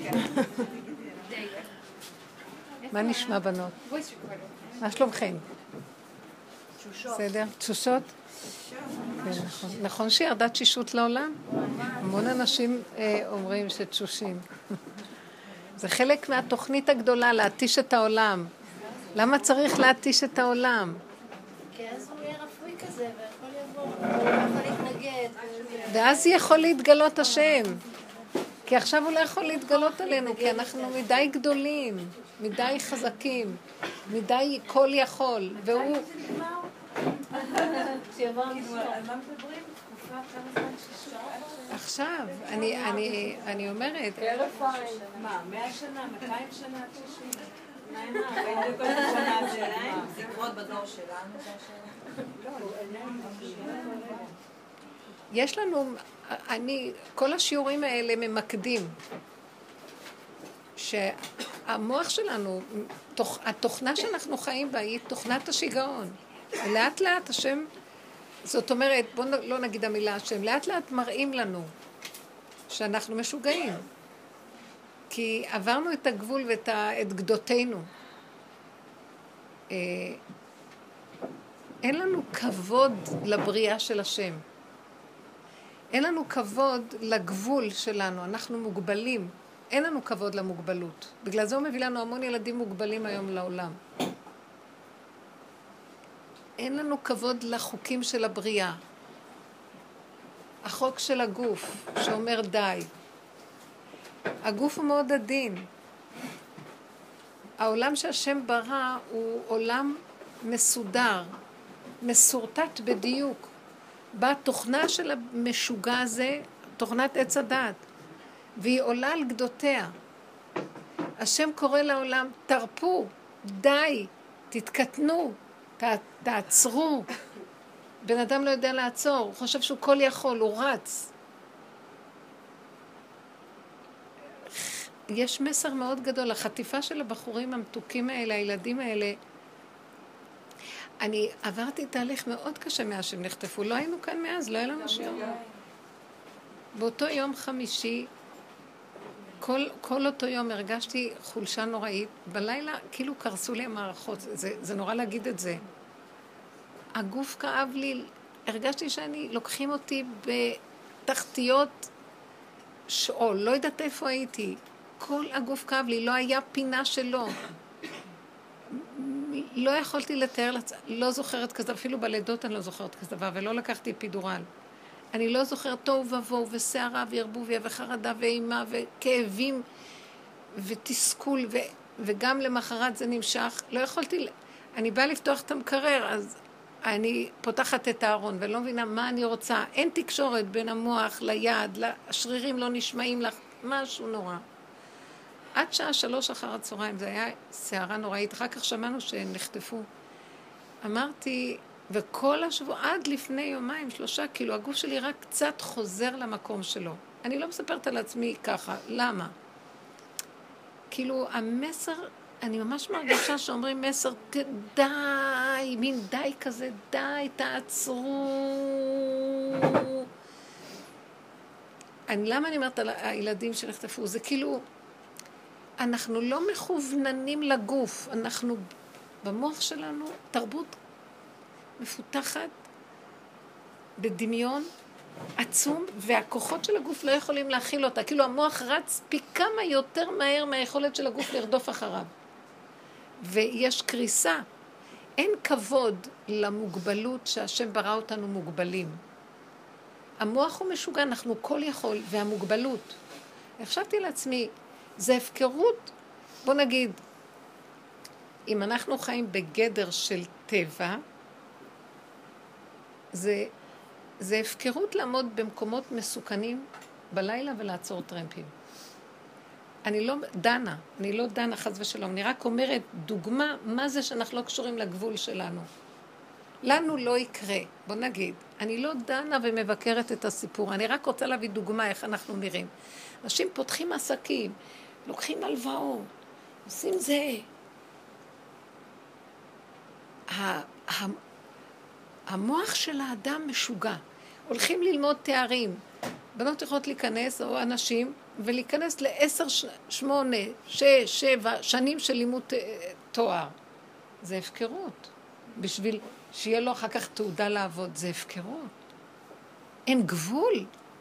מה נשמע בנות? מה שלומכם? בסדר? תשושות? נכון שירדה תשישות לעולם? המון אנשים אומרים שתשושים. זה חלק מהתוכנית הגדולה, להתיש את העולם. למה צריך להתיש את העולם? כי אז הוא יהיה רפוי כזה, והכל יבוא, הוא יכול להתנגד. ואז יכול להתגלות השם. כי עכשיו הוא לא יכול להתגלות עלינו, כי אנחנו מדי גדולים, מדי חזקים, מדי כל יכול, והוא... על מה מדברים? תקופה כמה זמן שישור? עכשיו, אני אומרת... מה, 100 שנה, 200 שנה, 60? זה יקרות בדור שלנו, זה יש לנו, כל השיעורים האלה ממקדים, שהמוח שלנו, התוכנה שאנחנו חיים בה היא תוכנת השיגעון. לאט לאט השם, זאת אומרת, בואו לא נגיד המילה השם, לאט לאט מראים לנו שאנחנו משוגעים. כי עברנו את הגבול ואת גדותינו. אין לנו כבוד לבריאה של השם. אין לנו כבוד לגבול שלנו, אנחנו מוגבלים. אין לנו כבוד למוגבלות. בגלל זה הוא מביא לנו המון ילדים מוגבלים היום לעולם. אין לנו כבוד לחוקים של הבריאה. החוק של הגוף שאומר די. הגוף הוא מאוד עדין. העולם שהשם ברא הוא עולם מסודר, מסורטט בדיוק. בתוכנה של המשוגע הזה, תוכנת עץ הדת, והיא עולה על גדותיה. השם קורא לעולם, תרפו, די, תתקטנו, תעצרו. בן אדם לא יודע לעצור, הוא חושב שהוא כל יכול, הוא רץ. יש מסר מאוד גדול, החטיפה של הבחורים המתוקים האלה, הילדים האלה. אני עברתי תהליך מאוד קשה מאז שהם נחטפו, לא היינו כאן מאז, לא היה לנו שיעור. באותו יום חמישי, כל אותו יום הרגשתי חולשה נוראית, בלילה כאילו קרסו לי המערכות, זה נורא להגיד את זה. הגוף כאב לי, הרגשתי לוקחים אותי בתחתיות שאול, לא יודעת איפה הייתי. כל הגוף כאב לי, לא היה פינה שלו. לא יכולתי לתאר, לא זוכרת כזה, אפילו בלידות אני לא זוכרת כזה דבר, ולא לקחתי פידורל. אני לא זוכרת תוהו ובוהו ושערה וערבוביה וחרדה ואימה וכאבים ותסכול, וגם למחרת זה נמשך. לא יכולתי, אני באה לפתוח את המקרר, אז אני פותחת את הארון ולא מבינה מה אני רוצה. אין תקשורת בין המוח ליד, השרירים לא נשמעים לך, משהו נורא. עד שעה 3 אחר הצהריים, זה היה שערה נוראית, אחר כך שמענו שנחטפו. אמרתי, וכל השבוע, עד לפני יומיים, 3, כאילו הגוף שלי רק קצת חוזר למקום שלו. אני לא מספרת על עצמי ככה, למה? כאילו המסר, אני ממש מרגישה שאומרים מסר, די, מין די כזה, די, תעצרו. למה אני אומרת על הילדים שנחטפו? זה כאילו, אנחנו לא מכווננים לגוף, אנחנו במוח שלנו תרבות מפותחת בדמיון עצום, והכוחות של הגוף לא יכולים להכיל אותה. כאילו המוח רץ פי כמה יותר מהר מהיכולת של הגוף לרדוף אחריו. ויש קריסה. אין כבוד למוגבלות שהשם ברא אותנו מוגבלים. המוח הוא משוגע, אנחנו כל יכול, והמוגבלות. חשבתי לעצמי, זה הפקרות, בוא נגיד, אם אנחנו חיים בגדר של טבע, זה הפקרות לעמוד במקומות מסוכנים בלילה ולעצור טרמפים. אני לא דנה חס ושלום, אני רק אומרת דוגמה מה זה שאנחנו לא קשורים לגבול שלנו. לנו לא יקרה, בוא נגיד, אני לא דנה ומבקרת את הסיפור, אני רק רוצה להביא דוגמה איך אנחנו נראים. אנשים פותחים עסקים, לוקחים הלוואות, עושים זה. המוח של האדם משוגע. הולכים ללמוד תארים. בנות יכולות להיכנס, או אנשים, ולהיכנס ל10, 8, 6, 7 שנים של לימוד תואר. זה הפקרות. בשביל שיהיה לו אחר כך תעודה לעבוד, זה הפקרות. אין גבול.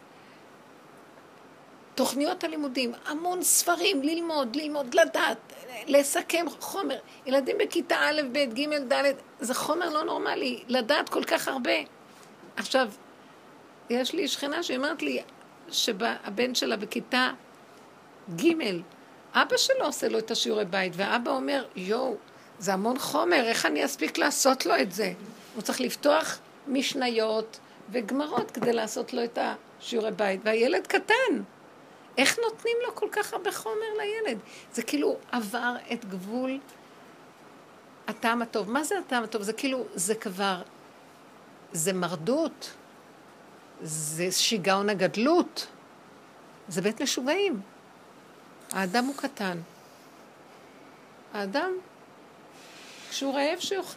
תוכניות הלימודים, המון ספרים, ללמוד, לדעת, לסכם חומר. ילדים בכיתה א', ב', ג', ד', זה חומר לא נורמלי, לדעת כל כך הרבה. עכשיו, יש לי שכנה שאומרת לי, שהבן שלה בכיתה ג', אבא שלו עושה לו את השיעורי בית, ואבא אומר, יואו, זה המון חומר, איך אני אספיק לעשות לו את זה? הוא צריך לפתוח משניות וגמרות כדי לעשות לו את השיעורי בית, והילד קטן. איך נותנים לו כל כך הרבה חומר לילד? זה כאילו עבר את גבול הטעם הטוב. מה זה הטעם הטוב? זה כאילו, זה כבר, זה מרדות, זה שיגעון הגדלות, זה בית משוגעים. האדם הוא קטן. האדם, כשהוא רעב שיאכל,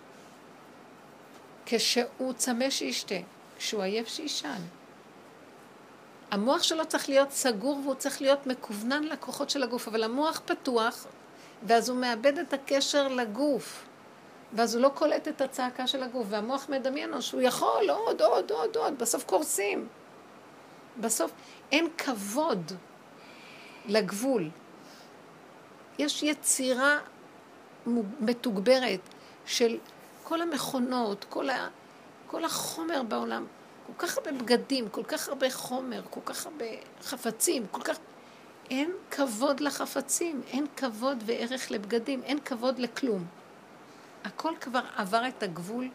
כשהוא צמא שישתה, כשהוא עייף שישן. המוח שלו צריך להיות סגור והוא צריך להיות מקוונן לכוחות של הגוף, אבל המוח פתוח, ואז הוא מאבד את הקשר לגוף, ואז הוא לא קולט את הצעקה של הגוף, והמוח מדמיין לו שהוא יכול עוד, בסוף קורסים. בסוף אין כבוד לגבול. יש יצירה מתוגברת של כל המכונות, כל החומר בעולם, כל כך הרבה בגדים, כל כך הרבה חומר, כל כך הרבה חפצים, אין כבוד לחפצים, אין כבוד וערך לבגדים, אין כבוד לכלום. הכל כבר עבר את הגבול.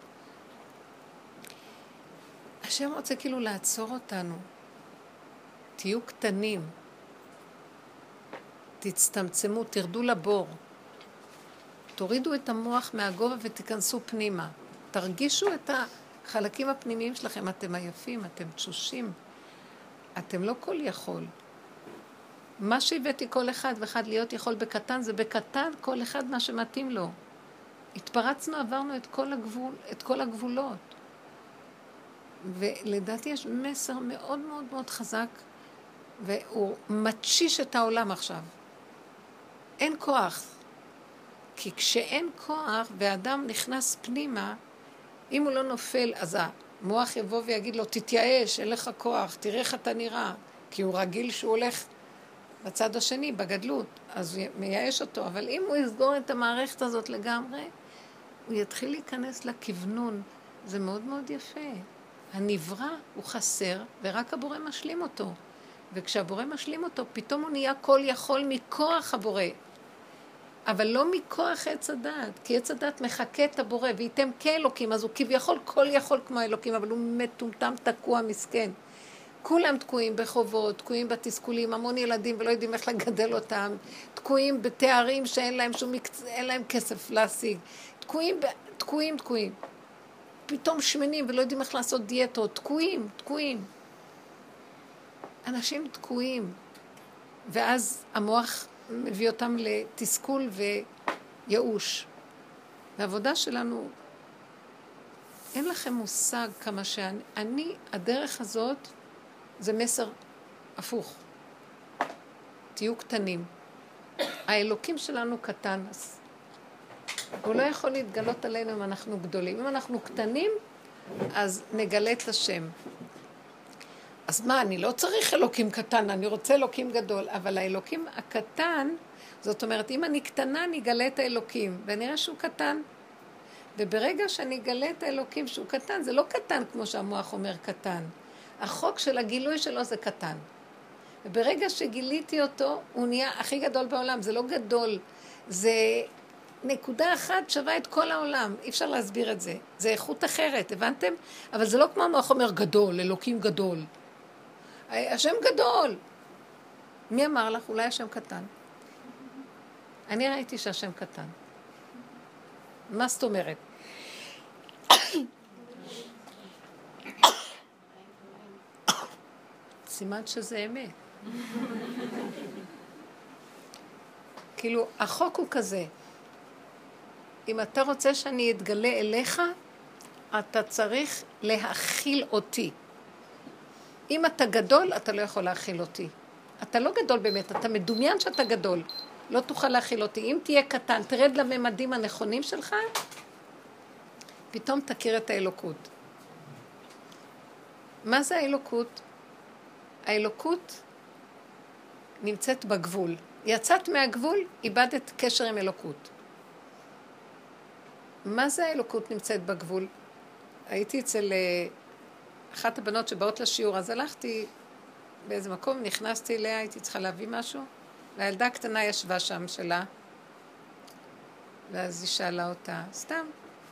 השם רוצה כאילו לעצור אותנו. תהיו קטנים. תצטמצמו, תרדו לבור. תורידו את המוח מהגובה ותיכנסו פנימה. תרגישו את החלקים הפנימיים שלכם. אתם עייפים, אתם תשושים. אתם לא כל יכול. מה שהבאתי כל אחד ואחד להיות יכול בקטן, זה בקטן כל אחד מה שמתאים לו. התפרצנו, עברנו את כל הגבולות. ולדעתי יש מסר מאוד מאוד מאוד חזק, והוא מתשיש את העולם עכשיו. אין כוח. כי כשאין כוח ואדם נכנס פנימה, אם הוא לא נופל, אז המוח יבוא ויגיד לו, תתייאש, אין לך כוח, תראה איך אתה נראה. כי הוא רגיל שהוא הולך בצד השני, בגדלות, אז הוא מייאש אותו. אבל אם הוא יסגור את המערכת הזאת לגמרי, הוא יתחיל להיכנס לכוונון. זה מאוד מאוד יפה. הנברא הוא חסר, ורק הבורא משלים אותו. וכשהבורא משלים אותו, פתאום הוא נהיה כל יכול מכוח הבורא. אבל לא מכוח עץ הדת, כי עץ הדת מחכה את הבורא, וייתם כאלוקים, אז הוא כביכול כל יכול כמו אלוקים, אבל הוא מטומטם תקוע מסכן. כולם תקועים בחובות, תקועים בתסכולים, המון ילדים ולא יודעים איך לגדל אותם, תקועים בתארים שאין להם אין להם כסף להשיג, תקועים. פתאום שמנים ולא יודעים איך לעשות דיאטות, תקועים. אנשים תקועים, ואז המוח מביא אותם לתסכול וייאוש. והעבודה שלנו, אין לכם מושג כמה שאני, הדרך הזאת, זה מסר הפוך. תהיו קטנים. האלוקים שלנו קטן, אז הוא לא יכול להתגלות עלינו אם אנחנו גדולים. אם אנחנו קטנים, אז נגלה את השם. אז מה, אני לא צריך אלוקים קטן, אני רוצה אלוקים גדול. אבל האלוקים הקטן, זאת אומרת, אם אני קטנה, אני אגלה את האלוקים. ונראה שהוא קטן. וברגע שאני אגלה את האלוקים שהוא קטן, זה לא קטן כמו שהמוח אומר קטן. החוק של הגילוי שלו זה קטן. וברגע שגיליתי אותו, הוא נהיה הכי גדול בעולם. זה לא גדול, זה נקודה אחת שווה את כל העולם. אי אפשר להסביר את זה. זה איכות אחרת, הבנתם? אבל זה לא כמו המוח אומר גדול, אלוקים גדול. השם גדול. מי אמר לך? אולי השם קטן. אני ראיתי שהשם קטן. מה זאת אומרת? סימן שזה אמת. כאילו, החוק הוא כזה. אם אתה רוצה שאני אתגלה אליך, אתה צריך להכיל אותי. אם אתה גדול, אתה לא יכול להכיל אותי. אתה לא גדול באמת, אתה מדומיין שאתה גדול. לא תוכל להכיל אותי. אם תהיה קטן, תרד לממדים הנכונים שלך, פתאום תכיר את האלוקות. מה זה האלוקות? האלוקות נמצאת בגבול. יצאת מהגבול, איבדת קשר עם אלוקות. מה זה האלוקות נמצאת בגבול? הייתי אצל אחת הבנות שבאות לשיעור, אז הלכתי באיזה מקום, נכנסתי אליה, הייתי צריכה להביא משהו, והילדה הקטנה ישבה שם שלה, ואז היא שאלה אותה, סתם,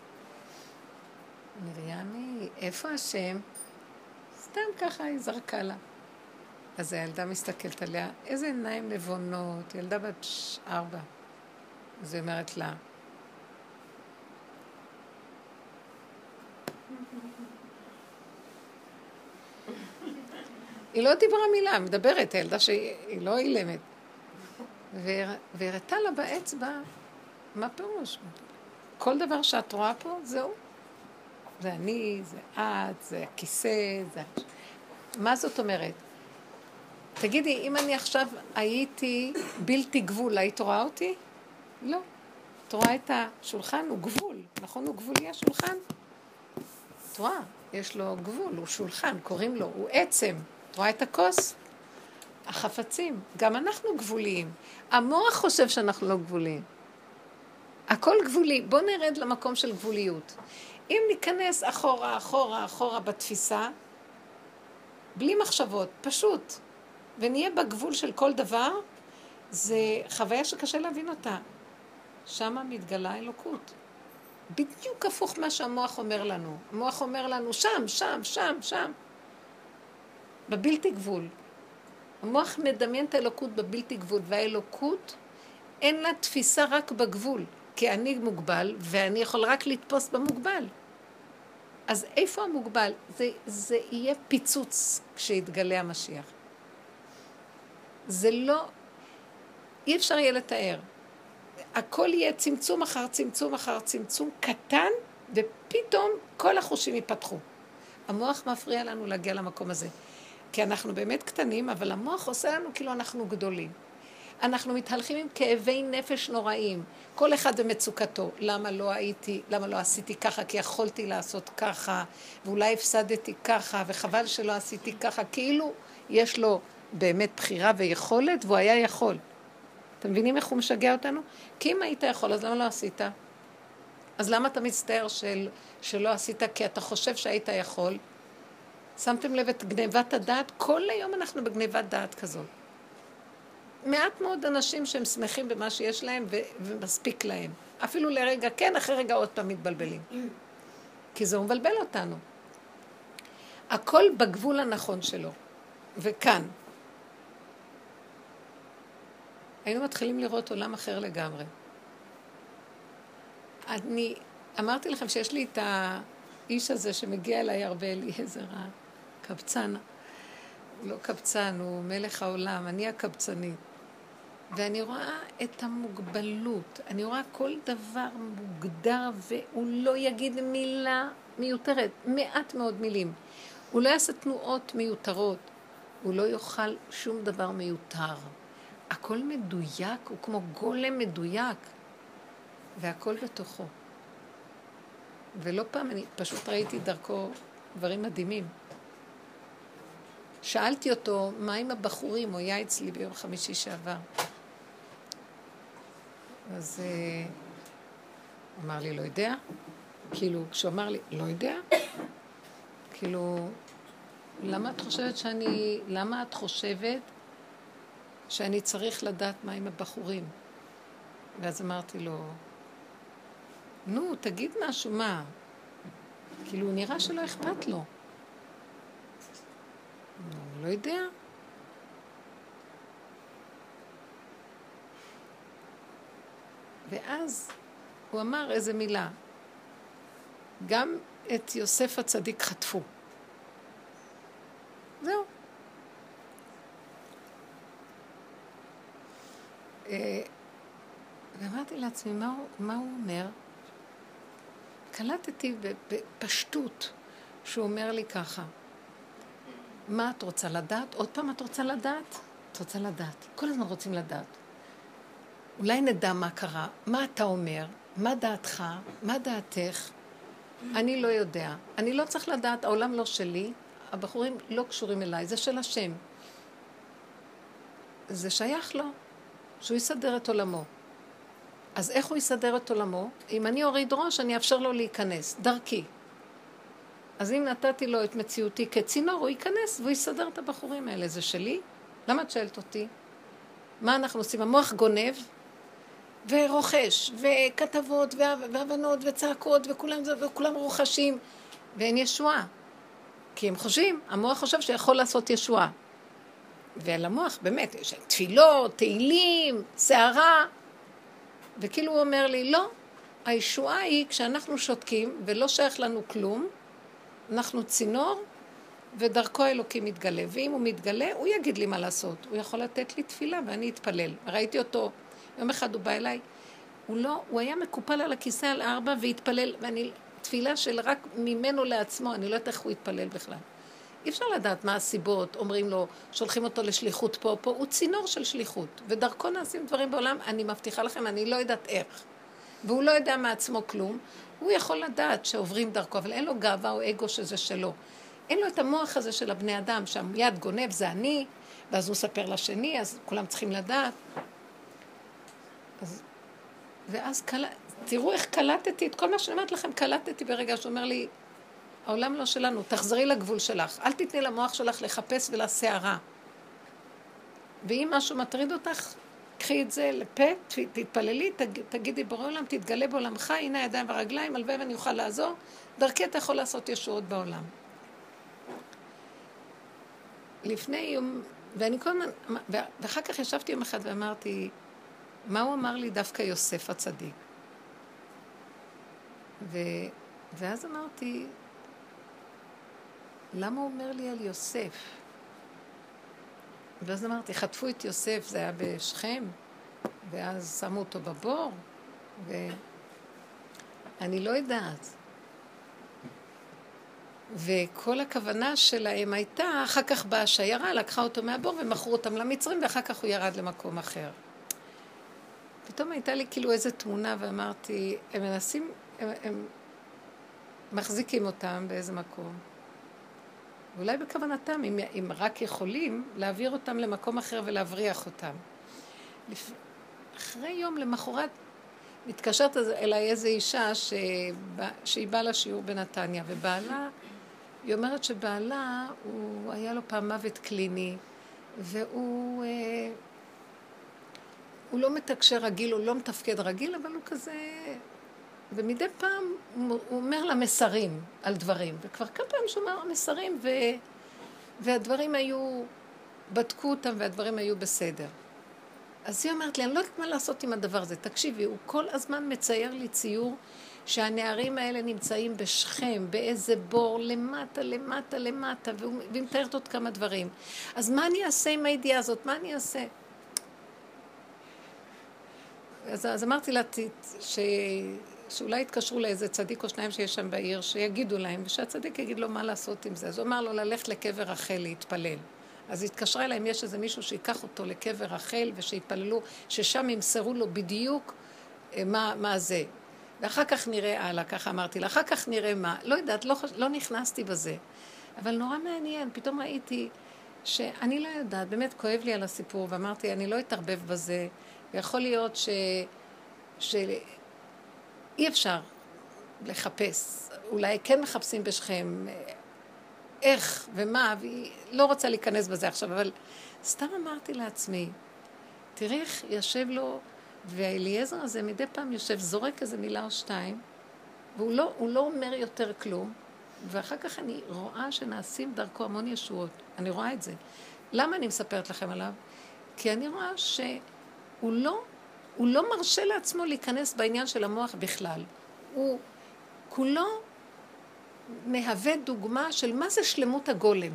מרימי, איפה השם? סתם ככה היא זרקה לה. אז הילדה מסתכלת עליה, איזה עיניים נבונות, ילדה בת 4. אז היא אומרת לה, היא לא דיברה מילה, מדברת, הילדה שהיא לא אילמת. והראתה לה באצבע, מה פירוש? כל דבר שאת רואה פה, זהו. זה אני, זה את, זה הכיסא, זה... מה זאת אומרת? תגידי, אם אני עכשיו הייתי בלתי גבול, היית רואה אותי? לא. את רואה את השולחן? הוא גבול. נכון, הוא גבולי השולחן? את רואה, יש לו גבול, הוא שולחן, קוראים לו, הוא עצם. את רואה את הכוס? החפצים. גם אנחנו גבוליים. המוח חושב שאנחנו לא גבוליים. הכל גבולי. בוא נרד למקום של גבוליות. אם ניכנס אחורה, אחורה, אחורה בתפיסה, בלי מחשבות, פשוט, ונהיה בגבול של כל דבר, זה חוויה שקשה להבין אותה. שמה מתגלה אלוקות. בדיוק הפוך מה שהמוח אומר לנו. המוח אומר לנו, שם, שם, שם, שם. בבלתי גבול. המוח מדמיין את האלוקות בבלתי גבול, והאלוקות אין לה תפיסה רק בגבול, כי אני מוגבל, ואני יכול רק לתפוס במוגבל. אז איפה המוגבל? זה יהיה פיצוץ כשיתגלה המשיח. זה לא, אי אפשר יהיה לתאר. הכל יהיה צמצום אחר צמצום אחר צמצום קטן, ופתאום כל החושים ייפתחו. המוח מפריע לנו להגיע למקום הזה. כי אנחנו באמת קטנים, אבל המוח עושה לנו כאילו אנחנו גדולים. אנחנו מתהלכים עם כאבי נפש נוראים. כל אחד במצוקתו. למה לא עשיתי ככה? כי יכולתי לעשות ככה, ואולי הפסדתי ככה, וחבל שלא עשיתי ככה. כאילו יש לו באמת בחירה ויכולת, והוא היה יכול. אתם מבינים איך הוא משגע אותנו? כי אם היית יכול, אז למה לא עשית? אז למה אתה מצטער שלא עשית? כי אתה חושב שהיית יכול. שמתם לב את גניבת הדעת? כל היום אנחנו בגניבת דעת כזאת. מעט מאוד אנשים שהם שמחים במה שיש להם ומספיק להם. אפילו לרגע כן, אחרי רגע עוד פעם מתבלבלים. כי זה מבלבל אותנו. הכל בגבול הנכון שלו. וכאן. היינו מתחילים לראות עולם אחר לגמרי. אני אמרתי לכם שיש לי את האיש הזה שמגיע אליי הרבה, אליעזר, הקבצן. לא קבצן, הוא מלך העולם, אני הקבצנית. ואני רואה את המוגבלות, אני רואה כל דבר מוגדר והוא לא יגיד מילה מיותרת, מעט מאוד מילים. הוא לא יעשה תנועות מיותרות, הוא לא יאכל שום דבר מיותר. הכל מדויק, הוא כמו גולם מדויק, והכל בתוכו. ולא פעם, אני פשוט ראיתי דרכו דברים מדהימים. שאלתי אותו, מה עם הבחורים? הוא היה אצלי ביום חמישי שעבר. אז אמר לי, לא יודע. כאילו, כשהוא אמר לי, לא יודע. כאילו, למה את חושבת שאני צריך לדעת מה עם הבחורים? ואז אמרתי לו, נו, תגיד משהו, מה? כאילו, נראה שלא אכפת לו. לא יודע. ואז הוא אמר איזה מילה. גם את יוסף הצדיק חטפו. זהו. ואמרתי לעצמי, מה הוא אומר? קלטתי בפשטות שהוא אומר לי ככה. מה את רוצה לדעת? עוד פעם את רוצה לדעת? את רוצה לדעת. כל הזמן רוצים לדעת. אולי נדע מה קרה, מה אתה אומר, מה דעתך, מה דעתך. אני לא יודע. אני לא צריך לדעת, העולם לא שלי, הבחורים לא קשורים אליי, זה של השם. זה שייך לו, שהוא יסדר את עולמו. אז איך הוא יסדר את עולמו? אם אני אוריד ראש, אני אאפשר לו להיכנס, דרכי. אז אם נתתי לו את מציאותי כצינור, הוא ייכנס והוא יסדר את הבחורים האלה. זה שלי? למה את שואלת אותי? מה אנחנו עושים? המוח גונב ורוכש, וכתבות והבנות וצעקות, וכולם רוכשים, ואין ישועה. כי הם חושבים, המוח חושב שיכול לעשות ישועה. ולמוח באמת, יש תפילות, תהילים, שערה, וכאילו הוא אומר לי, לא, הישועה היא כשאנחנו שותקים ולא שייך לנו כלום, אנחנו צינור ודרכו האלוקים מתגלה, ואם הוא מתגלה הוא יגיד לי מה לעשות, הוא יכול לתת לי תפילה ואני אתפלל. ראיתי אותו, יום אחד הוא בא אליי, הוא היה מקופל על הכיסא על 4 והתפלל, ואני תפילה של רק ממנו לעצמו, אני לא יודעת איך הוא התפלל בכלל. אי אפשר לדעת מה הסיבות, אומרים לו, שולחים אותו לשליחות פה, הוא צינור של שליחות, ודרכו נעשים דברים בעולם, אני מבטיחה לכם, אני לא יודעת איך. והוא לא יודע מעצמו כלום, הוא יכול לדעת שעוברים דרכו, אבל אין לו גאווה או אגו שזה שלו. אין לו את המוח הזה של הבני אדם, שהמיד גונב זה אני, ואז הוא ספר לשני, אז כולם צריכים לדעת. ואז תראו איך קלטתי, את כל מה שאני אומרת לכם, קלטתי ברגע שאומר לי, העולם לא שלנו, תחזרי לגבול שלך, אל תתני למוח שלך לחפש ולשערה. ואם משהו מטריד אותך, קחי את זה לפה, תתפללי, תגידי בורא עולם, תתגלה בעולמך, הנה הידיים והרגליים, הלוואי ואני אוכל לעזור, דרכי אתה יכול לעשות ישועות בעולם. לפני יום, ואחר כך ישבתי יום אחד ואמרתי, מה הוא אמר לי דווקא יוסף הצדיק? ואז אמרתי, למה הוא אומר לי על יוסף? ואז אמרתי, חטפו את יוסף, זה היה בשכם, ואז שמו אותו בבור, ואני לא יודעת. וכל הכוונה שלהם הייתה, אחר כך באה שיירה, לקחה אותו מהבור ומכרו אותם למצרים, ואחר כך הוא ירד למקום אחר. פתאום הייתה לי כאילו איזו תמונה, ואמרתי, הם מנסים, הם מחזיקים אותם באיזה מקום. ואולי בכוונתם, אם רק יכולים, להעביר אותם למקום אחר ולהבריח אותם. אחרי יום למחרת, מתקשרת אליי איזו אישה שהיא באה לשיעור בנתניה, ובעלה, היא אומרת שבעלה, היה לו פעם מוות קליני, והוא לא מתקשר רגיל, הוא לא מתפקד רגיל, אבל הוא כזה... ומדי פעם הוא אומר לה מסרים על דברים, וכבר כמה פעמים שהוא אומר מסרים, והדברים היו, בדקו אותם והדברים היו בסדר. אז היא אומרת לי, אני לא יודעת מה לעשות עם הדבר הזה, תקשיבי, הוא כל הזמן מצייר לי ציור שהנערים האלה נמצאים בשכם, באיזה בור, למטה, למטה, למטה, והיא מתארת עוד כמה דברים. אז מה אני אעשה עם הידיעה הזאת? מה אני אעשה? אז אמרתי לה, שאולי יתקשרו לאיזה צדיק או שניים שיש שם בעיר, שיגידו להם, ושהצדיק יגיד לו מה לעשות עם זה. אז הוא אמר לו ללכת לקבר רחל להתפלל. אז התקשרה אליהם, יש איזה מישהו שיקח אותו לקבר רחל, ושיתפללו, ששם ימסרו לו בדיוק מה זה. ואחר כך נראה הלאה, ככה אמרתי לה, אחר כך נראה מה. לא יודעת, לא נכנסתי בזה. אבל נורא מעניין, פתאום ראיתי שאני לא יודעת, באמת כואב לי על הסיפור, ואמרתי, אני לא אתערבב בזה, ויכול להיות אי אפשר לחפש, אולי כן מחפשים בשכם איך ומה, והיא לא רוצה להיכנס בזה עכשיו, אבל סתם אמרתי לעצמי, תראי איך יושב לו, והאליעזר הזה מדי פעם יושב, זורק איזה מילה או שתיים, והוא לא אומר יותר כלום, ואחר כך אני רואה שנעשים דרכו המון ישועות, אני רואה את זה. למה אני מספרת לכם עליו? כי אני רואה שהוא לא מרשה לעצמו להיכנס בעניין של המוח בכלל. הוא כולו מהווה דוגמה של מה זה שלמות הגולם.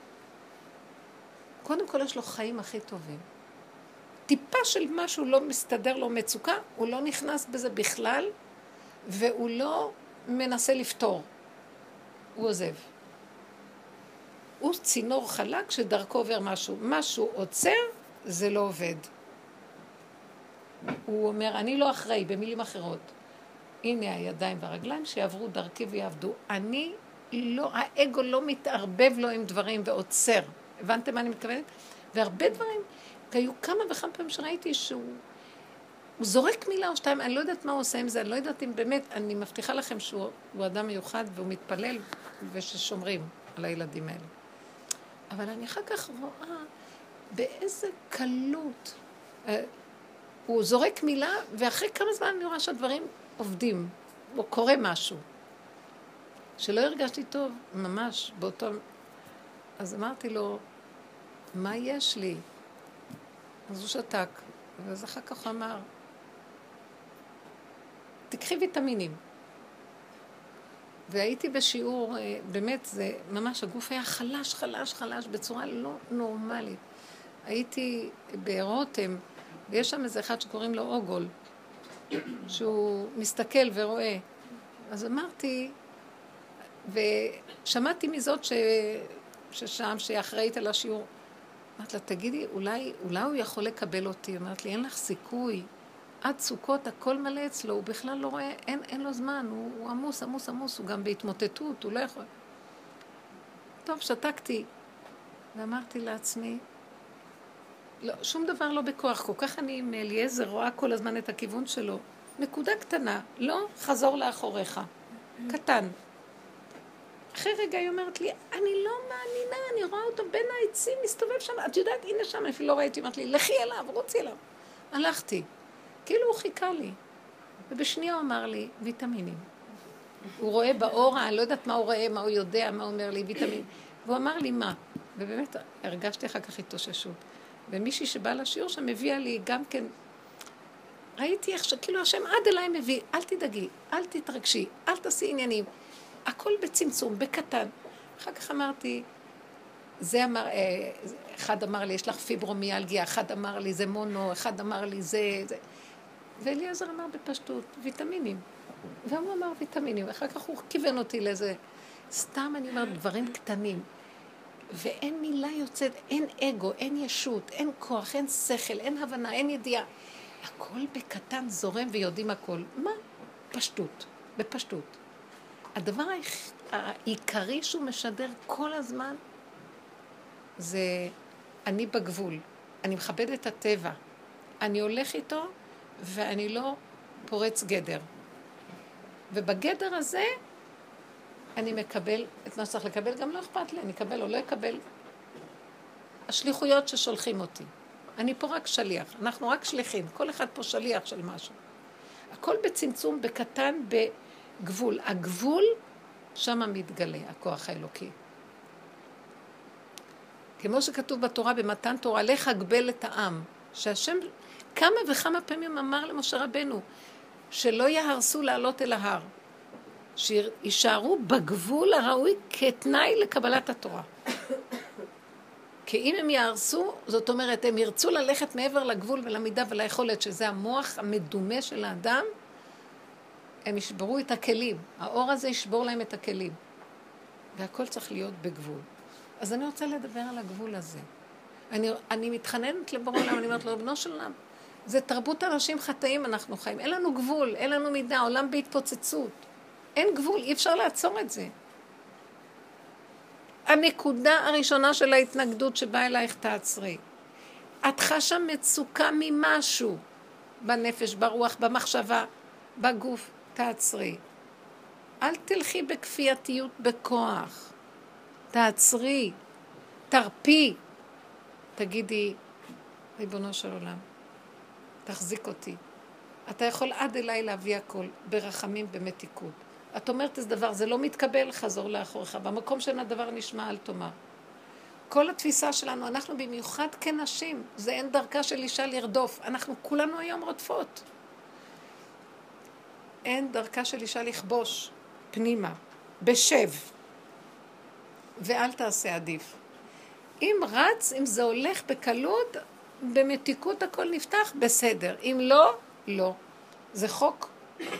קודם כל יש לו חיים הכי טובים. טיפה של משהו לא מסתדר לו מצוקה, הוא לא נכנס בזה בכלל, והוא לא מנסה לפתור. הוא עוזב. הוא צינור חלק שדרכו עובר משהו. משהו עוצר, זה לא עובד. הוא אומר, אני לא אחראי, במילים אחרות. הנה הידיים והרגליים שיעברו דרכי ויעבדו. אני לא, האגו לא מתערבב לו עם דברים ועוצר. הבנתם מה אני מתכוונת? והרבה דברים, כי היו כמה וכמה פעמים שראיתי שהוא זורק מילה או שתיים, אני לא יודעת מה הוא עושה עם זה, אני לא יודעת אם באמת, אני מבטיחה לכם שהוא אדם מיוחד והוא מתפלל וששומרים על הילדים האלה. אבל אני אחר כך רואה באיזה קלות הוא זורק מילה, ואחרי כמה זמן אני רואה שהדברים עובדים, או קורה משהו. שלא הרגשתי טוב, ממש, באותו... אז אמרתי לו, מה יש לי? אז הוא שתק, ואז אחר כך הוא אמר, תקחי ויטמינים. והייתי בשיעור, באמת, זה ממש, הגוף היה חלש, חלש, חלש, בצורה לא נורמלית. הייתי ברותם, ויש שם איזה אחד שקוראים לו אוגול, שהוא מסתכל ורואה. אז אמרתי, ושמעתי מזאת ששם, שהיא אחראית על השיעור. אמרתי לה, תגידי, אולי הוא יכול לקבל אותי? אמרת לי, אין לך סיכוי. עד סוכות, הכל מלא אצלו, הוא בכלל לא רואה, אין לו זמן, הוא עמוס, עמוס, עמוס, הוא גם בהתמוטטות, הוא לא יכול. טוב, שתקתי, ואמרתי לעצמי, לא, שום דבר לא בכוח, כל כך אני עם אליעזר רואה כל הזמן את הכיוון שלו. נקודה קטנה, לא חזור לאחוריך, קטן. אחרי רגע היא אומרת לי, אני לא מאמינה, אני רואה אותו בין העצים, מסתובב שם, את יודעת, הנה שם, אני אפילו לא ראיתי, אמרת לי, לכי אליו, רוצי אליו. הלכתי. כאילו הוא חיכה לי, ובשנייה הוא אמר לי, ויטמינים. הוא רואה באורה, אני לא יודעת מה הוא רואה, מה הוא יודע, מה הוא אומר לי, ויטמין. והוא אמר לי מה, ובאמת הרגשתי אחר כך התאוששות. ומישהי שבא לשיעור שם הביאה לי גם כן, ראיתי איך שכאילו השם עד אליי מביא, אל תדאגי, אל תתרגשי, אל תעשי עניינים. הכל בצמצום, בקטן. אחר כך אמרתי, אחד אמר לי, יש לך פיברומיאלגיה, אחד אמר לי, זה מונו, אחד אמר לי, זה. ואליעזר אמר בפשטות, ויטמינים. והוא אמר ויטמינים, ואחר כך הוא כיוון אותי לזה. סתם אני אומרת, דברים קטנים. ואין מילה יוצאת, אין אגו, אין ישות, אין כוח, אין שכל, אין הבנה, אין ידיעה. הכל בקטן זורם ויודעים הכל. מה? פשטות, בפשטות. הדבר העיקרי שהוא משדר כל הזמן, זה אני בגבול, אני מכבד את הטבע, אני הולך איתו ואני לא פורץ גדר. ובגדר הזה אני מקבל את מה שצריך לקבל, גם לא אכפת לי, אני אקבל או לא אקבל. השליחויות ששולחים אותי. אני פה רק שליח, אנחנו רק שליחים, כל אחד פה שליח של משהו. הכל בצמצום, בקטן, בגבול. הגבול, שם מתגלה הכוח האלוקי. כמו שכתוב בתורה, במתן תורה, לך אגבל את העם, שהשם כמה וכמה פעמים אמר למשה רבנו, שלא יהרסו לעלות אל ההר, שישארו בגבול הראוי כתנאי לקבלת התורה. כי אם הם יהרסו, זאת אומרת, הם ירצו ללכת מעבר לגבול ולמידה וליכולת, שזה המוח המדומה של האדם, הם ישברו את הכלים. האור הזה ישבור להם את הכלים. והכל צריך להיות בגבול. אז אני רוצה לדבר על הגבול הזה. אני מתחננת לבורא עולם, אני אומרת לו, בנו של עולם, זה תרבות אנשים חטאים אנחנו חיים. אין לנו גבול, אין לנו מידה, עולם בהתפוצצות. אין גבול, אי אפשר לעצור את זה. הנקודה הראשונה של ההתנגדות שבאה אלייך תעצרי. את חשה מצוקה ממשהו, בנפש, ברוח, במחשבה, בגוף, תעצרי. אל תלכי בכפייתיות בכוח. תעצרי, תרפי. תגידי, ריבונו של עולם, תחזיק אותי. אתה יכול עד אליי להביא הכל, ברחמים, במתיקות. את אומרת איזה דבר, זה לא מתקבל, חזור לאחוריך. במקום שאין הדבר נשמע, אל תאמר. כל התפיסה שלנו, אנחנו במיוחד כנשים, זה אין דרכה של אישה לרדוף. אנחנו כולנו היום רודפות. אין דרכה של אישה לכבוש פנימה, בשב. ואל תעשה עדיף. אם רץ, אם זה הולך בקלות, במתיקות הכל נפתח, בסדר. אם לא, לא. זה חוק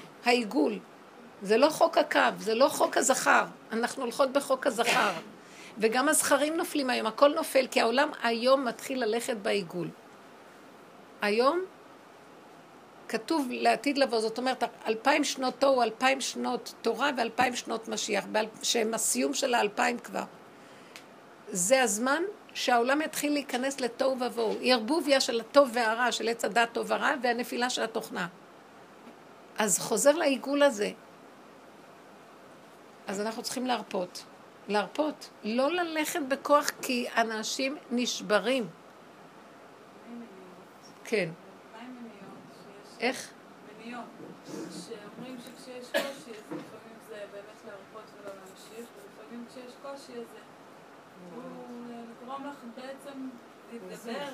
העיגול. זה לא חוק הקו, זה לא חוק הזכר. אנחנו הולכות בחוק הזכר. וגם הזכרים נופלים היום, הכל נופל, כי העולם היום מתחיל ללכת בעיגול. היום כתוב לעתיד לבוא, זאת אומרת, 2000 שנות תוהו, 2000 שנות תורה ו2000 שנות משיח, שהם הסיום של 2000 כבר. זה הזמן שהעולם יתחיל להיכנס לתוהו ובוהו, ערבוביה של הטוב והרע, של עץ הדת טוב ורע, והנפילה של התוכנה. אז חוזר לעיגול הזה. אז אנחנו צריכים להרפות, לא ללכת בכוח, כי אנשים נשברים. כן. מה עם מניות? איך? מניות. שאומרים שכשיש קושי, אז לפעמים זה באמת להרפות ולא להמשיך, ולפעמים כשיש קושי, אז הוא לגרום לך בעצם להתגבר,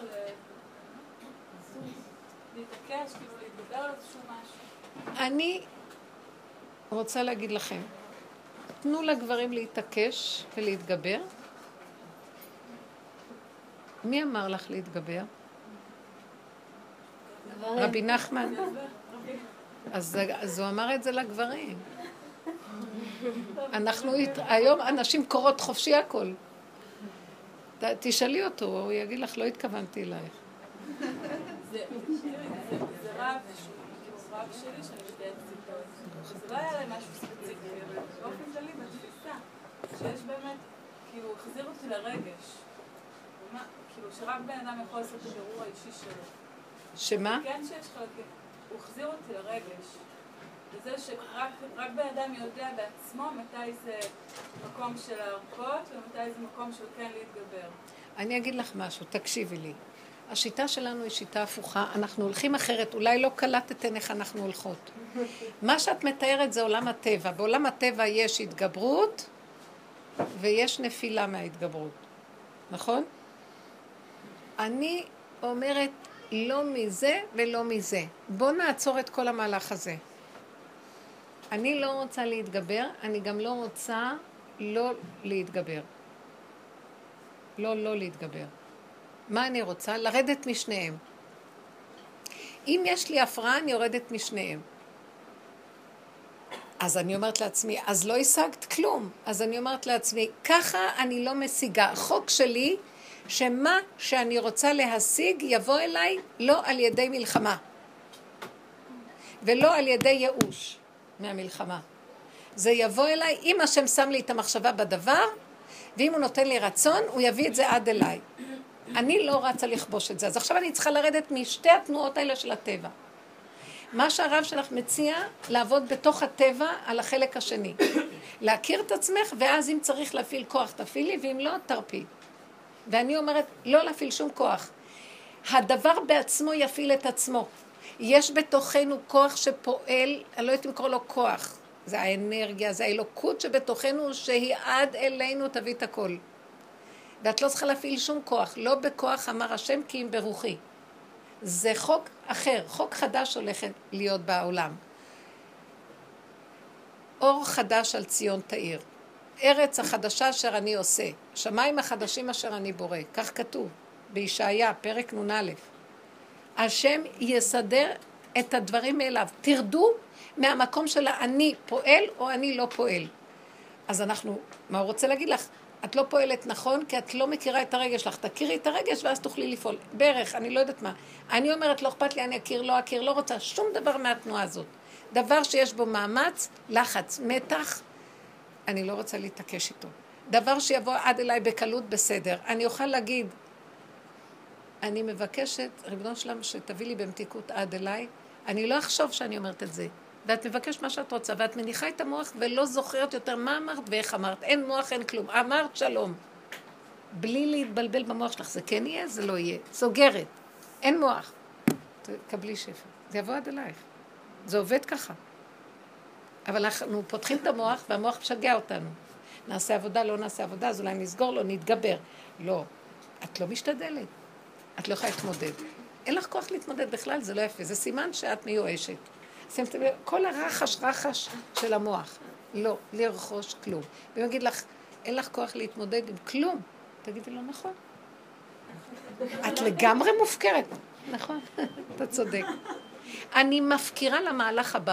להתעקש, כאילו להתגבר על איזשהו משהו. אני רוצה להגיד לכם, תנו לגברים להתעקש ולהתגבר. מי אמר לך להתגבר? רבי נחמן. אז הוא אמר את זה לגברים. היום אנשים קוראות חופשי הכל. תשאלי אותו, הוא יגיד לך, לא התכוונתי אלייך. זה רב, רב שלי שאני מתייעצת איתו. זה לא היה להם משהו ספציפי, אבל באופן כללי בתפיסה, שיש באמת, כאילו, הוא החזיר אותי לרגש. כאילו, שרק בן אדם יכול לעשות את הבירור האישי שלו. שמה? כן, שיש חלקים. הוא החזיר אותי לרגש. וזה שרק בן אדם יודע בעצמו מתי זה מקום של להרפות ומתי זה מקום של כן להתגבר. אני אגיד לך משהו, תקשיבי לי. השיטה שלנו היא שיטה הפוכה, אנחנו הולכים אחרת, אולי לא קלטתן איך אנחנו הולכות. מה שאת מתארת זה עולם הטבע. בעולם הטבע יש התגברות ויש נפילה מההתגברות. נכון? אני אומרת לא מזה ולא מזה. בוא נעצור את כל המהלך הזה. אני לא רוצה להתגבר, אני גם לא רוצה לא להתגבר. לא להתגבר. מה אני רוצה? לרדת משניהם. אם יש לי הפרעה, אני יורדת משניהם. אז אני אומרת לעצמי, אז לא השגת כלום. אז אני אומרת לעצמי, ככה אני לא משיגה. החוק שלי, שמה שאני רוצה להשיג יבוא אליי לא על ידי מלחמה. ולא על ידי ייאוש מהמלחמה. זה יבוא אליי, אם השם שם לי את המחשבה בדבר, ואם הוא נותן לי רצון, הוא יביא את זה עד אליי. אני לא רצה לכבוש את זה. אז עכשיו אני צריכה לרדת משתי התנועות האלה של הטבע. מה שהרב שלך מציע, לעבוד בתוך הטבע על החלק השני. להכיר את עצמך, ואז אם צריך להפעיל כוח, תפעילי, ואם לא, תרפי. ואני אומרת, לא להפעיל שום כוח. הדבר בעצמו יפעיל את עצמו. יש בתוכנו כוח שפועל, אני לא יודעת לקרוא לו כוח. זה האנרגיה, זה האלוקות שבתוכנו, שהיא עד אלינו תביא את הכל. ואת לא צריכה להפעיל שום כוח. לא בכוח אמר השם, כי אם ברוחי. זה חוק אחר, חוק חדש הולך להיות בעולם. אור חדש על ציון תאיר. ארץ החדשה אשר אני עושה. שמיים החדשים אשר אני בורא. כך כתוב בישעיה, פרק נ"א. השם יסדר את הדברים מאליו. תרדו מהמקום של אני פועל או אני לא פועל. אז אנחנו, מה הוא רוצה להגיד לך? את לא פועלת נכון, כי את לא מכירה את הרגש לך. תכירי את הרגש ואז תוכלי לפעול. בערך, אני לא יודעת מה. אני אומרת, לא אכפת לי, אני אכיר, לא אכיר, לא רוצה שום דבר מהתנועה הזאת. דבר שיש בו מאמץ, לחץ, מתח, אני לא רוצה להתעקש איתו. דבר שיבוא עד אליי בקלות בסדר. אני אוכל להגיד, אני מבקשת, ריבונו שלם, שתביא לי במתיקות עד אליי. אני לא אחשוב שאני אומרת את זה. ואת מבקשת מה שאת רוצה, ואת מניחה את המוח ולא זוכרת יותר מה אמרת ואיך אמרת. אין מוח, אין כלום. אמרת שלום. בלי להתבלבל במוח שלך. זה כן יהיה, זה לא יהיה. סוגרת. אין מוח. תקבלי שפע. זה יבוא עד אלייך. זה עובד ככה. אבל אנחנו פותחים את המוח, והמוח משגע אותנו. נעשה עבודה, לא נעשה עבודה, אז אולי נסגור לו, נתגבר. לא. את לא משתדלת. את לא יכולה להתמודד. אין לך כוח להתמודד בכלל, זה לא יפה. זה סימן שאת מיואשת. כל רחש של המוח. לא, לרכוש כלום. ואם אגיד לך, אין לך כוח להתמודד עם כלום, תגידי לו, נכון. את לגמרי מופקרת. נכון, אתה צודק. אני מפקירה למהלך הבא.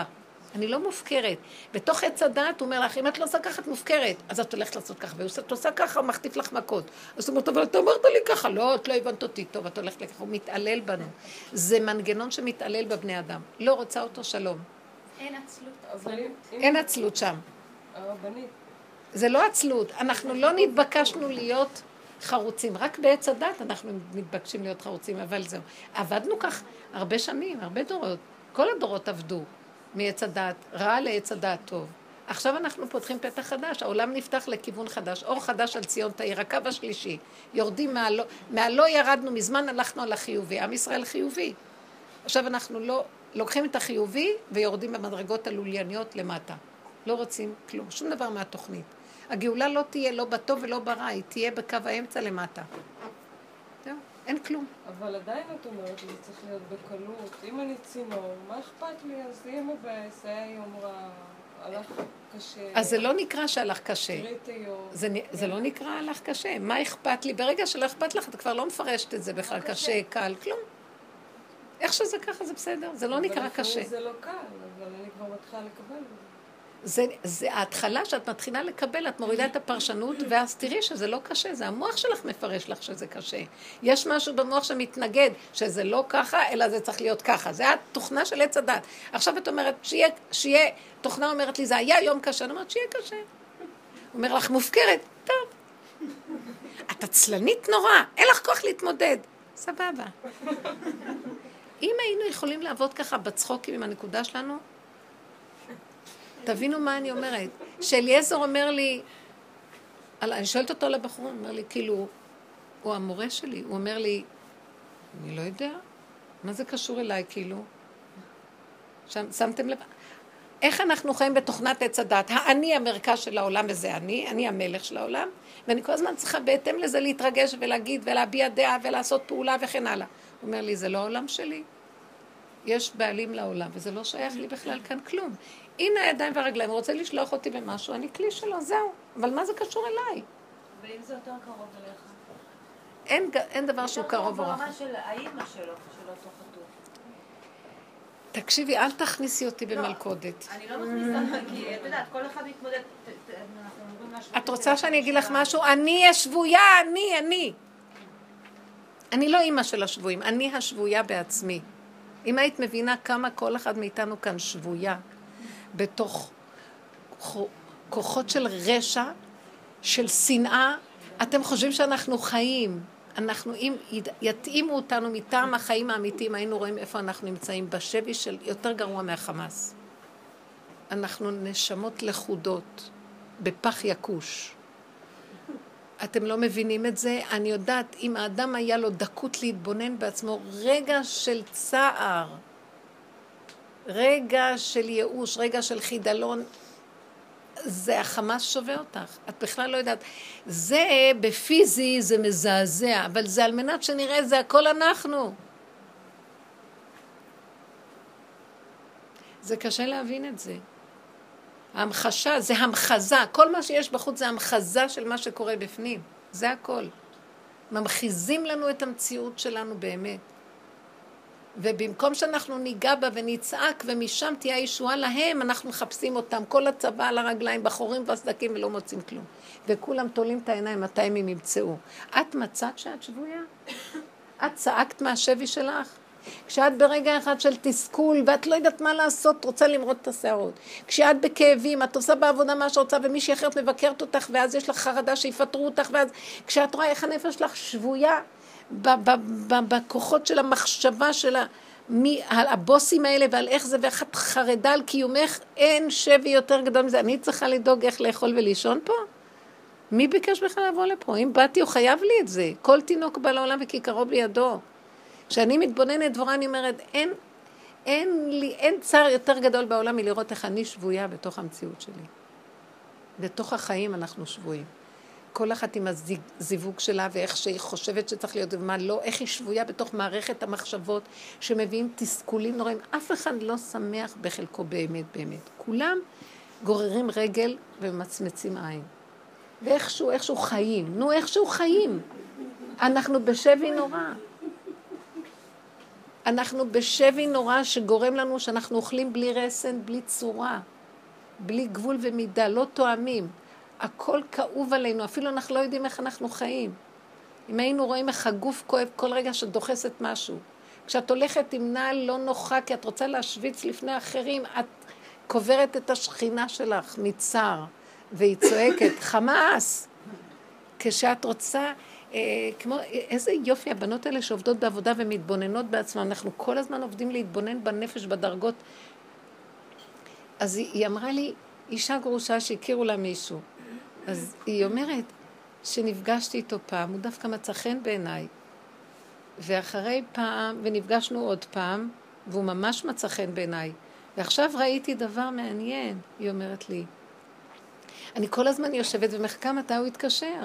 אני לא מופקרת. בתוך עץ הדעת הוא אומר לך, אם את לא עושה ככה, את מופקרת. אז את הולכת לעשות ככה, ואת עושה ככה, הוא מחטיף לך מכות. אז זאת אומרת, אבל אתה אמרת לי ככה. לא, את לא הבנת אותי. טוב, את הולכת לככה, הוא מתעלל בנו. זה מנגנון שמתעלל בבני אדם. לא רוצה אותו שלום. אין עצלות. אין עצלות שם. הרבנית. זה לא עצלות. אנחנו לא נתבקשנו להיות חרוצים. רק בעץ הדת אנחנו מתבקשים להיות חרוצים, אבל זהו. עבדנו כך הרבה שנים, הרבה דורות. כל הדורות עבדו מעץ הדת, רע לעץ הדת טוב. עכשיו אנחנו פותחים פתח חדש, העולם נפתח לכיוון חדש, אור חדש על ציון תאיר, הקו השלישי. יורדים מהלא ירדנו, מזמן הלכנו על החיובי, עם ישראל חיובי. עכשיו אנחנו לא לוקחים את החיובי ויורדים במדרגות הלולייניות למטה. לא רוצים כלום, שום דבר מהתוכנית. הגאולה לא תהיה לא בטוב ולא ברע, היא תהיה בקו האמצע למטה. זהו, אין כלום. אבל עדיין את אומרת, זה צריך להיות בקלות. אם אני צינור, מה אכפת לי? אז יהיה מבאס, היה יום רע, הלך קשה. אז זה לא נקרא שהלך קשה. קריטיות. זה לא נקרא הלך קשה. מה אכפת לי? ברגע שלא אכפת לך, אתה כבר לא מפרשת את זה בכלל קשה, קל, כלום. איך שזה ככה זה בסדר, זה לא נקרא קשה. אבל זה לא קל, אבל אני כבר מתחילה לקבל את זה. זה ההתחלה שאת מתחילה לקבל, את מורידה את הפרשנות, ואז תראי שזה לא קשה, זה המוח שלך מפרש לך שזה קשה. יש משהו במוח שמתנגד, שזה לא ככה, אלא זה צריך להיות ככה. זה התוכנה של עץ הדת. עכשיו את אומרת, שיהיה, תוכנה אומרת לי, זה היה יום קשה, אני אומרת, שיהיה קשה. אומר לך, מופקרת, טוב. את עצלנית נורא, אין לך כוח להתמודד. סבבה. אם היינו יכולים לעבוד ככה בצחוקים עם הנקודה שלנו, תבינו מה אני אומרת. שאליעזר אומר לי, אני שואלת אותו על הבחור, הוא אומר לי, כאילו, הוא המורה שלי, הוא אומר לי, אני לא יודע, מה זה קשור אליי, כאילו? שמתם לב? איך אנחנו חיים בתוכנת עץ הדת? האני המרכז של העולם, וזה אני המלך של העולם, ואני כל הזמן צריכה בהתאם לזה להתרגש ולהגיד ולהביע דעה ולעשות פעולה וכן הלאה. הוא אומר לי, זה לא העולם שלי. יש בעלים לעולם, וזה לא שייך לי בכלל כאן כלום. הנה הידיים והרגליים, הוא רוצה לשלוח אותי במשהו, אני כלי שלו, זהו. אבל מה זה קשור אליי? ואם זה יותר קרוב אליך? אין דבר שהוא קרוב אליך. ברמה של האימא שלו, של אותו חתוך. תקשיבי, אל תכניסי אותי במלכודת. אני לא מכניסה אותך, כי את יודעת, כל אחד מתמודד, אנחנו אומרים משהו... את רוצה שאני אגיד לך משהו? אני השבויה, אני. אני לא אימא של השבויים, אני השבויה בעצמי. אם היית מבינה כמה כל אחד מאיתנו כאן שבויה, בתוך כוחות של רשע, של שנאה, אתם חושבים שאנחנו חיים. אנחנו, אם יתאימו אותנו מטעם החיים האמיתיים, היינו רואים איפה אנחנו נמצאים, בשבי של יותר גרוע מהחמאס. אנחנו נשמות לחודות, בפח יקוש. אתם לא מבינים את זה? אני יודעת, אם האדם היה לו דקות להתבונן בעצמו, רגע של צער, רגע של ייאוש, רגע של חידלון, זה החמאס שווה אותך. את בכלל לא יודעת. זה בפיזי, זה מזעזע, אבל זה על מנת שנראה, זה הכל אנחנו. זה קשה להבין את זה. ההמחשה, זה המחזה. כל מה שיש בחוץ זה המחזה של מה שקורה בפנים. זה הכל. ממחיזים לנו את המציאות שלנו באמת. ובמקום שאנחנו ניגע בה ונצעק ומשם תהיה הישועה להם, אנחנו מחפשים אותם. כל הצבא על הרגליים, בחורים וסדקים ולא מוצאים כלום. וכולם תולים את העיניים, מתי הם ימצאו. את מצאת שאת שבויה? את צעקת מהשבי שלך? כשאת ברגע אחד של תסכול ואת לא יודעת מה לעשות, רוצה למרוד את השערות. כשאת בכאבים, את עושה בעבודה מה שרוצה ומישהי אחרת מבקרת אותך ואז יש לך חרדה שיפטרו אותך ואז כשאת רואה איך הנפש שלך שבויה בכוחות של המחשבה של הבוסים האלה ועל איך זה ואיך את חרדה על קיומך, אין שבי יותר גדול מזה. אני צריכה לדאוג איך לאכול ולישון פה? מי ביקש בכלל לבוא לפה? אם באתי הוא חייב לי את זה. כל תינוק בא לעולם וכיכרו בידו. כשאני מתבוננת דבורה, אני אומרת, אין צער יותר גדול בעולם מלראות איך אני שבויה בתוך המציאות שלי. בתוך החיים אנחנו שבויים. כל אחת עם הזיווג שלה ואיך שהיא חושבת שצריך להיות ומה לא, איך היא שבויה בתוך מערכת המחשבות שמביאים תסכולים נוראים. אף אחד לא שמח בחלקו באמת. כולם גוררים רגל ומצמצים עין. ואיכשהו חיים. איכשהו חיים. אנחנו בשבי נורא. אנחנו בשבי נורא שגורם לנו שאנחנו אוכלים בלי רסן, בלי צורה, בלי גבול ומידה, לא תואמים. הכל כאוב עלינו, אפילו אנחנו לא יודעים איך אנחנו חיים. אם היינו רואים איך הגוף כואב כל רגע שדוחסת משהו. כשאת הולכת עם נעל לא נוחה, כי את רוצה להשוויץ לפני אחרים, את קוברת את השכינה שלך מצער, והיא צועקת, חמאס. כשאת רוצה, כמו, איזה יופי, הבנות האלה שעובדות בעבודה ומתבוננות בעצמן, אנחנו כל הזמן עובדים להתבונן בנפש, בדרגות. אז היא אמרה לי, אישה גרושה שהכירו לה מישהו. אז היא אומרת שנפגשתי איתו פעם, הוא דווקא מצא חן בעיניי. ואחרי פעם, ונפגשנו עוד פעם, והוא ממש מצא חן בעיניי. ועכשיו ראיתי דבר מעניין, היא אומרת לי. אני כל הזמן יושבת ומחכה מתי הוא יתקשר.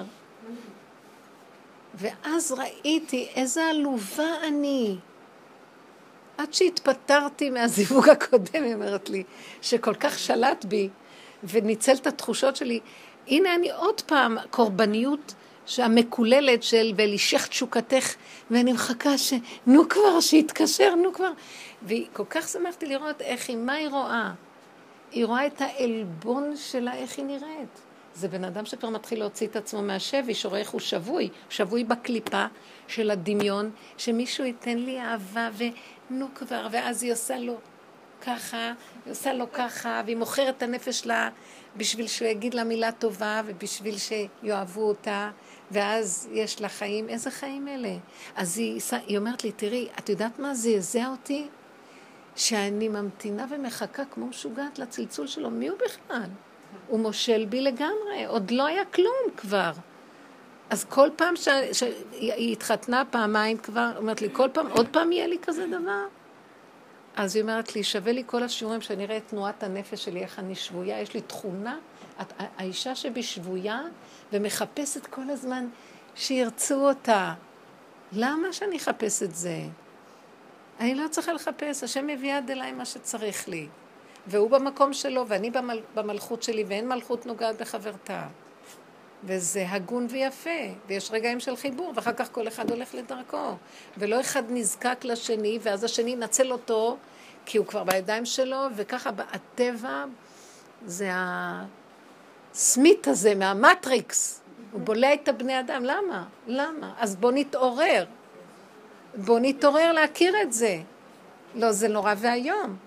ואז ראיתי איזה עלובה אני. עד שהתפטרתי מהזיווג הקודם, היא אומרת לי, שכל כך שלט בי, וניצל את התחושות שלי. הנה אני עוד פעם קורבניות שהמקוללת של ולשך תשוקתך, ואני מחכה נו כבר, שיתקשר, נו כבר. והיא כל כך שמחתי לראות איך היא, מה היא רואה? היא רואה את העלבון שלה, איך היא נראית. זה בן אדם שכבר מתחיל להוציא את עצמו מהשבי, שרואה איך הוא שבוי, שבוי בקליפה של הדמיון, שמישהו ייתן לי אהבה ונו כבר, ואז היא עושה לו ככה, היא עושה לו ככה, והיא מוכרת את הנפש שלה בשביל שהוא יגיד לה מילה טובה, ובשביל שיואהבו אותה, ואז יש לה חיים. איזה חיים אלה? אז היא אומרת לי, תראי, את יודעת מה זה יזע אותי? שאני ממתינה ומחכה כמו משוגעת לצלצול שלו. מי הוא בכלל? הוא מושל בי לגמרי, עוד לא היה כלום כבר. אז כל פעם שהיא התחתנה פעמיים כבר, אומרת לי, כל פעם, עוד פעם יהיה לי כזה דבר? אז היא אומרת לי, שווה לי כל השיעורים שאני אראה את תנועת הנפש שלי, איך אני שבויה, יש לי תכונה, האישה שבי שבויה ומחפשת כל הזמן שירצו אותה. למה שאני אחפש את זה? אני לא צריכה לחפש, השם מביא עד אליי מה שצריך לי. והוא במקום שלו ואני במלכות שלי, ואין מלכות נוגעת בחברתה. וזה הגון ויפה, ויש רגעים של חיבור, ואחר כך כל אחד הולך לדרכו. ולא אחד נזקק לשני, ואז השני ינצל אותו, כי הוא כבר בידיים שלו, וככה הטבע זה הסמית הזה מהמטריקס. הוא בולע את הבני אדם. למה? למה? אז בוא נתעורר. בוא נתעורר להכיר את זה. לא, זה נורא והיום.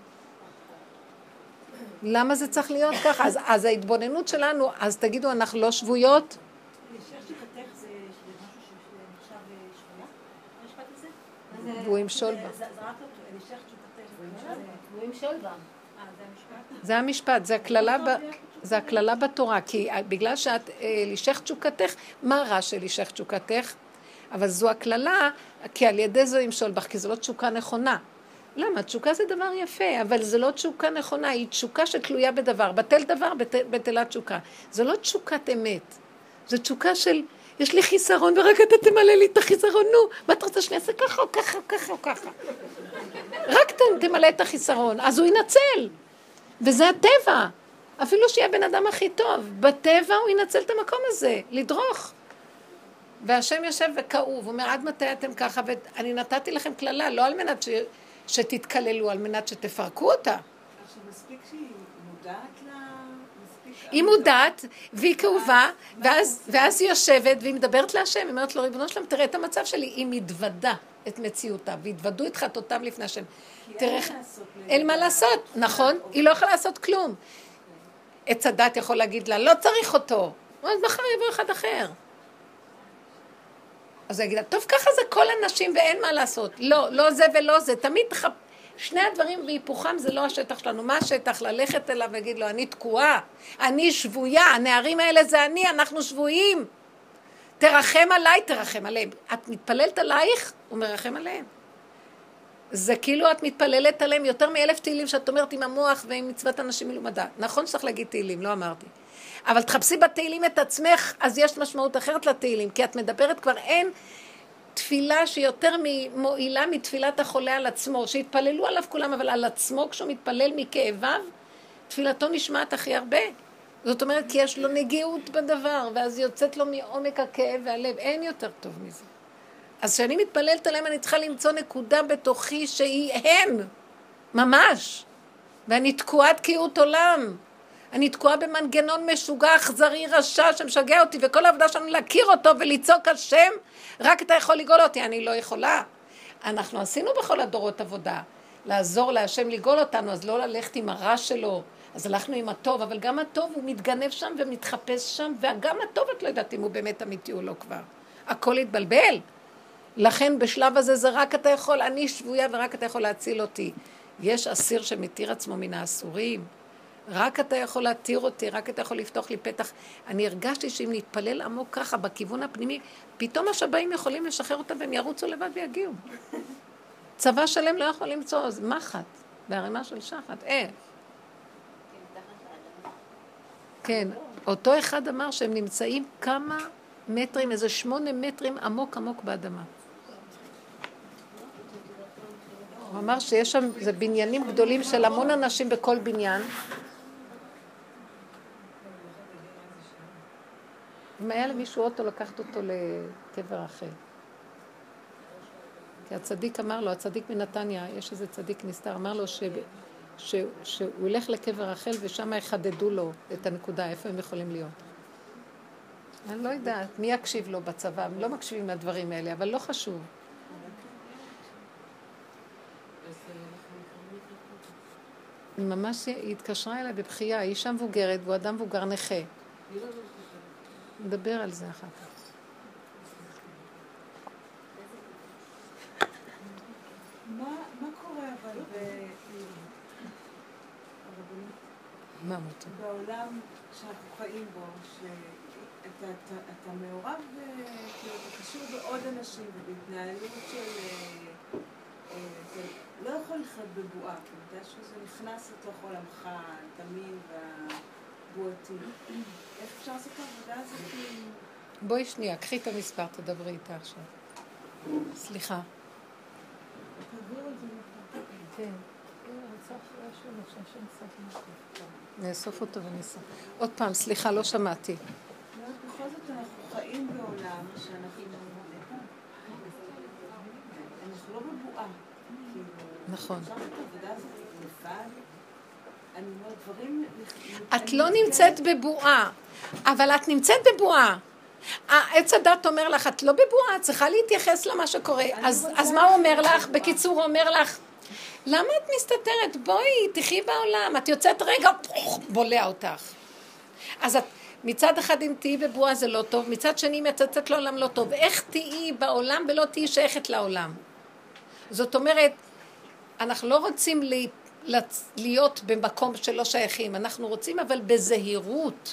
למה זה צריך להיות ככה? אז ההתבוננות שלנו, אז תגידו, אנחנו לא שבויות? לשך שכתך זה משהו שנחשב שבויה? המשפט הזה? והוא ימשול בה. זה רק לשך שכתך. הוא ימשול בה. זה המשפט, זה הכללה בתורה, כי בגלל שאת לשך תשוקתך, מה רע של לשך תשוקתך? אבל זו הכללה, כי על ידי זו ימשול בך, כי זו לא תשוקה נכונה. למה? תשוקה זה דבר יפה, אבל זה לא תשוקה נכונה, היא תשוקה שתלויה בדבר. בטל דבר, בטלה תשוקה. זו לא תשוקת אמת. זו תשוקה של, יש לי חיסרון, ורק אתה תמלא לי את החיסרון, נו, מה אתה רוצה שאני אעשה ככה או ככה או ככה או ככה? רק תמלא את החיסרון, אז הוא ינצל. וזה הטבע. אפילו שיהיה בן אדם הכי טוב, בטבע הוא ינצל את המקום הזה, לדרוך. והשם יושב וכאוב, הוא אומר, עד מתי אתם ככה, ואני נתתי לכם כללה, לא על מנת שתתקללו, על מנת שתפרקו אותה. עכשיו, מספיק שהיא מודעת לה... היא מודעת, והיא כאובה, ואז היא יושבת, והיא מדברת להשם, היא אומרת לו, ריבונו שלם, תראה את המצב שלי, היא מתוודה את מציאותה, והתוודו את חטאותם לפני השם. אין מה לעשות, נכון? היא לא יכולה לעשות כלום. עץ הדת יכול להגיד לה, לא צריך אותו, אז מחר יבוא אחד אחר. אז היא יגיד לה, טוב, ככה זה כל הנשים ואין מה לעשות. לא, לא זה ולא זה. תמיד שני הדברים בהיפוכם זה לא השטח שלנו. מה השטח? ללכת אליו ויגיד לו, אני תקועה, אני שבויה, הנערים האלה זה אני, אנחנו שבויים. תרחם עליי, תרחם עליהם. את מתפללת עלייך, הוא מרחם עליהם. זה כאילו את מתפללת עליהם יותר מ1,000 תהילים שאת אומרת עם המוח ועם מצוות אנשים מלומדה. נכון שצריך להגיד תהילים, לא אמרתי. אבל תחפשי בתהילים את עצמך, אז יש משמעות אחרת לתהילים, כי את מדברת כבר אין תפילה שיותר מועילה מתפילת החולה על עצמו, שהתפללו עליו כולם, אבל על עצמו כשהוא מתפלל מכאביו, תפילתו נשמעת הכי הרבה. זאת אומרת, כי יש לו נגיעות בדבר, ואז יוצאת לו מעומק הכאב והלב, אין יותר טוב מזה. אז כשאני מתפללת עליהם, אני צריכה למצוא נקודה בתוכי שהיא הם, ממש. ואני תקועה תקיעות עולם. אני תקועה במנגנון משוגע, אכזרי, רשע, שמשגע אותי, וכל העבודה שלנו להכיר אותו ולצעוק השם, רק אתה יכול לגאול אותי, אני לא יכולה. אנחנו עשינו בכל הדורות עבודה, לעזור להשם לגאול אותנו, אז לא ללכת עם הרע שלו, אז הלכנו עם הטוב, אבל גם הטוב הוא מתגנב שם ומתחפש שם, וגם הטוב את לא יודעת אם הוא באמת אמיתי או לא כבר. הכל התבלבל. לכן בשלב הזה זה רק אתה יכול, אני שבויה ורק אתה יכול להציל אותי. יש אסיר שמתיר עצמו מן האסורים, רק אתה יכול להתיר אותי, רק אתה יכול לפתוח לי פתח. אני הרגשתי שאם נתפלל עמוק ככה בכיוון הפנימי, פתאום השבאים יכולים לשחרר אותם והם ירוצו לבד ויגיעו. צבא שלם לא יכול למצוא, אז מחט, בהרימה של שחת, איך? כן, אותו אחד אמר שהם נמצאים כמה מטרים, איזה 8 מטרים עמוק עמוק באדמה. הוא אמר שיש שם, זה בניינים גדולים של המון אנשים בכל בניין. אם היה למישהו אוטו, לקחת אותו לקבר רחל. כי הצדיק אמר לו, הצדיק מנתניה, יש איזה צדיק נסתר, אמר לו שהוא ילך לקבר רחל ושם יחדדו לו את הנקודה, איפה הם יכולים להיות. אני לא יודעת, מי יקשיב לו בצבא? הם לא מקשיבים לדברים האלה, אבל לא חשוב. ממש היא התקשרה אליי בבחייה, היא אישה מבוגרת והוא אדם מבוגר נכה. נדבר על זה אחר כך. מה קורה אבל מה מותר? בעולם שאנחנו חיים בו, שאתה מעורב, כאילו אתה קשור בעוד אנשים ובהתנהלות של... אתה לא יכול לחיות בבועה, כי אתה יודע שזה נכנס לתוך עולמך, התמים והבועתי. איך אפשר לעשות את העבודה הזאת? בואי שנייה, קחי את המספר, תדברי איתה עכשיו. סליחה. כן. נאסוף אותו ונסוף. עוד פעם, סליחה, לא שמעתי. בכל זאת אנחנו חיים בעולם שאנחנו לא בבועה. נכון. את לא נמצאת בבועה, אבל את נמצאת בבועה. עץ הדת אומר לך, את לא בבועה, את צריכה להתייחס למה שקורה. אז מה הוא אומר לך? בקיצור, הוא אומר לך, למה את מסתתרת? בואי, תחי בעולם. את יוצאת רגע, בולע אותך. אז את, מצד אחד אם תהי בבועה זה לא טוב, מצד שני מצצת לעולם לא טוב. איך תהי בעולם ולא תהי שייכת לעולם? זאת אומרת, אנחנו לא רוצים להיות במקום שלא שייכים, אנחנו רוצים אבל בזהירות,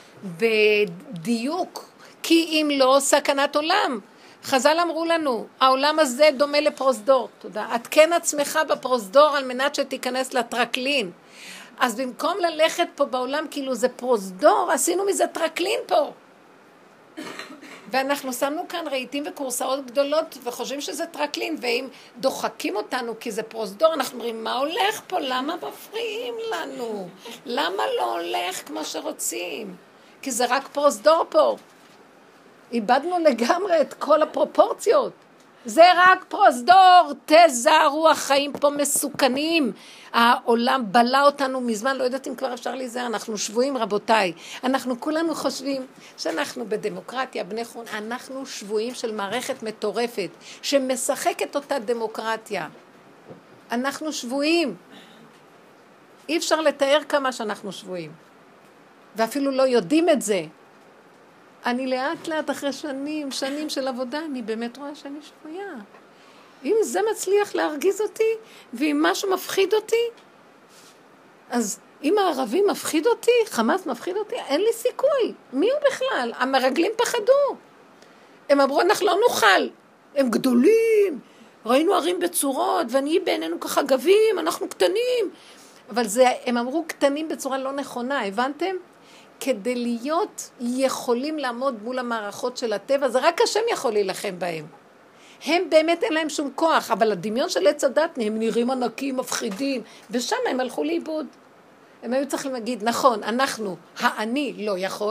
בדיוק, כי אם לא סכנת עולם. חז"ל אמרו לנו, העולם הזה דומה לפרוזדור, תודה. את כן עצמך בפרוזדור על מנת שתיכנס לטרקלין. אז במקום ללכת פה בעולם כאילו זה פרוזדור, עשינו מזה טרקלין פה. ואנחנו שמנו כאן רהיטים וקורסאות גדולות וחושבים שזה טרקלין, ואם דוחקים אותנו כי זה פרוזדור, אנחנו אומרים, מה הולך פה? למה מפריעים לנו? למה לא הולך כמו שרוצים? כי זה רק פרוזדור פה. איבדנו לגמרי את כל הפרופורציות. זה רק פרוזדור, תזהרו, החיים פה מסוכנים. העולם בלה אותנו מזמן, לא יודעת אם כבר אפשר להיזהר, אנחנו שבויים רבותיי. אנחנו כולנו חושבים שאנחנו בדמוקרטיה, בני חון, אנחנו שבויים של מערכת מטורפת, שמשחקת אותה דמוקרטיה. אנחנו שבויים. אי אפשר לתאר כמה שאנחנו שבויים. ואפילו לא יודעים את זה. אני לאט לאט אחרי שנים של עבודה, אני באמת רואה שאני שבויה. אם זה מצליח להרגיז אותי, ואם משהו מפחיד אותי, אז אם הערבים מפחיד אותי, חמאס מפחיד אותי, אין לי סיכוי. מי הוא בכלל? המרגלים פחדו. הם אמרו, אנחנו לא נוכל. הם גדולים, ראינו ערים בצורות, ואני בעינינו ככה גבים, אנחנו קטנים. אבל זה, הם אמרו קטנים בצורה לא נכונה, הבנתם? כדי להיות יכולים לעמוד מול המערכות של הטבע, זה רק השם יכול להילחם בהם. הם באמת אין להם שום כוח, אבל הדמיון של עץ הדת, הם נראים ענקים, מפחידים, ושם הם הלכו לאיבוד. הם היו צריכים להגיד, נכון, אנחנו, האני לא יכול,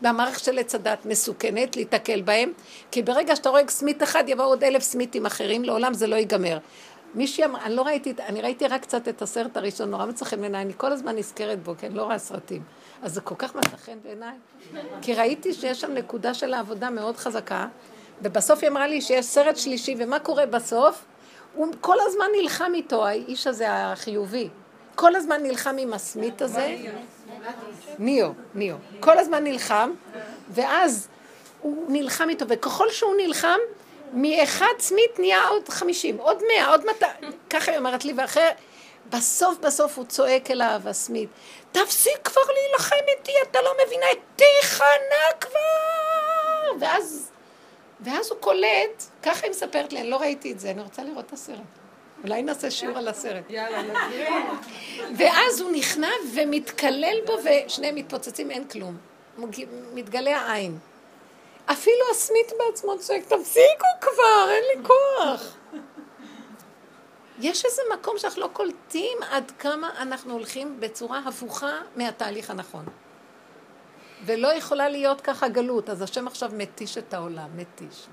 והמערכת של עץ הדת מסוכנת להתקל בהם, כי ברגע שאתה רואה סמית אחד, יבואו עוד 1,000 סמיתים אחרים, לעולם זה לא ייגמר. מישהי אמרה, אני ראיתי רק קצת את הסרט הראשון, נורא מצא חן בעיניי, אני כל הזמן נזכרת בו, כי אני לא רואה סרטים. אז זה כל כך מצא חן בעיניי, כי ראיתי שיש שם נקודה של העבודה מאוד חזקה, ובסוף היא אמרה לי שיש סרט שלישי, ומה קורה בסוף? הוא כל הזמן נלחם איתו, האיש הזה החיובי. כל הזמן נלחם עם הסמית הזה. ניאו. כל הזמן נלחם, ואז הוא נלחם איתו, וככל שהוא נלחם, מאחד סמית נהיה עוד 50, עוד 100, עוד 200. ככה היא אומרת לי, ואחרי, בסוף הוא צועק אליו, הסמית, תפסיק כבר להילחם איתי, אתה לא מבינה, תיכנע כבר! ואז הוא קולט, ככה היא מספרת לי, אני לא ראיתי את זה, אני רוצה לראות את הסרט. אולי נעשה שיעור על הסרט. יאללה, נזריר. ואז הוא נכנע ומתקלל בו, ושניהם מתפוצצים, אין כלום. מתגלה העין. אפילו הסמית בעצמו צועק, תפסיקו כבר, אין לי כוח. יש איזה מקום שאנחנו לא קולטים עד כמה אנחנו הולכים בצורה הפוכה מהתהליך הנכון. ולא יכולה להיות ככה גלות, אז השם עכשיו מתיש את העולם, מתיש.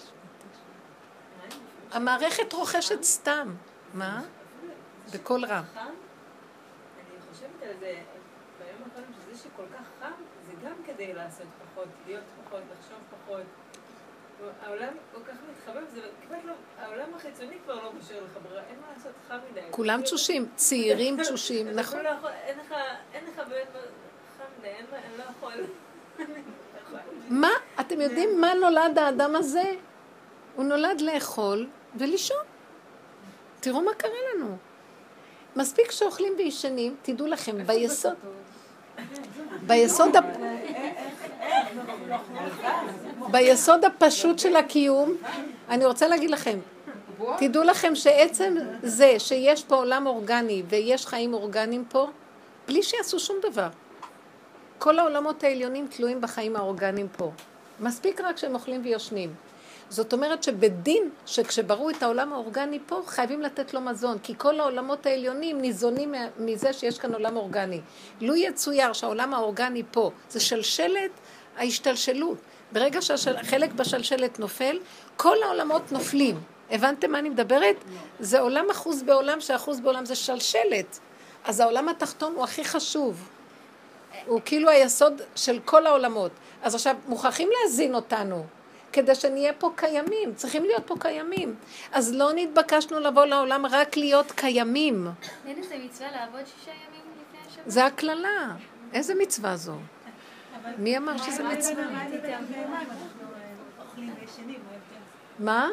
המערכת רוכשת סתם. מה? בכל רם. אני חושבת על זה, ביום האחרונים שזה שכל כך חם, זה גם כדי לעשות פחות, להיות פחות, לחשוב פחות. העולם כל כך מתחבב, זה כמעט לא, העולם החיצוני כבר לא קושר לך ברירה, אין מה לעשות חם מדי. כולם תשושים, צעירים תשושים, נכון. אין לך באמת חם מדי, אני לא יכול. מה? אתם יודעים מה נולד האדם הזה? הוא נולד לאכול ולישון. תראו מה קרה לנו. מספיק שאוכלים וישנים, תדעו לכם, ביסוד הפשוט של הקיום, אני רוצה להגיד לכם, תדעו לכם שעצם זה שיש פה עולם אורגני ויש חיים אורגניים פה, בלי שיעשו שום דבר. כל העולמות העליונים תלויים בחיים האורגניים פה. מספיק רק שהם אוכלים ויושנים. זאת אומרת שבדין, שכשבראו את העולם האורגני פה, חייבים לתת לו מזון, כי כל העולמות העליונים ניזונים מזה שיש כאן עולם אורגני. לו יצויר שהעולם האורגני פה, זה שלשלת ההשתלשלות. ברגע שהחלק בשלשלת נופל, כל העולמות נופלים. הבנתם מה אני מדברת? זה עולם אחוז בעולם, שאחוז בעולם זה שלשלת. אז העולם התחתון הוא הכי חשוב. הוא כאילו היסוד של כל העולמות. אז עכשיו, מוכרחים להזין אותנו. כדי שנהיה פה קיימים, צריכים להיות פה קיימים. אז לא נתבקשנו לבוא לעולם רק להיות קיימים. אין איזה מצווה לעבוד 6 ימים לפני השבת? זה הכללה. איזה מצווה זו? מי אמר שזה מצווה? מה?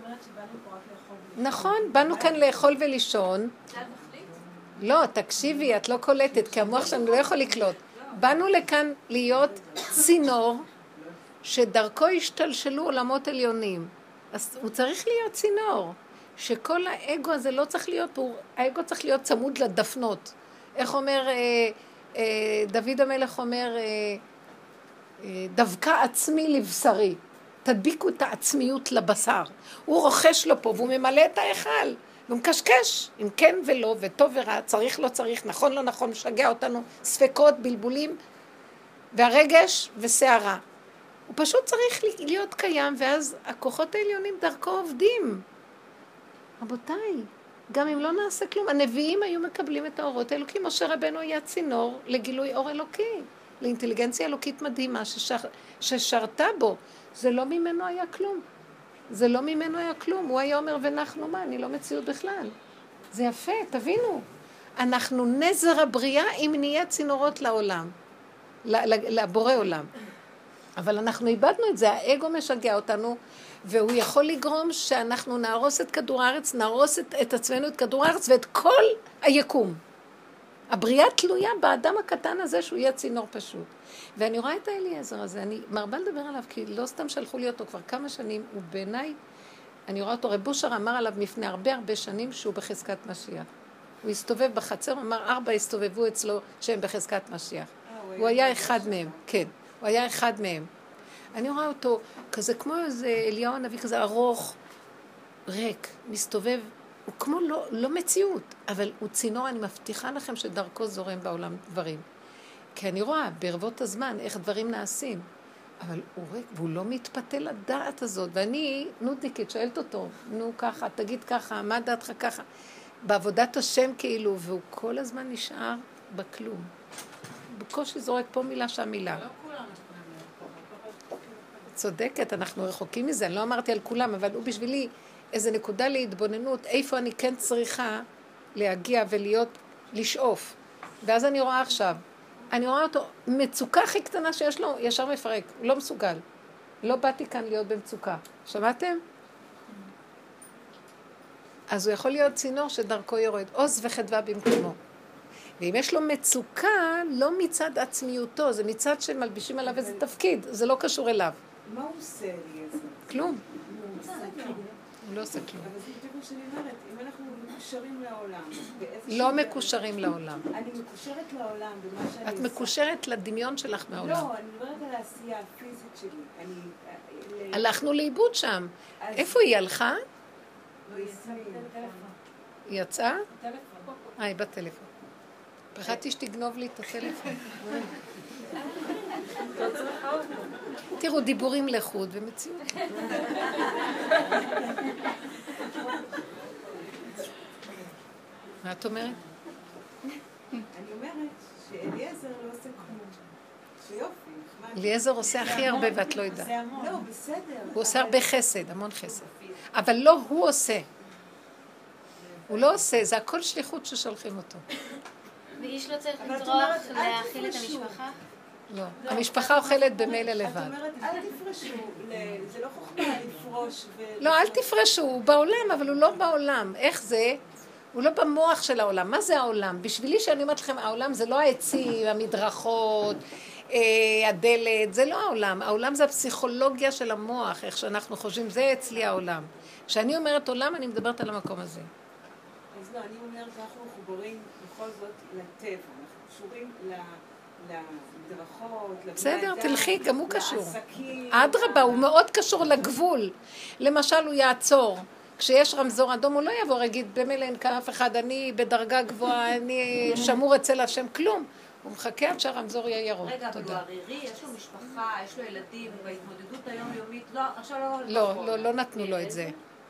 נכון, באנו כאן לאכול ולישון. לא, תקשיבי, את לא קולטת, כי המוח שלנו לא יכול לקלוט. באנו לכאן להיות צינור, שדרכו השתלשלו עולמות עליונים. אז הוא צריך להיות צינור, שכל האגו הזה לא צריך להיות, האגו צריך להיות צמוד לדפנות. איך אומר, דוד המלך אומר, דווקא עצמי לבשרי, תדביקו את העצמיות לבשר. הוא רוכש לו פה והוא ממלא את ההיכל, והוא מקשקש, אם כן ולא, וטוב ורע, צריך לא צריך, נכון לא נכון, משגע אותנו, ספקות, בלבולים, והרגש ושערה. הוא פשוט צריך להיות קיים, ואז הכוחות העליונים דרכו עובדים. רבותיי, גם אם לא נעשה כלום, הנביאים היו מקבלים את האורות האלוקים. משה רבנו היה צינור לגילוי אור אלוקי, לאינטליגנציה אלוקית מדהימה ששרתה בו. זה לא ממנו היה כלום. זה לא ממנו היה כלום. הוא היה אומר, ונחנו מה? אני לא מציאות בכלל. זה יפה, תבינו. אנחנו נזר הבריאה אם נהיה צינורות לעולם, לבורא עולם. אבל אנחנו איבדנו את זה, האגו משגע אותנו, והוא יכול לגרום שאנחנו נהרוס את כדור הארץ, נהרוס את עצמנו, את כדור הארץ ואת כל היקום. הבריאה תלויה באדם הקטן הזה שהוא יהיה צינור פשוט. ואני רואה את האליעזר הזה, אני מרבה לדבר עליו, כי לא סתם שלחו לי אותו כבר כמה שנים, ובעיניי, אני רואה אותו, רב בושר אמר עליו לפני הרבה שנים שהוא בחזקת משיח. הוא הסתובב בחצר, הוא אמר 4 הסתובבו אצלו שהם בחזקת משיח. הוא היה אחד מהם, כן. הוא היה אחד מהם. אני רואה אותו כזה כמו איזה אליהו הנביא כזה ארוך, ריק, מסתובב, הוא כמו לא מציאות, אבל הוא צינור, אני מבטיחה לכם שדרכו זורם בעולם דברים. כי אני רואה ברבות הזמן איך דברים נעשים. אבל הוא ריק, והוא לא מתפתה לדעת הזאת. ואני, נודניקית, שואלת אותו, נו ככה, תגיד ככה, מה דעתך ככה? בעבודת השם כאילו, והוא כל הזמן נשאר בכלום. בקושי זורק פה מילה, שם מילה. לא כולם צודקת, אנחנו רחוקים מזה, אני לא אמרתי על כולם, אבל הוא בשבילי איזו נקודה להתבוננות, איפה אני כן צריכה להגיע ולהיות, לשאוף. ואז אני רואה עכשיו, אני רואה אותו, מצוקה הכי קטנה שיש לו, ישר מפרק, הוא לא מסוגל. לא באתי כאן להיות במצוקה. שמעתם? אז הוא יכול להיות צינור שדרכו יורד, עוז וחדווה במקומו. ואם יש לו מצוקה, לא מצד עצמיותו, זה מצד שמלבישים עליו איזה תפקיד, זה לא קשור אליו. מה הוא עושה לי איזה? כלום. הוא עושה כלום. הוא לא עושה כלום. אבל זה בדיוק מה שאני אומרת, אם אנחנו מקושרים לעולם, לא מקושרים לעולם. אני מקושרת לעולם במה שאני עושה. את מקושרת לדמיון שלך מהעולם. לא, אני מדברת על העשייה הפיזית שלי. הלכנו לאיבוד שם. איפה היא הלכה? היא יצאה? היא בטלפון. פחדתי שתגנוב לי את הטלפון. תראו, דיבורים לחוד ומציאות. מה את אומרת? אני אומרת שאליעזר לא עושה כלום. שיופי, נחמד. אליעזר עושה הכי הרבה ואת לא יודעת. לא, בסדר. הוא עושה הרבה חסד, המון חסד. אבל לא הוא עושה. הוא לא עושה, זה הכל שליחות ששולחים אותו. ואיש לא צריך אבל את לטרוח אומרת, אל להאכיל את תפרשו. המשפחה? לא. המשפחה אוכלת במילא את לבד. אומרת, אל תפרשו. זה לא חוכמה לפרוש לא, אל תפרשו, הוא בעולם, אבל הוא לא בעולם. איך זה? הוא לא במוח של העולם. מה זה העולם? בשבילי שאני אומרת לכם, העולם זה לא העצים, המדרכות, הדלת, זה לא העולם. העולם זה הפסיכולוגיה של המוח, איך שאנחנו חושבים, זה אצלי העולם. כשאני אומרת עולם, אני מדברת על המקום הזה. אז לא, אני אומרת, אנחנו מחוברים בכל זאת לטבע, אנחנו קשורים לדרכות, בסדר, תלכי, גם הוא קשור. לעסקים. אדרבה, הוא מאוד קשור לגבול. למשל, הוא יעצור. כשיש רמזור אדום, הוא לא יבוא, יגיד, במילא אין כאן אף אחד, אני בדרגה גבוהה, אני שמור אצל השם, כלום. הוא מחכה עד שהרמזור יהיה ירוק. רגע, אבל הוא תודה. ערירי, יש לו משפחה, יש לו ילדים, בהתמודדות היומיומית, לא, עכשיו לא נתנו לו את זה.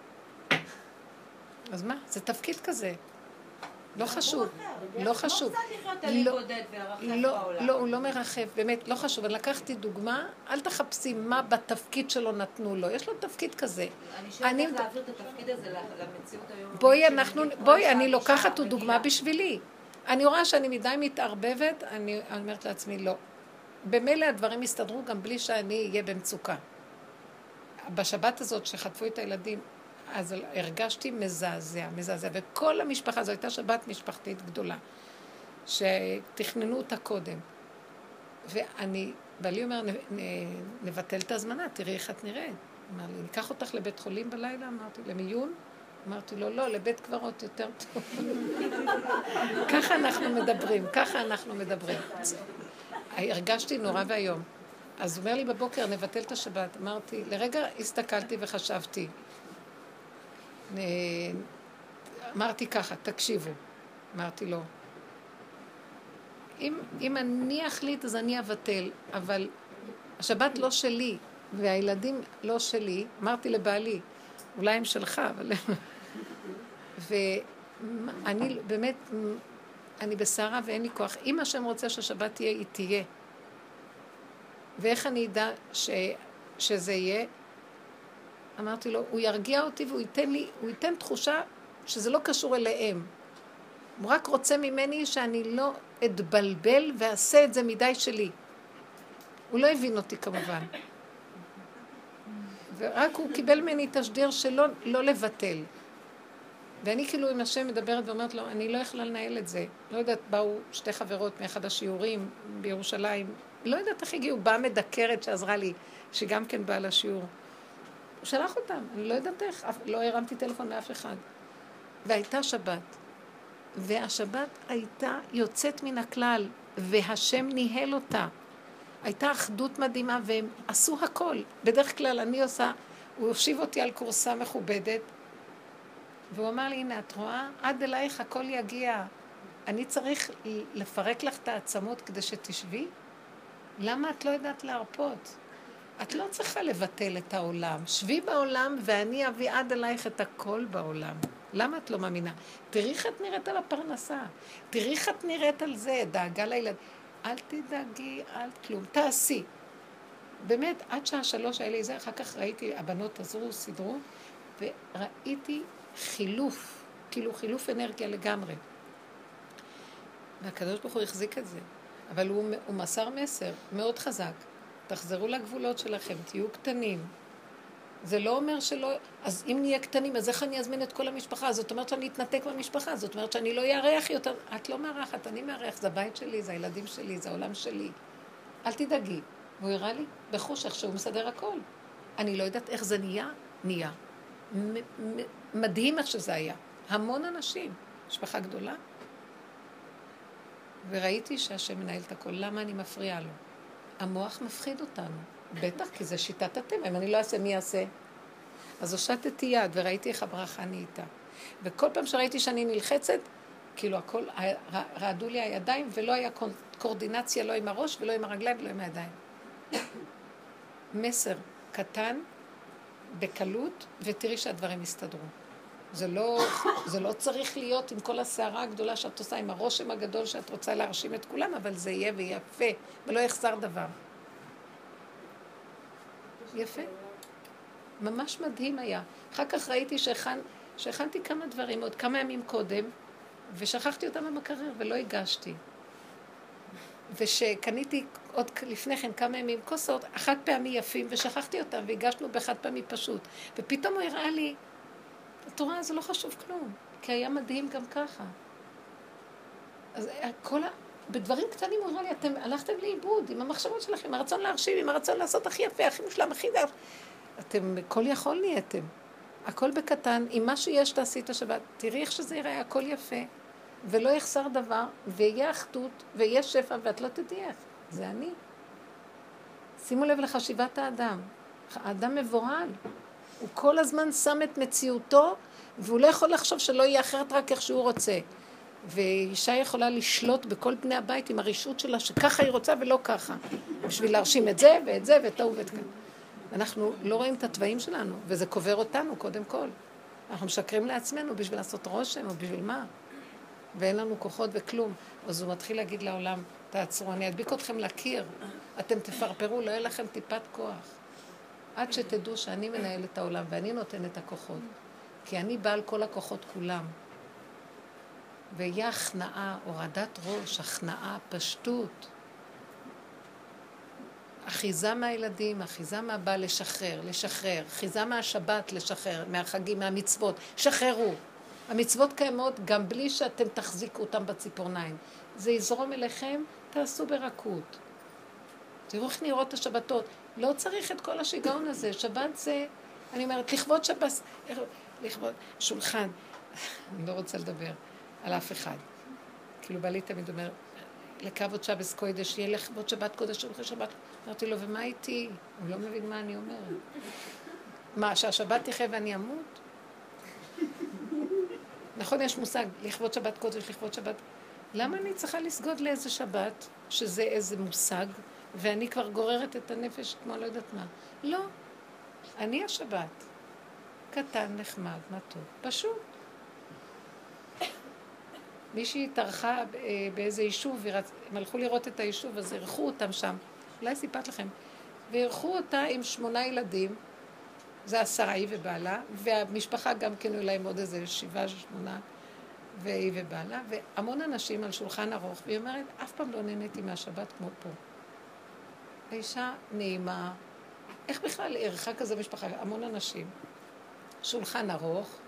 אז מה? זה תפקיד כזה. לא חשוב. לא חשוב. לא קצת לחיות על להתבודד ולרחב בעולם. לא, הוא לא מרחב, באמת, לא חשוב. אני לקחתי דוגמה, אל תחפשי מה בתפקיד שלו נתנו לו. יש לו תפקיד כזה. אני שואלת איך להעביר את התפקיד הזה למציאות היומיומית. בואי, אני לוקחת דוגמה בשבילי. אני רואה שאני מדי מתערבבת, אני אומרת לעצמי, לא. במילא הדברים יסתדרו גם בלי שאני אהיה במצוקה. בשבת הזאת שחטפו את הילדים, אז הרגשתי מזעזע. וכל המשפחה, זו הייתה שבת משפחתית גדולה, שתכננו אותה קודם. בעלי אומר, נבטל את הזמנה, תראי איך את נראית. אמר לי, ניקח אותך לבית חולים בלילה? אמרתי, למיון? אמרתי לו, לא, לבית קברות יותר טוב. ככה אנחנו מדברים. הרגשתי נורא והיום. אז הוא אומר לי בבוקר, נבטל את השבת. אמרתי, לרגע הסתכלתי וחשבתי. אמרתי ככה, תקשיבו. אמרתי לו, אם אני אחליט אז אני אבטל, אבל השבת לא שלי, והילדים לא שלי. אמרתי לבעלי, אולי הם שלך, אבל... ואני באמת, אני בסערה ואין לי כוח. אם השם רוצה שהשבת תהיה, היא תהיה. ואיך אני אדע שזה יהיה? אמרתי לו, הוא ירגיע אותי והוא ייתן תחושה שזה לא קשור אליהם. הוא רק רוצה ממני שאני לא אתבלבל ועשה את זה מדי שלי. הוא לא הבין אותי כמובן. ורק הוא קיבל ממני תשדיר שלא לבטל. ואני כאילו עם השם מדברת ואומרת לו, אני לא יכולה לנהל את זה. לא יודעת, באו שתי חברות מאחד השיעורים בירושלים. לא יודעת איך הגיעו, באה מדקרת שעזרה לי, שגם כן באה לשיעור. הוא שלח אותם, אני לא יודעת איך, לא הרמתי טלפון לאף אחד. והייתה שבת. והשבת הייתה יוצאת מן הכלל, והשם ניהל אותה. הייתה אחדות מדהימה, והם עשו הכל. בדרך כלל אני עושה, הוא הושיב אותי על קורסה מכובדת, והוא אמר לי, הנה, את רואה? עד אלייך הכל יגיע. אני צריך לפרק לך את העצמות כדי שתשבי? למה את לא יודעת להרפות? את לא צריכה לבטל את העולם. שבי בעולם ואני אביא עד אלייך את הכל בעולם. למה את לא מאמינה? תראי איך את נראית על הפרנסה. תראי איך את נראית על זה, דאגה לילד. אל תדאגי, אל כלום. תעשי. באמת, עד שעה 3 היה לי זה, אחר כך ראיתי, הבנות עזרו, סידרו, וראיתי חילוף, כאילו חילוף אנרגיה לגמרי. והקדוש ברוך הוא החזיק את זה. אבל הוא מסר מסר מאוד חזק. תחזרו לגבולות שלכם, תהיו קטנים. זה לא אומר שלא... אז אם נהיה קטנים, אז איך אני אזמין את כל המשפחה? זאת אומרת שאני אתנתק מהמשפחה, זאת אומרת שאני לא יארח יותר. את לא מארחת, אני מארח, זה הבית שלי, זה הילדים שלי, זה העולם שלי. אל תדאגי. והוא הראה לי בחושך שהוא מסדר הכל. אני לא יודעת איך זה נהיה. מדהים איך שזה היה. המון אנשים, משפחה גדולה. וראיתי שהשם מנהל את הכל. למה אני מפריעה לו? המוח מפחיד אותנו. בטח, כי זה שיטת הטבע. אם אני לא אעשה, מי יעשה? אז הושטתי יד וראיתי איך הברכה נהייתה. וכל פעם שראיתי שאני נלחצת, כאילו הכל, רעדו לי הידיים ולא היה קורדינציה לא עם הראש ולא עם הרגליים ולא עם הידיים. מסר קטן, בקלות, ותראי שהדברים יסתדרו. זה לא צריך להיות עם כל הסערה הגדולה שאת עושה, עם הרושם הגדול שאת רוצה להרשים את כולם, אבל זה יהיה ויפה, ולא יחסר דבר. יפה. ממש מדהים היה. אחר כך ראיתי שהכנתי כמה דברים, עוד כמה ימים קודם, ושכחתי אותם במקרר ולא הגשתי. ושקניתי עוד לפני כן כמה ימים כוסות, חד פעמי יפים, ושכחתי אותם, והגשנו בחד פעמי פשוט. ופתאום הוא הראה לי, התורה זה לא חשוב כלום, כי היה מדהים גם ככה. אז בדברים קטנים הוא הראה לי, אתם הלכתם לאיבוד עם המחשבות שלכם, עם הרצון להרשים, עם הרצון לעשות הכי יפה, הכי מושלם, הכי דף. אתם כל יכול נהייתם. הכל בקטן, עם מה שיש תעשי את השבת. תראי איך שזה יראה, הכל יפה. ולא יחסר דבר, ויהיה אחדות, ויהיה שפע, ואת לא תדעי איך. זה אני. שימו לב לחשיבת האדם. האדם מבורל. הוא כל הזמן שם את מציאותו, והוא לא יכול לחשוב שלא יהיה אחרת רק איך שהוא רוצה. ואישה יכולה לשלוט בכל בני הבית עם הרישות שלה, שככה היא רוצה ולא ככה. בשביל להרשים את זה ואת זה ואת ההוא ואת כאן. אנחנו לא רואים את הטבעים שלנו, וזה קובר אותנו קודם כל. אנחנו משקרים לעצמנו בשביל לעשות רושם, או בשביל מה? ואין לנו כוחות וכלום. אז הוא מתחיל להגיד לעולם, תעצרו, אני אדביק אתכם לקיר, אתם תפרפרו, לא יהיה לכם טיפת כוח. עד שתדעו שאני מנהל את העולם, ואני נותן את הכוחות. כי אני בעל כל הכוחות כולם. ויהיה הכנעה, הורדת ראש, הכנעה, פשטות. אחיזה מהילדים, אחיזה מהבעל לשחרר, אחיזה מהשבת לשחרר, מהחגים, מהמצוות, שחררו. המצוות קיימות גם בלי שאתם תחזיקו אותם בציפורניים. זה יזרום אליכם, תעשו ברכות. תראו איך נראות השבתות. לא צריך את כל השיגעון הזה. שבת זה, אני אומרת, לכבוד שבת, לכבוד שולחן. אני לא רוצה לדבר על אף אחד. כאילו בעלי תמיד אומר, לכבוד שבס קודש, יהיה לכבוד שבת קודש, הולכי שבת. אמרתי לו, ומה איתי? הוא לא מבין מה אני אומר. מה, שהשבת תחיה ואני אמות? נכון, יש מושג, לכבוד שבת קודש, לכבוד שבת. למה אני צריכה לסגוד לאיזה שבת, שזה איזה מושג, ואני כבר גוררת את הנפש כמו לא יודעת מה? לא. אני השבת. קטן, נחמד, מתוק. פשוט. מישהי התארחה באיזה יישוב, הם הלכו לראות את היישוב, אז ערכו אותם שם. אולי סיפרת לכם. וערכו אותה עם 8 ילדים, זה 10 היא ובעלה, והמשפחה גם כן אולי עם עוד איזה 7, 8, והיא ובעלה, והמון אנשים על שולחן ארוך, והיא אומרת, אף פעם לא נהניתי מהשבת כמו פה. האישה נעימה, איך בכלל ערכה כזה משפחה? המון אנשים. שולחן ארוך,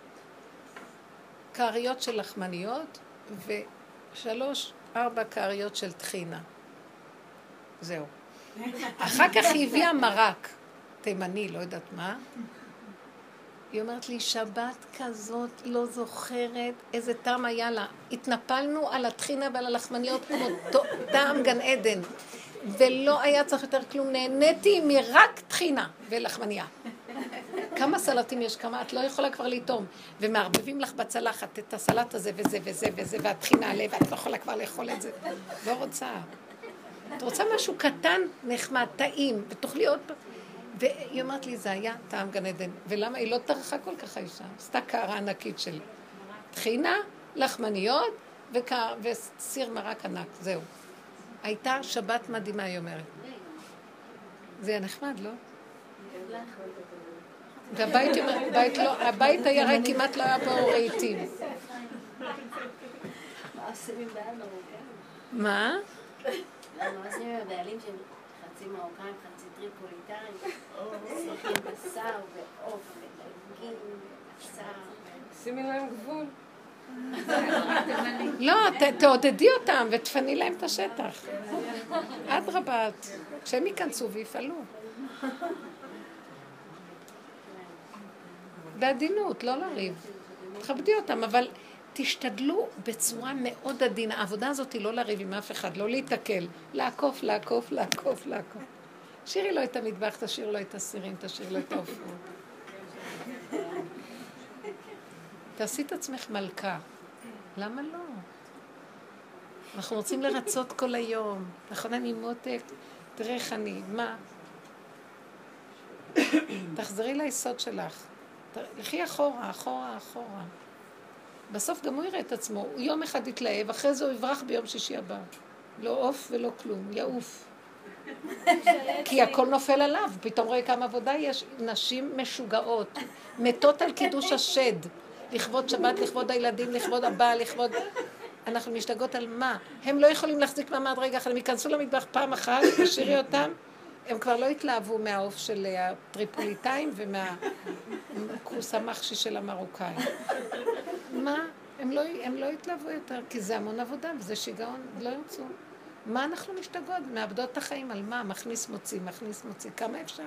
קעריות של לחמניות, ו3, 4 קעריות של טחינה. זהו. אחר כך היא הביאה מרק. תימני, לא יודעת מה. היא אומרת לי, שבת כזאת לא זוכרת איזה טעם היה לה. התנפלנו על הטחינה ועל הלחמניות כמו טעם גן עדן. ולא היה צריך יותר כלום. נהניתי מרק טחינה ולחמניה. כמה סלטים יש, כמה את לא יכולה כבר לטעום. ומערבבים לך בצלחת את הסלט הזה וזה וזה וזה, והטחינה עליה, ואת לא יכולה כבר לאכול את זה. לא רוצה. את רוצה משהו קטן, נחמד, טעים, ותאכלי עוד פעם. והיא אומרת לי, זה היה טעם גן עדן. ולמה? היא לא טרחה כל כך האישה. עשתה קערה ענקית של טחינה, לחמניות וסיר מרק ענק. זהו. הייתה שבת מדהימה, היא אומרת. זה היה נחמד, לא? והבית היה ריק, כמעט לא היה פה רהיטים. מה עושים עם בעל מרוקאים? מה? מה עושים עם הבעלים שהם חצי מרוקאים, חצי טריפוליטאים? צריכים בשר ועוף ודגים, בשר. שימי להם גבול. לא, תעודדי אותם ותפני להם את השטח. אדרבה, כשהם ייכנסו ויפעלו. בעדינות, לא לריב. תכבדי אותם, אבל תשתדלו בצורה מאוד עדינה. העבודה הזאת היא לא לריב עם אף אחד, לא להתעכל. לעקוף, לעקוף, לעקוף, לעקוף. שירי לו את המטבח, תשאיר לו את הסירים, תשאיר לו את העופות. תעשי את עצמך מלכה. למה לא? אנחנו רוצים לרצות כל היום. נכון, אני מותק, תראה איך אני, מה? תחזרי ליסוד שלך. לכי אחורה, אחורה, אחורה. בסוף גם הוא יראה את עצמו. הוא יום אחד יתלהב, אחרי זה הוא יברח ביום שישי הבא. לא עוף ולא כלום, יעוף. כי הכל נופל עליו. פתאום רואה כמה עבודה יש. נשים משוגעות, מתות על קידוש השד. לכבוד שבת, לכבוד הילדים, לכבוד הבא, לכבוד... אנחנו משתגעות על מה? הם לא יכולים להחזיק מעמד רגע אחת. הם ייכנסו למטבח פעם אחת, תשאירי אותם. הם כבר לא התלהבו מהעוף של הטריפוליטאים ומהכוס המחשי של המרוקאים. מה? הם לא התלהבו יותר, כי זה המון עבודה וזה שיגעון, לא ימצאו. מה אנחנו משתגעות? מאבדות את החיים על מה? מכניס מוציא, מכניס מוציא. כמה אפשר?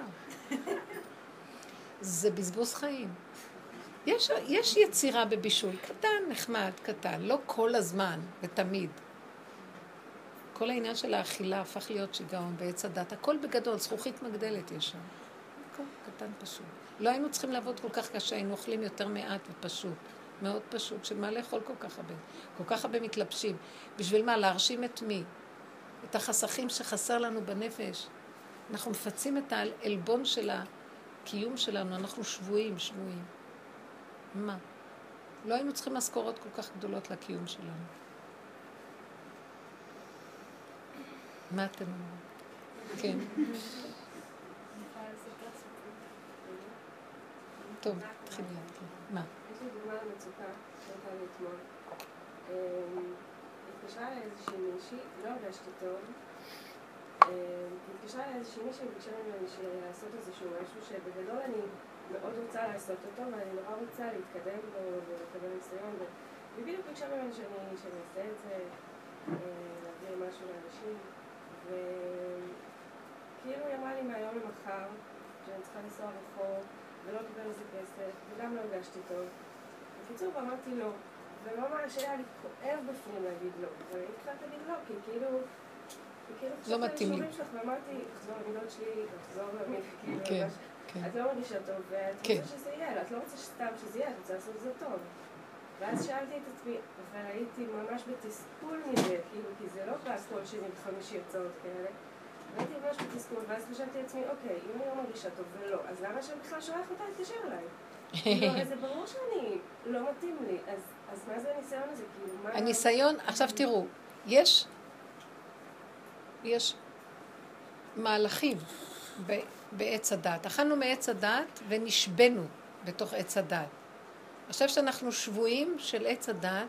זה בזבוז חיים. יש יצירה בבישול, קטן, נחמד, קטן, לא כל הזמן ותמיד. כל העניין של האכילה הפך להיות שיגעון בעץ הדת, הכל בגדול, זכוכית מגדלת יש שם. הכל קטן פשוט. לא היינו צריכים לעבוד כל כך קשה, היינו אוכלים יותר מעט ופשוט, מאוד פשוט, של מה לאכול כל כך הרבה. כל כך הרבה מתלבשים. בשביל מה? להרשים את מי? את החסכים שחסר לנו בנפש. אנחנו מפצים את העלבון של הקיום שלנו, אנחנו שבויים. מה? לא היינו צריכים משכורות כל כך גדולות לקיום שלנו. מה אתם אומרים? כן. טוב, תתחיל ליד, כן. מה? יש לי דוגמה למצוקה שהייתה לי אתמול. התקשרה לאיזושהי מישהי, לא הרגשתי טוב. התקשרה לאיזושהי מישהי וביקשה ממני לעשות איזשהו משהו שבגדול אני מאוד רוצה לעשות אותו, ואני נורא רוצה להתקדם בו ולקבל ניסיון. והיא בדיוק ביקשה ממני שאני אעשה את זה, להעביר משהו לאנשים. וכאילו היא אמרה לי מהיום למחר שאני צריכה לנסוע רחוק ולא לקבל איזה כסף, וגם לא הרגשתי טוב. בקיצור, אמרתי לא, וממש היה לי כואב בפנים להגיד לא, ואני התחלתי להגיד לא, כי כאילו לא מתאים לי. ואמרתי, תחזור למידות שלי, תחזור למידות, כאילו, את לא מרגישה טוב, ואת רוצה שזה יהיה, את לא רוצה סתם שזה יהיה, את רוצה לעשות את זה טוב. ואז שאלתי את עצמי, והייתי ממש בתסכול מזה, כאילו, כי זה לא בא כל שני וחמישי הצעות כאלה. והייתי ממש בתסכול, ואז חשבתי לעצמי, אוקיי, אם אני לא מרגישה טוב ולא, אז למה שאני בכלל שולח אותה להתקשר אליי? לא, זה ברור שאני לא מתאים לי, אז מה זה הניסיון הזה? כאילו, מה... הניסיון, עכשיו תראו, יש מהלכים בעץ הדת. אכלנו מעץ הדת ונשבנו בתוך עץ הדת. עכשיו שאנחנו שבויים של עץ הדת,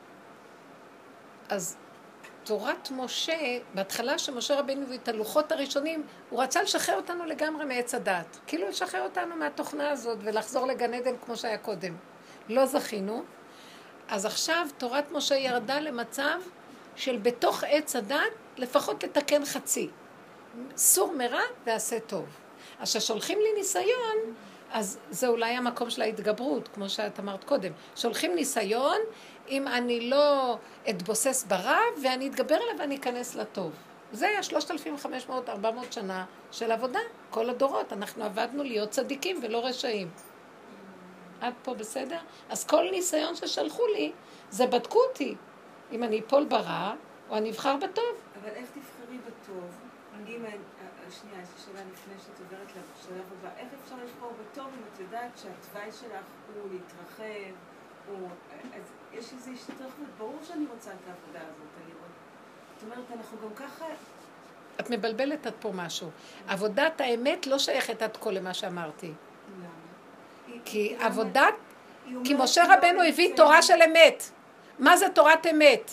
אז תורת משה, בהתחלה שמשה רבינו הביא את הלוחות הראשונים, הוא רצה לשחרר אותנו לגמרי מעץ הדת. כאילו לשחרר אותנו מהתוכנה הזאת ולחזור לגן עדן כמו שהיה קודם. לא זכינו. אז עכשיו תורת משה ירדה למצב של בתוך עץ הדת, לפחות לתקן חצי. סור מרע ועשה טוב. אז ששולחים לי ניסיון, אז זה אולי המקום של ההתגברות, כמו שאת אמרת קודם. שולחים ניסיון, אם אני לא אתבוסס ברע, ואני אתגבר עליו ואני אכנס לטוב. זה היה 3,500-400 שנה של עבודה. כל הדורות, אנחנו עבדנו להיות צדיקים ולא רשעים. עד פה בסדר? אז כל ניסיון ששלחו לי, זה בדקו אותי. אם אני אפול ברע, או אני אבחר בטוב. אבל איך תבחרי תבחרי בטוב, אם, שנייה, יש לי שאלה לפני שאת עוברת לשלב הבא, איך אפשר לבחור בטוב אם את יודעת שהתוואי שלך הוא להתרחב, אז יש איזו התרחבות, ברור שאני רוצה את העבודה הזאת, זאת אומרת, אנחנו גם ככה... את מבלבלת עד פה משהו. עבודת האמת לא שייכת עד כה למה שאמרתי. למה? כי עבודת... כי משה רבנו הביא תורה של אמת. מה זה תורת אמת?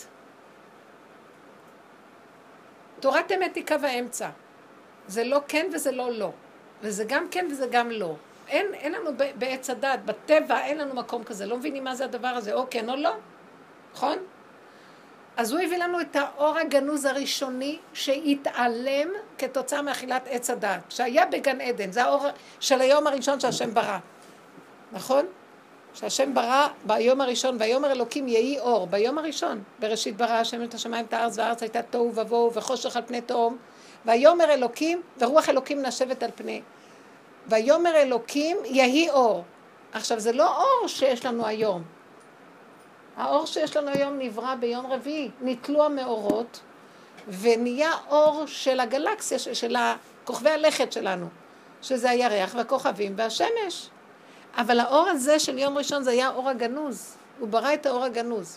תורת אמת היא קו האמצע. זה לא כן וזה לא לא. וזה גם כן וזה גם לא. אין לנו בעץ הדת, בטבע אין לנו מקום כזה. לא מבינים מה זה הדבר הזה, או כן או לא. נכון? אז הוא הביא לנו את האור הגנוז הראשוני שהתעלם כתוצאה מאכילת עץ הדת, שהיה בגן עדן. זה האור של היום הראשון שהשם ברא. נכון? שהשם ברא ביום הראשון, ויאמר אלוקים יהי אור, ביום הראשון, בראשית ברא השם את השמיים את הארץ, והארץ הייתה תוהו ובוהו וחושך על פני תהום, ויאמר אלוקים, ורוח אלוקים נשבת על פני, ויאמר אלוקים יהי אור. עכשיו זה לא אור שיש לנו היום, האור שיש לנו היום נברא ביום רביעי, נתלו המאורות, ונהיה אור של הגלקסיה, של כוכבי הלכת שלנו, שזה הירח והכוכבים והשמש. אבל האור הזה של יום ראשון זה היה האור הגנוז, הוא ברא את האור הגנוז.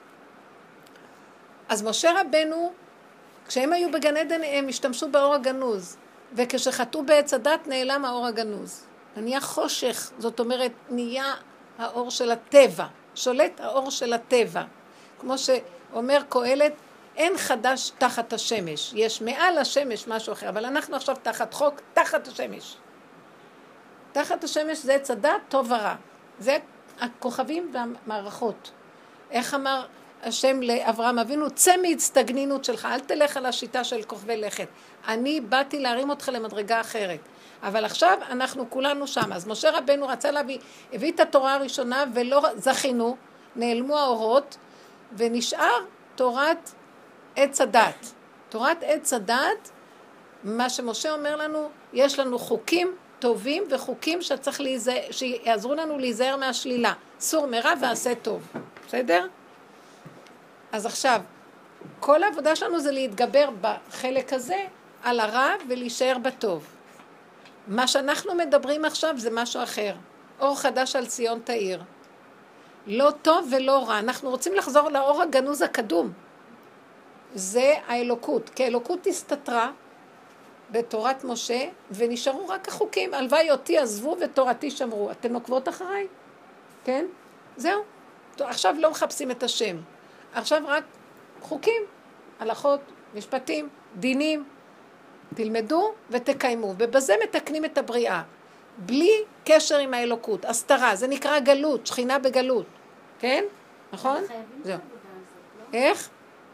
אז משה רבנו, כשהם היו בגן עדן הם השתמשו באור הגנוז, וכשחטאו בעץ הדת נעלם האור הגנוז. נהיה חושך, זאת אומרת נהיה האור של הטבע, שולט האור של הטבע. כמו שאומר קהלת, אין חדש תחת השמש, יש מעל השמש משהו אחר, אבל אנחנו עכשיו תחת חוק, תחת השמש. תחת השמש זה עץ הדת, טוב ורע. זה הכוכבים והמערכות. איך אמר השם לאברהם אבינו, צא מהצטגנינות שלך, אל תלך על השיטה של כוכבי לכת. אני באתי להרים אותך למדרגה אחרת. אבל עכשיו אנחנו כולנו שם. אז משה רבנו רצה להביא, הביא את התורה הראשונה ולא זכינו, נעלמו האורות, ונשאר תורת עץ הדת. תורת עץ הדת, מה שמשה אומר לנו, יש לנו חוקים טובים וחוקים שיעזרו לנו להיזהר מהשלילה. סור מרע ועשה טוב. בסדר? אז עכשיו, כל העבודה שלנו זה להתגבר בחלק הזה על הרע ולהישאר בטוב. מה שאנחנו מדברים עכשיו זה משהו אחר. אור חדש על ציון תאיר. לא טוב ולא רע. אנחנו רוצים לחזור לאור הגנוז הקדום. זה האלוקות. כי האלוקות הסתתרה בתורת משה, ונשארו רק החוקים. הלוואי אותי עזבו ותורתי שמרו. אתן נוקבות אחריי? כן? זהו. עכשיו לא מחפשים את השם. עכשיו רק חוקים, הלכות, משפטים, דינים. תלמדו ותקיימו. ובזה מתקנים את הבריאה. בלי קשר עם האלוקות. הסתרה. זה נקרא גלות, שכינה בגלות. כן? נכון? זהו. איך?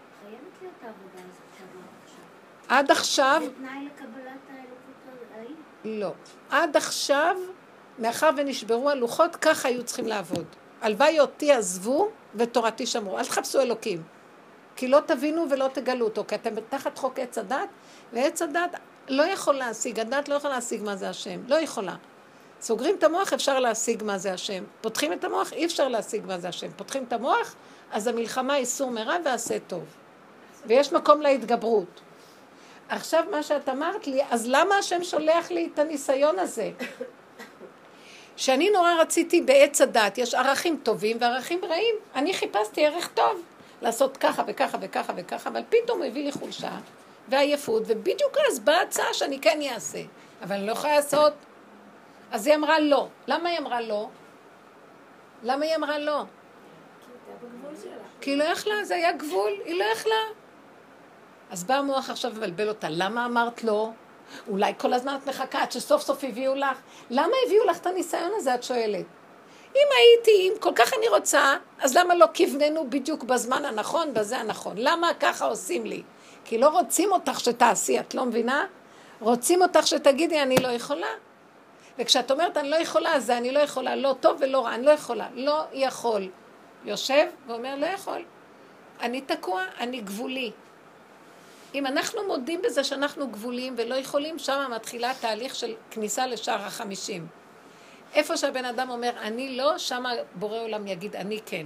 עד עכשיו... זה תנאי לקבלת האלוקות ההיא? לא. עד עכשיו, מאחר ונשברו הלוחות, ככה היו צריכים לעבוד. הלוואי אותי עזבו ותורתי שמרו. אל תחפשו אלוקים. כי לא תבינו ולא תגלו אותו. כי אתם תחת חוק עץ הדת, ועץ הדת לא יכול להשיג. הדת לא יכול להשיג מה זה השם. לא יכולה. סוגרים את המוח, אפשר להשיג מה זה השם. פותחים את המוח, אי אפשר להשיג מה זה השם. פותחים את המוח, אז המלחמה היא סור מרע ועשה טוב. ויש מקום להתגברות. עכשיו מה שאת אמרת לי, אז למה השם שולח לי את הניסיון הזה? שאני נורא רציתי בעץ הדת, יש ערכים טובים וערכים רעים. אני חיפשתי ערך טוב, לעשות ככה וככה וככה וככה, אבל פתאום הביא לי חולשה ועייפות, ובדיוק אז באה הצעה שאני כן אעשה, אבל אני לא יכולה לעשות. אז היא אמרה לא. למה היא אמרה לא? למה היא אמרה לא? כי היא לא יכלה, זה היה גבול, היא לא יכלה. אז בא המוח עכשיו ובלבל אותה, למה אמרת לא? אולי כל הזמן את מחכה עד שסוף סוף הביאו לך. למה הביאו לך את הניסיון הזה, את שואלת? אם הייתי, אם כל כך אני רוצה, אז למה לא כיווננו בדיוק בזמן הנכון, בזה הנכון? למה ככה עושים לי? כי לא רוצים אותך שתעשי, את לא מבינה? רוצים אותך שתגידי, אני לא יכולה. וכשאת אומרת, אני לא יכולה, אז זה אני לא יכולה, לא טוב ולא רע, אני לא יכולה, לא יכול. יושב ואומר, לא יכול. אני תקוע, אני גבולי. אם אנחנו מודים בזה שאנחנו גבולים ולא יכולים, שם מתחילה תהליך של כניסה לשער ה-50. איפה שהבן אדם אומר, אני לא, שם בורא עולם יגיד, אני כן.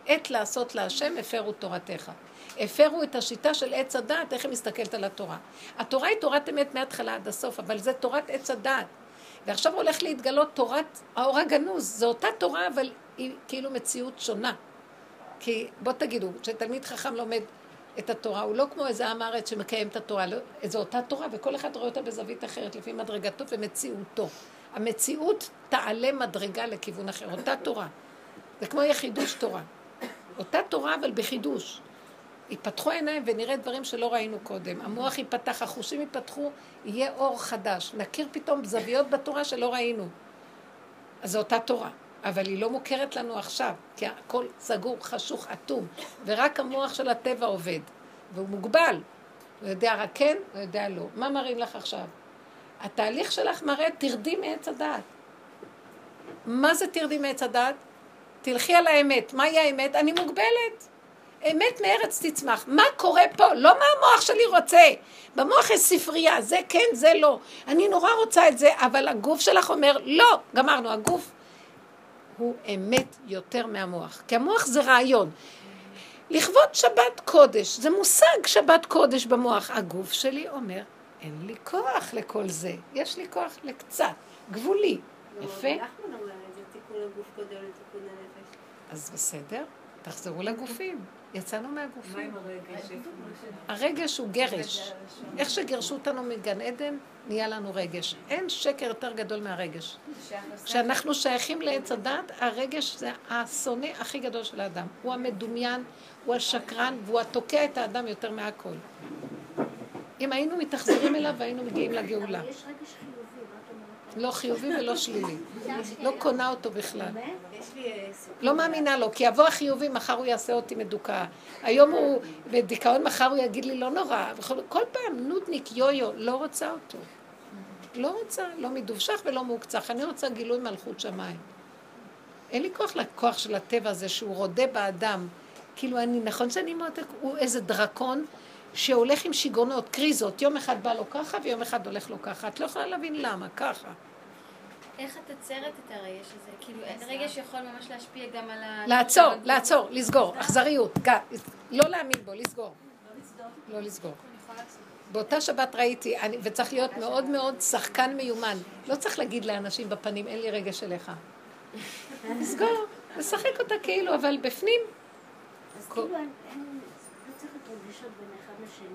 עת לעשות להשם, הפרו תורתך. הפרו את השיטה של עץ הדעת, איך היא מסתכלת על התורה. התורה היא תורת אמת מההתחלה עד הסוף, אבל זה תורת עץ הדעת. ועכשיו הולך להתגלות תורת האור הגנוז. זו אותה תורה, אבל היא כאילו מציאות שונה. כי בוא תגידו, כשתלמיד חכם לומד את התורה, הוא לא כמו איזה עם הארץ שמקיים את התורה, לא, זו אותה תורה, וכל אחד רואה אותה בזווית אחרת, לפי מדרגתו ומציאותו. המציאות תעלה מדרגה לכיוון אחר, אותה תורה. זה כמו יחידוש תורה. אותה תורה, אבל בחידוש. ייפתחו עיניים ונראה דברים שלא ראינו קודם. המוח ייפתח, החושים ייפתחו, יהיה אור חדש. נכיר פתאום זוויות בתורה שלא ראינו. אז זו אותה תורה. אבל היא לא מוכרת לנו עכשיו, כי הכל סגור, חשוך, אטום, ורק המוח של הטבע עובד, והוא מוגבל. הוא יודע רק כן, הוא יודע לא. מה מראים לך עכשיו? התהליך שלך מראה, תרדי מעץ הדעת. מה זה תרדי מעץ הדעת? תלכי על האמת. מהי האמת? אני מוגבלת. אמת מארץ תצמח. מה קורה פה? לא מה המוח שלי רוצה. במוח יש ספרייה, זה כן, זה לא. אני נורא רוצה את זה, אבל הגוף שלך אומר, לא, גמרנו, הגוף הוא אמת יותר מהמוח. כי המוח זה רעיון. לכבוד שבת קודש, זה מושג שבת קודש במוח. הגוף שלי אומר, אין לי כוח לכל זה. יש לי כוח לקצת, גבולי. יפה? אנחנו נאמר את זה, תיקון הגוף קודם לתיקון הנפש. אז בסדר, תחזרו לגופים. יצאנו מהגופים. מה עם הרגש? הרגש הוא גרש. איך שגרשו אותנו מגן עדן, נהיה לנו רגש. אין שקר יותר גדול מהרגש. כשאנחנו שייכים לעץ הדת, הרגש זה השונא הכי גדול של האדם. הוא המדומיין, הוא השקרן, והוא התוקע את האדם יותר מהכל. אם היינו מתחזרים אליו, היינו מגיעים לגאולה. יש רגש חיובי, מה את אומרת? לא חיובי ולא שלילי. לא קונה אותו בכלל. יש לי סיפור. לא מאמינה לו, כי יבוא החיובי, מחר הוא יעשה אותי מדוכא. היום הוא בדיכאון, מחר הוא יגיד לי לא נורא. כל פעם נודניק, יויו, לא רוצה אותו. לא רוצה, לא מדובשך ולא מוקצח. אני רוצה גילוי מלכות שמיים. אין לי כוח לכוח של הטבע הזה שהוא רודה באדם. כאילו אני, נכון שאני אומרת, הוא איזה דרקון שהולך עם שיגונות, קריזות. יום אחד בא לו ככה ויום אחד הולך לו ככה. את לא יכולה להבין למה, ככה. איך את עוצרת את הרגש הזה? כאילו, רגש יכול ממש להשפיע גם על ה... לעצור, לסגור, אכזריות, לא להאמין בו, לסגור. לא לסגור. באותה שבת ראיתי, וצריך להיות מאוד מאוד שחקן מיומן. לא צריך להגיד לאנשים בפנים, אין לי רגש אליך. לסגור, לשחק אותה כאילו, אבל בפנים. אז כאילו, לא צריך את רגשות בין אחד לשני.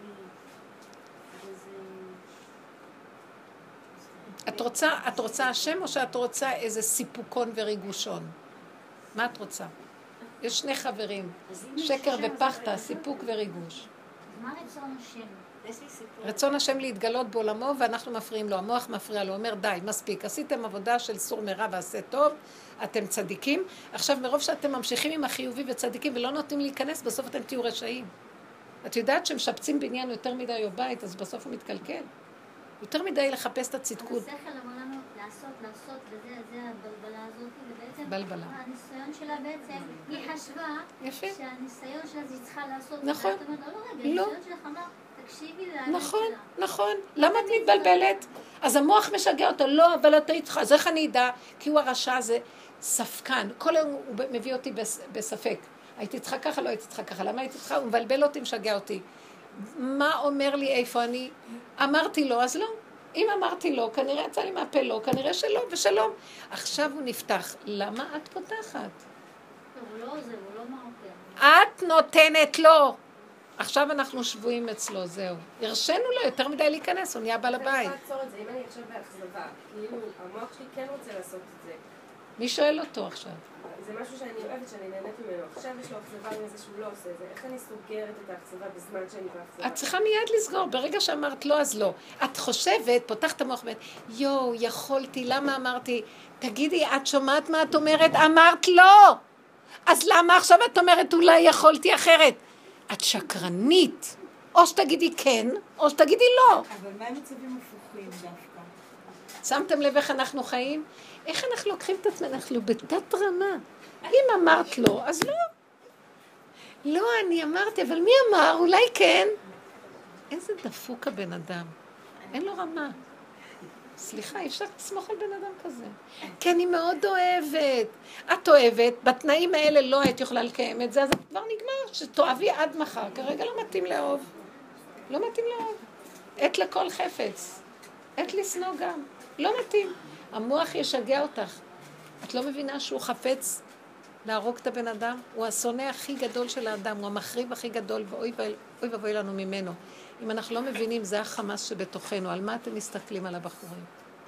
את רוצה השם או שאת רוצה איזה סיפוקון וריגושון? מה את רוצה? יש שני חברים, שקר ופחתה, סיפוק וריגוש. מה רצון השם? רצון השם להתגלות בעולמו ואנחנו מפריעים לו, המוח מפריע לו, אומר די, מספיק, עשיתם עבודה של סור מרע ועשה טוב, אתם צדיקים, עכשיו מרוב שאתם ממשיכים עם החיובי וצדיקים ולא נותנים להיכנס, בסוף אתם תהיו רשעים. את יודעת שמשפצים בניין יותר מדי או בית, אז בסוף הוא מתקלקל. יותר מדי לחפש את הצדקות. השכל אמר לנו לעשות, וזה הבלבלה הזאת, ובעצם בלבלה. הניסיון שלה בעצם, היא חשבה יפה. שהניסיון שלה זה צריכה לעשות. נכון. ואת אומרת, לא רגע, הניסיון שלך אמר, תקשיבי לאמת נכון, שלה. נכון. למה את מתבלבלת? אז המוח משגע אותו, לא, אבל אתה איתך, אז איך אני אדע? כי הוא הרשע הזה ספקן. כל היום הוא מביא אותי בספק. הייתי צריכה ככה, לא הייתי צריכה ככה. למה הייתי צריכה? הוא מבלבל אותי, משגע אותי. מה אומר לי איפה אני? אמרתי לו, אז לא. אם אמרתי לו, כנראה יצא לי מהפה לא, כנראה שלא, ושלום. עכשיו הוא נפתח. למה את פותחת? הוא לא עוזר, הוא לא מרפא. את נותנת לו. עכשיו אנחנו שבועים אצלו, זהו. הרשנו לו יותר מדי להיכנס, הוא נהיה בעל הבית. אני רוצה לעצור את זה, אם אני עכשיו באכזבה, כאילו המוח שלי כן רוצה לעשות את זה. מי שואל אותו עכשיו? זה משהו שאני אוהבת, שאני נהנית ממנו. עכשיו יש לו אכזבה עם זה שהוא לא עושה את זה. איך אני סוגרת את האכזבה בזמן שאני באכזבה? את צריכה מיד לסגור, ברגע שאמרת לא, אז לא. את חושבת, פותחת המוח, יו, יכולתי, למה אמרתי? תגידי, את שומעת מה את אומרת? אמרת לא! אז למה עכשיו את אומרת אולי יכולתי אחרת? את שקרנית. או שתגידי כן, או שתגידי לא. אבל מה עם מצבים הפוכים דווקא? שמתם לב איך אנחנו חיים? איך אנחנו לוקחים את עצמנו? אנחנו בתת רמה. אם אמרת לא, אז לא. לא, אני אמרתי, אבל מי אמר? אולי כן. איזה דפוק הבן אדם. אין לו רמה. סליחה, אי אפשר לסמוך על בן אדם כזה. כי אני מאוד אוהבת. את אוהבת, בתנאים האלה לא היית יכולה לקיים את זה, אז כבר נגמר, שתאהבי עד מחר. כרגע לא מתאים לאהוב. לא מתאים לאהוב. עת לכל חפץ. עת לשנוא גם. לא מתאים. המוח ישגע אותך. את לא מבינה שהוא חפץ להרוג את הבן אדם? הוא השונא הכי גדול של האדם, הוא המחריב הכי גדול, ואוי ובואי לנו ממנו. אם אנחנו לא מבינים, זה החמאס שבתוכנו. על מה אתם מסתכלים על הבחורים?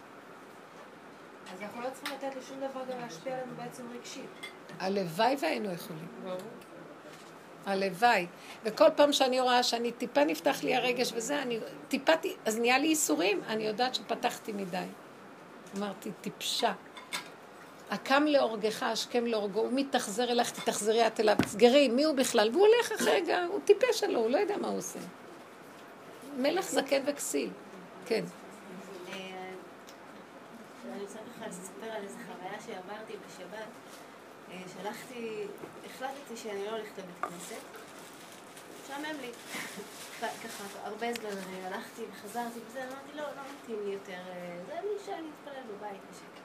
אז אנחנו לא צריכים לתת לשום דבר גם להשפיע עלינו בעצם רגשית. הלוואי והיינו יכולים. הלוואי. וכל פעם שאני רואה שאני טיפה נפתח לי הרגש וזה, אני טיפתי, אז נהיה לי איסורים. אני יודעת שפתחתי מדי. אמרתי, טיפשה. הקם להורגך, השכם להורגו, הוא מתחזר אלייך, תתחזרי את אליו, תסגרי, מי הוא בכלל? והוא הולך אחרי רגע, הוא טיפש שלו, הוא לא יודע מה הוא עושה. מלך זקן וכסיל. כן. אני רוצה לך לספר על איזו חוויה שעברתי בשבת. החלטתי שאני לא הולכת לבית כנסת. שעמם לי. ככה, הרבה זמן הלכתי וחזרתי וזה, אמרתי, לא מתאים לי יותר. זה אני שאני אתפלל בבית בשקט.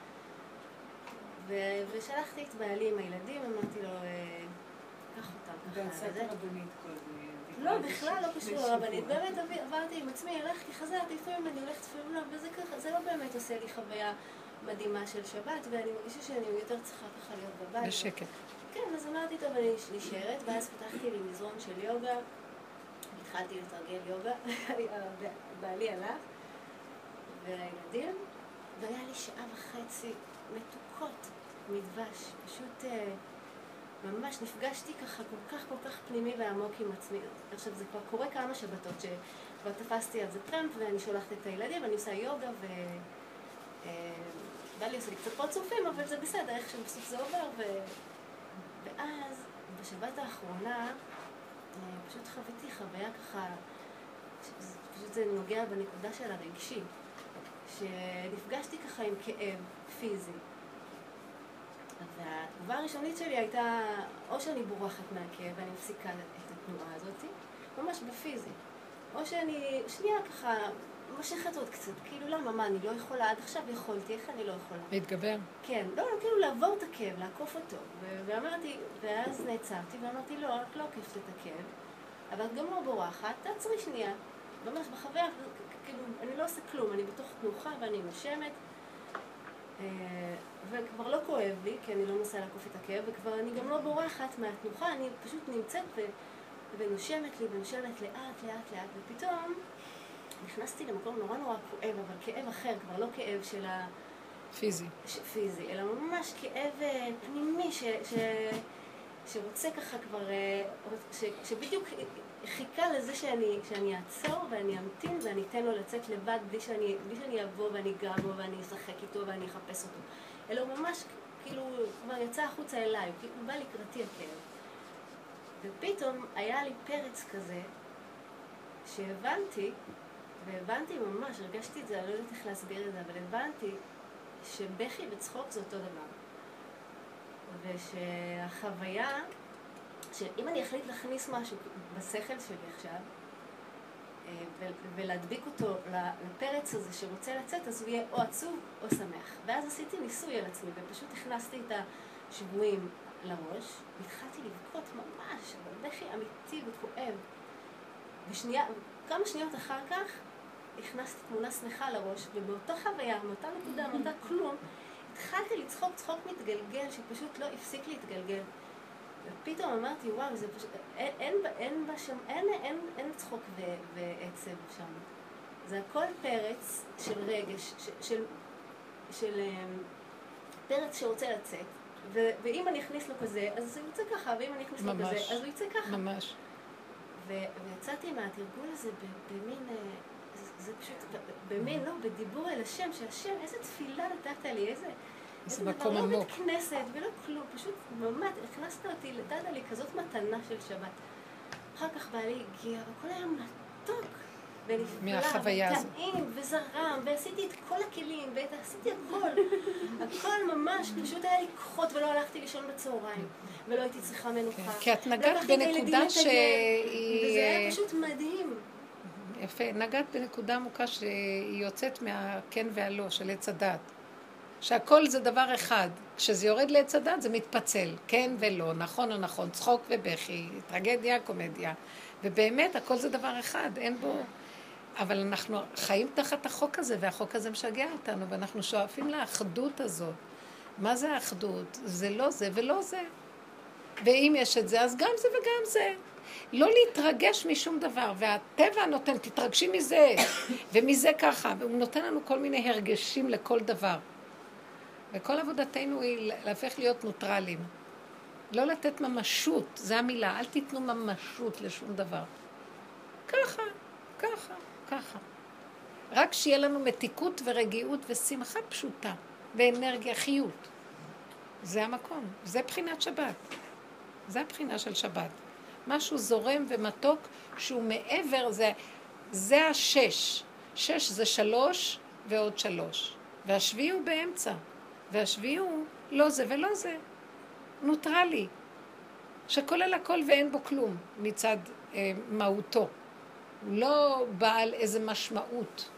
ושלחתי את בעלי עם הילדים, אמרתי לו, קח אותם ככה. ועשת רבנית כל זה. לא, בכלל לא קשור לרבנית. באמת עברתי עם עצמי, הלכתי, חזרתי, לפעמים אני הולכת לפעמים לא, וזה ככה, זה לא באמת עושה לי חוויה מדהימה של שבת, ואני מרגישה שאני יותר צריכה ככה להיות בבית. בשקט. כן, אז אמרתי, טוב, אני נשארת, ואז פתחתי לי מזרון של יוגה, התחלתי לתרגל יוגה, בעלי הלך, והילדים, והיה לי שעה וחצי מתוקות מדבש, פשוט ממש נפגשתי ככה כל כך פנימי ועמוק עם עצמי. עכשיו זה כבר קורה כמה שבתות שכבר תפסתי על זה טרמפ ואני שולחת את הילדים, אני עושה יוגה בא לי עושה לי קצת פרצופים, אבל זה בסדר, איכשהו בסוף זה עובר ואז בשבת האחרונה פשוט חוויתי חוויה ככה, פשוט זה נוגע בנקודה של הרגשי, שנפגשתי ככה עם כאב פיזי. והתגובה הראשונית שלי הייתה, או שאני בורחת מהכאב ואני מפסיקה את התנועה הזאת, ממש בפיזי. או שאני שנייה ככה משכת עוד קצת, כאילו למה, מה, אני לא יכולה, עד עכשיו יכולתי, איך אני לא יכולה? להתגבר? כן, לא, כאילו לעבור את הכאב, לעקוף אותו. ואמרתי, ואז נעצרתי ואמרתי, לא, את לא עוקפת את הכאב, אבל את גם לא בורחת, תעצרי שנייה. ממש בחוויה, כאילו, אני לא עושה כלום, אני בתוך תנוחה ואני נושמת. וכבר לא כואב לי, כי אני לא מנסה לעקוף את הכאב, וכבר אני גם לא בורחת מהתנוחה, אני פשוט נמצאת ונושמת לי, ונושמת לאט, ופתאום נכנסתי למקום נורא כואב, אבל כאב אחר, כבר לא כאב של פיזי. פיזי, אלא ממש כאב פנימי שרוצה ככה כבר, שבדיוק חיכה לזה שאני אעצור ואני אמתין ואני אתן לו לצאת לבד בלי שאני אבוא ואני אגע בו ואני אשחק איתו ואני אחפש אותו. אלא הוא ממש כאילו כבר יצא החוצה אליי, הוא בא לקראתי הכאב. ופתאום היה לי פרץ כזה שהבנתי ממש, הרגשתי את זה, אני לא יודעת איך להסביר את זה, אבל הבנתי שבכי וצחוק זה אותו דבר. ושהחוויה, שאם אני אחליט להכניס משהו בשכל שלי עכשיו, ולהדביק אותו לפרץ הזה שרוצה לצאת, אז הוא יהיה או עצוב או שמח. ואז עשיתי ניסוי על עצמי, ופשוט הכנסתי את השבועים לראש, והתחלתי לבכות ממש, אבל בכי אמיתי וכואב. כמה שניות אחר כך, הכנסתי תמונה שמחה לראש, ובאותה חוויה, מאותה נקודה, מאותה כלום, התחלתי לצחוק צחוק מתגלגל, שפשוט לא הפסיק להתגלגל. ופתאום אמרתי, וואו, זה פשוט, אין צחוק ועצב שם. זה הכל פרץ של רגש, של פרץ שרוצה לצאת, ואם אני אכניס לו כזה, אז הוא יוצא ככה, ואם אני אכניס לו כזה, אז הוא יצא ככה. ממש. ויצאתי מהתרגול הזה במין, זה פשוט, במין, לא, בדיבור אל השם, שהשם, איזה תפילה נתת לי, איזה מקום עמוק. לא בית כנסת ולא כלום, פשוט ממש הכנסת אותי, נתת לי כזאת מתנה של שבת. אחר כך בא לי הגיע, וכל היום מתוק, מהחוויה הזאת. וטעים וזרם, ועשיתי את כל הכלים, ועשיתי הכל ממש, פשוט היה לי כוחות ולא הלכתי לישון בצהריים, ולא הייתי צריכה מנוחה. כי את נגעת בנקודה שהיא... וזה היה פשוט מדהים. יפה. נגעת בנקודה עמוקה שהיא יוצאת מהכן והלא של עץ הדת. שהכל זה דבר אחד. כשזה יורד לעץ הדת זה מתפצל. כן ולא, נכון או נכון, צחוק ובכי, טרגדיה, קומדיה. ובאמת הכל זה דבר אחד, אין בו... אבל אנחנו חיים תחת החוק הזה, והחוק הזה משגע אותנו, ואנחנו שואפים לאחדות הזאת. מה זה האחדות? זה לא זה ולא זה. ואם יש את זה, אז גם זה וגם זה. לא להתרגש משום דבר, והטבע נותן, תתרגשי מזה, ומזה ככה, והוא נותן לנו כל מיני הרגשים לכל דבר. וכל עבודתנו היא להפך להיות נוטרלים. לא לתת ממשות, זה המילה, אל תיתנו ממשות לשום דבר. ככה, ככה, ככה. רק שיהיה לנו מתיקות ורגיעות ושמחה פשוטה, ואנרגיה, חיות. זה המקום, זה בחינת שבת. זה הבחינה של שבת. משהו זורם ומתוק שהוא מעבר, זה השש. שש זה 3 ועוד 3. והשביעי הוא באמצע. והשביעי הוא לא זה ולא זה. נוטרלי. שכולל הכל ואין בו כלום מצד מהותו. הוא לא בעל איזה משמעות.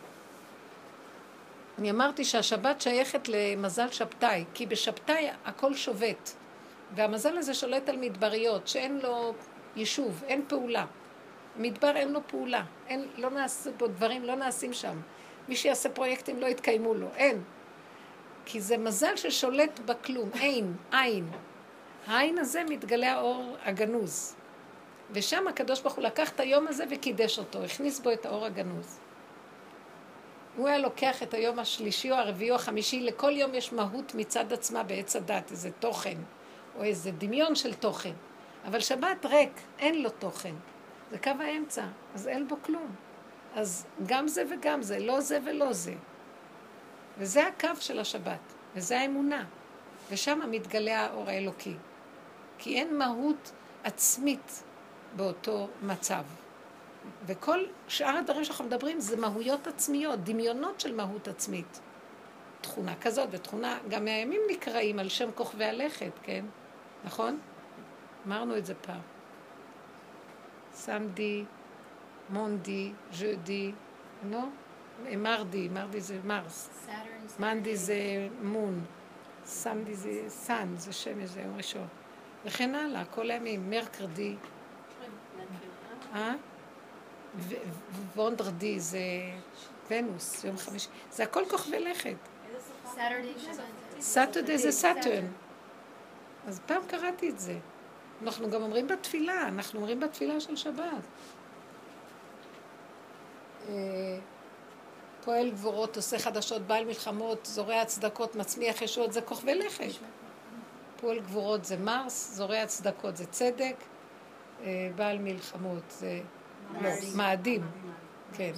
אני אמרתי שהשבת שייכת למזל שבתאי, כי בשבתאי הכל שובת. והמזל הזה שולט על מדבריות, שאין לו יישוב, אין פעולה. מדבר אין לו פעולה, לא נעשה בו דברים, לא נעשים שם. מי שיעשה פרויקטים לא יתקיימו לו, אין. כי זה מזל ששולט בכלום, אין, עין. העין הזה מתגלה האור הגנוז. ושם הקדוש ברוך הוא לקח את היום הזה וקידש אותו, הכניס בו את האור הגנוז. הוא היה לוקח את היום השלישי או הרביעי או החמישי, לכל יום יש מהות מצד עצמה בעץ הדת, איזה תוכן, או איזה דמיון של תוכן. אבל שבת ריק, אין לו תוכן. זה קו האמצע, אז אין בו כלום. אז גם זה וגם זה, לא זה ולא זה. וזה הקו של השבת, וזה האמונה. ושם מתגלה האור האלוקי. כי אין מהות עצמית באותו מצב. וכל שאר הדברים שאנחנו מדברים זה מהויות עצמיות, דמיונות של מהות עצמית. תכונה כזאת ותכונה, גם מהימים נקראים על שם כוכבי הלכת, כן? נכון? אמרנו את זה פעם. סמדי, מונדי, ז'די, לא? מרדי זה מרס. מנדי זה מון. סמדי זה סן, זה שמש, זה יום ראשון. וכן הלאה, כל הימים, מרקרדי. וונדרדי זה ונוס, יום חמישי. זה הכל כוכבי לכת. סאטרדי זה סאטרן. אז פעם קראתי את זה. אנחנו גם אומרים בתפילה, אנחנו אומרים בתפילה של שבת. פועל גבורות, עושה חדשות, בעל מלחמות, זורע צדקות, מצמיח ישועות, זה כוכבי לכת. פועל גבורות זה מרס, זורע צדקות זה צדק, בעל מלחמות זה מאדים, כן.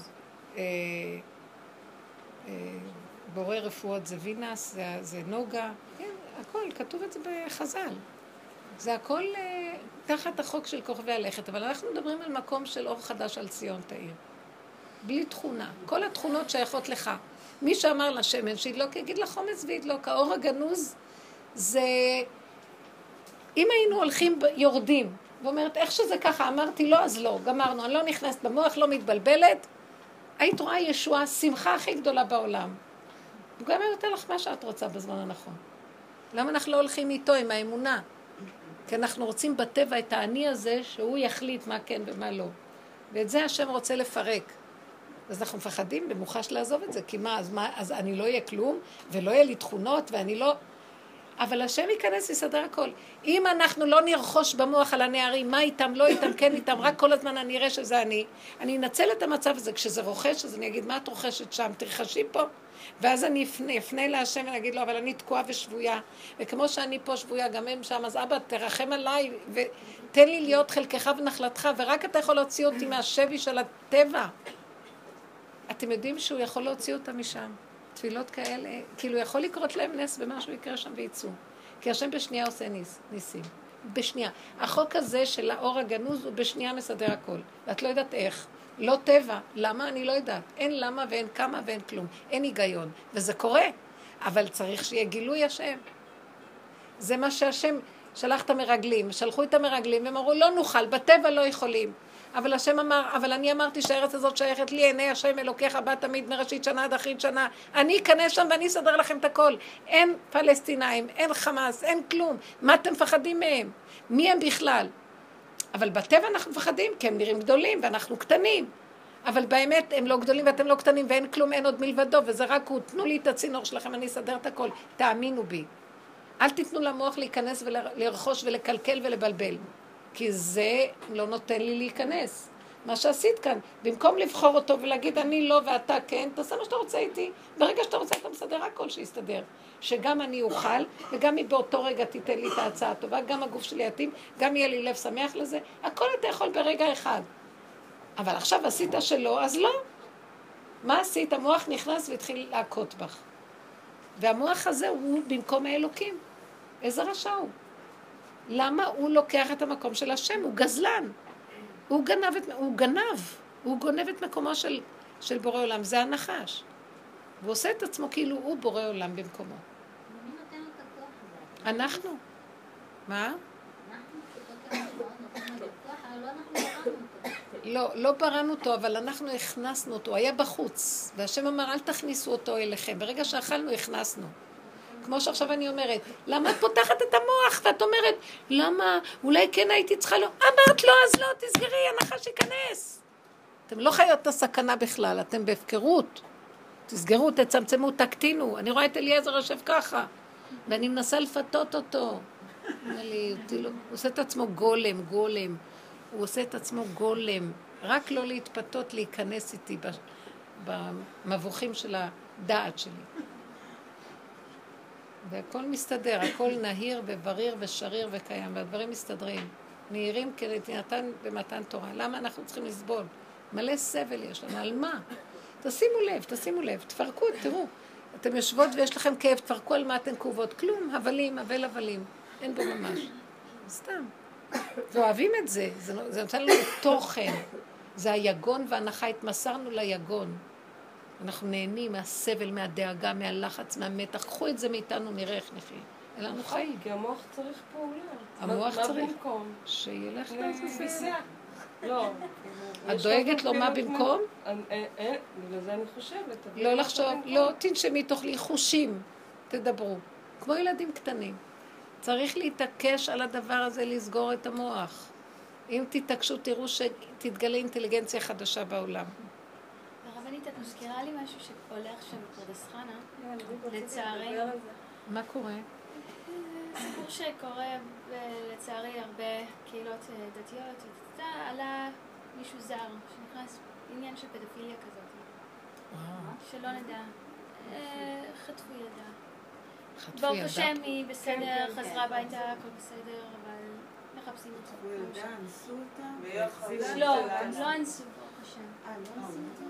בורא רפואות זה וינס, זה נוגה, כן, הכל, כתוב את זה בחז"ל. זה הכל תחת החוק של כוכבי הלכת, אבל אנחנו מדברים על מקום של אור חדש על ציון תאיר. בלי תכונה. כל התכונות שייכות לך. מי שאמר לשמן שידלוק, יגיד לה חומץ וידלוק. האור הגנוז זה... אם היינו הולכים יורדים, ואומרת, איך שזה ככה, אמרתי לא, אז לא, גמרנו, אני לא נכנסת במוח, לא מתבלבלת, היית רואה ישועה, שמחה הכי גדולה בעולם. הוא גם נותן לך מה שאת רוצה בזמן הנכון. למה אנחנו לא הולכים איתו, עם האמונה? כי אנחנו רוצים בטבע את העני הזה, שהוא יחליט מה כן ומה לא. ואת זה השם רוצה לפרק. אז אנחנו מפחדים במוחש לעזוב את זה, כי אז אני לא אהיה כלום, ולא יהיה לי תכונות, ואני לא... אבל השם ייכנס יסדר הכל. אם אנחנו לא נרחוש במוח על הנערים, מה איתם, לא איתם, כן איתם, רק כל הזמן אני אראה שזה אני אנצל את המצב הזה, כשזה רוחש, אז אני אגיד, מה את רוחשת שם? תרחשי פה. ואז אני אפנה להשם ואגיד לו, אבל אני תקועה ושבויה, וכמו שאני פה שבויה, גם הם שם, אז אבא, תרחם עליי, ותן לי להיות חלקך ונחלתך, ורק אתה יכול להוציא אותי מהשבי של הטבע. אתם יודעים שהוא יכול להוציא אותה משם? תפילות כאלה, כאילו יכול לקרות להם נס ומשהו יקרה שם ויצאו. כי השם בשנייה עושה ניסים. בשנייה. החוק הזה של האור הגנוז הוא בשנייה מסדר הכל. ואת לא יודעת איך. לא טבע. למה? אני לא יודעת. אין למה ואין כמה ואין כלום. אין היגיון. וזה קורה. אבל צריך שיהיה גילוי השם. זה מה שהשם שלח את המרגלים. שלחו את המרגלים והם אמרו, לא נוכל, בטבע לא יכולים. אבל השם אמר, אבל אני אמרתי שהארץ הזאת שייכת לי, עיני השם אלוקיך בא תמיד מראשית שנה עד אחרית שנה. אני אכנס שם ואני אסדר לכם את הכל. אין פלסטינאים, אין חמאס, אין כלום. מה אתם מפחדים מהם? מי הם בכלל? אבל בטבע אנחנו מפחדים, כי הם נראים גדולים ואנחנו קטנים. אבל באמת הם לא גדולים ואתם לא קטנים ואין כלום, אין עוד מלבדו, וזה רק הוא. תנו לי את הצינור שלכם, אני אסדר את הכל. תאמינו בי. אל תיתנו למוח להיכנס ולרכוש ולקלקל ולבלבל. כי זה לא נותן לי להיכנס. מה שעשית כאן, במקום לבחור אותו ולהגיד אני לא ואתה כן, תעשה מה שאתה רוצה איתי. ברגע שאתה רוצה אתה מסדר הכל שיסתדר. שגם אני אוכל, וגם היא באותו רגע תיתן לי את ההצעה הטובה, גם הגוף שלי יתאים, גם יהיה לי לב שמח לזה. הכל אתה יכול ברגע אחד. אבל עכשיו עשית שלא, אז לא. מה עשית? המוח נכנס והתחיל להכות בך. והמוח הזה הוא במקום האלוקים. איזה רשע הוא? למה הוא לוקח את המקום של השם? הוא גזלן. הוא גונב את מקומו של בורא עולם. זה הנחש. והוא עושה את עצמו כאילו הוא בורא עולם במקומו. מי נותן לו את הכוח הזה? אנחנו. מה? אנחנו נותנים לו את הכוח, אבל לא אנחנו בראנו אותו. לא בראנו אותו, אבל אנחנו הכנסנו אותו. הוא היה בחוץ. והשם אמר, אל תכניסו אותו אליכם. ברגע שאכלנו, הכנסנו. כמו שעכשיו אני אומרת, למה את פותחת את המוח? ואת אומרת, למה? אולי כן הייתי צריכה לא. אמרת לא, אז לא, תסגרי, הנחש ייכנס. אתם לא חיות את הסכנה בכלל, אתם בהפקרות. תסגרו, תצמצמו, תקטינו. אני רואה את אליעזר יושב ככה, ואני מנסה לפתות אותו. הוא עושה את עצמו גולם. הוא עושה את עצמו גולם. רק לא להתפתות, להיכנס איתי במבוכים של הדעת שלי. והכל מסתדר, הכל נהיר ובריר ושריר וקיים, והדברים מסתדרים. נהירים כנתינתן במתן תורה. למה אנחנו צריכים לסבול? מלא סבל יש לנו, על מה? תשימו לב, תפרקו, תראו. אתם יושבות ויש לכם כאב, תפרקו על מה אתן כאובות. כלום, הבלים. אין בו ממש. סתם. ואוהבים את זה, זה נותן לנו תוכן. זה היגון והנחה, התמסרנו ליגון. אנחנו נהנים מהסבל, מהדאגה, מהלחץ, מהמתח. קחו את זה מאיתנו, נראה איך נחיה. אין לנו חיים. כי המוח צריך פעולה. המוח צריך. מה במקום? שילך לעזאזל. לא. את דואגת לו מה במקום? בגלל זה אני חושבת. לא לחשוב, לא, תנשמי, תאכלי חושים. תדברו. כמו ילדים קטנים. צריך להתעקש על הדבר הזה, לסגור את המוח. אם תתעקשו, תראו שתתגלה אינטליגנציה חדשה בעולם. הרבנית, את מזכירה לי משהו שהולך שם בפרדס חנה, לצערי. מה קורה? סיפור שקורה לצערי הרבה קהילות דתיות, עלה מישהו זר שנכנס עניין של פדופיליה כזאת. שלא נדע. חטפו ילדה. ברוך השם היא בסדר, חזרה הביתה, הכל בסדר, אבל מחפשים אותה. אנסו אותה? לא אנסו, ברוך השם. לא אנסו אותה?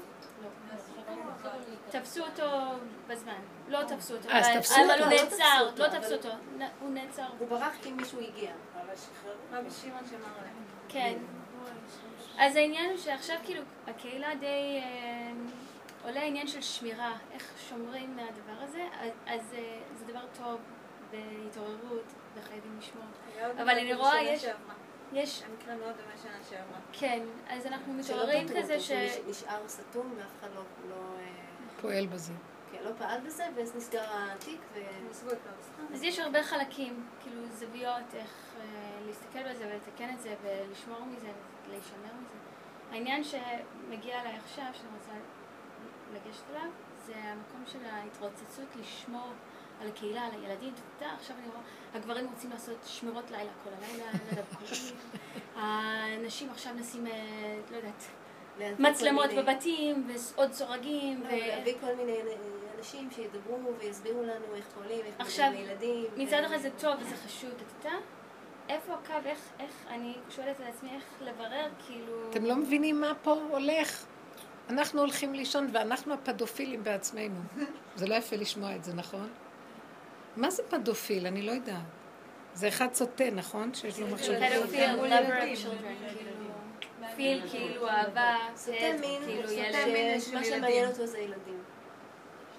תפסו אותו בזמן, לא תפסו אותו, אז תפסו אבל אותו. הוא נעצר, לא תפסו אותו, הוא נעצר. הוא ברח כי מישהו הגיע. אבל שחררו רבי שמעון שמר עליהם. כן. אז העניין הוא שעכשיו כאילו הקהילה די עולה העניין של שמירה, איך שומרים מהדבר הזה, אז זה דבר טוב בהתעוררות, וחייבים לשמור. אבל אני רואה יש המקרה מאוד דומה שנה שעברה. כן, אז אנחנו מתעוררים כזה נשאר סתום ואף אחד לא פועל בזה. כן, לא פעל בזה, ואז נסגר התיק אז יש הרבה חלקים, כאילו זוויות, איך להסתכל בזה ולתקן את זה ולשמור מזה ולהישמר מזה. העניין שמגיע אליי עכשיו, שאני רוצה לגשת אליו, זה המקום של ההתרוצצות לשמור על הקהילה, על הילדים. עכשיו אני רואה, הגברים רוצים לעשות שמירות לילה כל הלילה, לדבקות. האנשים עכשיו נשים, לא יודעת, מצלמות בבתים ועוד סורגים. להביא כל מיני אנשים שידברו ויסבירו לנו איך פועלים, איך עכשיו, מדברים לילדים. מצד אחד זה טוב וזה חשוב, איפה הקו, איך אני שואלת על עצמי, איך לברר, כאילו... אתם לא מבינים מה פה הולך? אנחנו הולכים לישון ואנחנו הפדופילים בעצמנו. זה לא יפה לשמוע את זה, נכון? מה זה פדופיל? אני לא יודעת. זה אחד סוטה, נכון? שיש לו מחשב. פדופיל, הוא lover of children, פיל, כאילו אהבה, כאילו ילד. מה שמעניין אותו זה ילדים.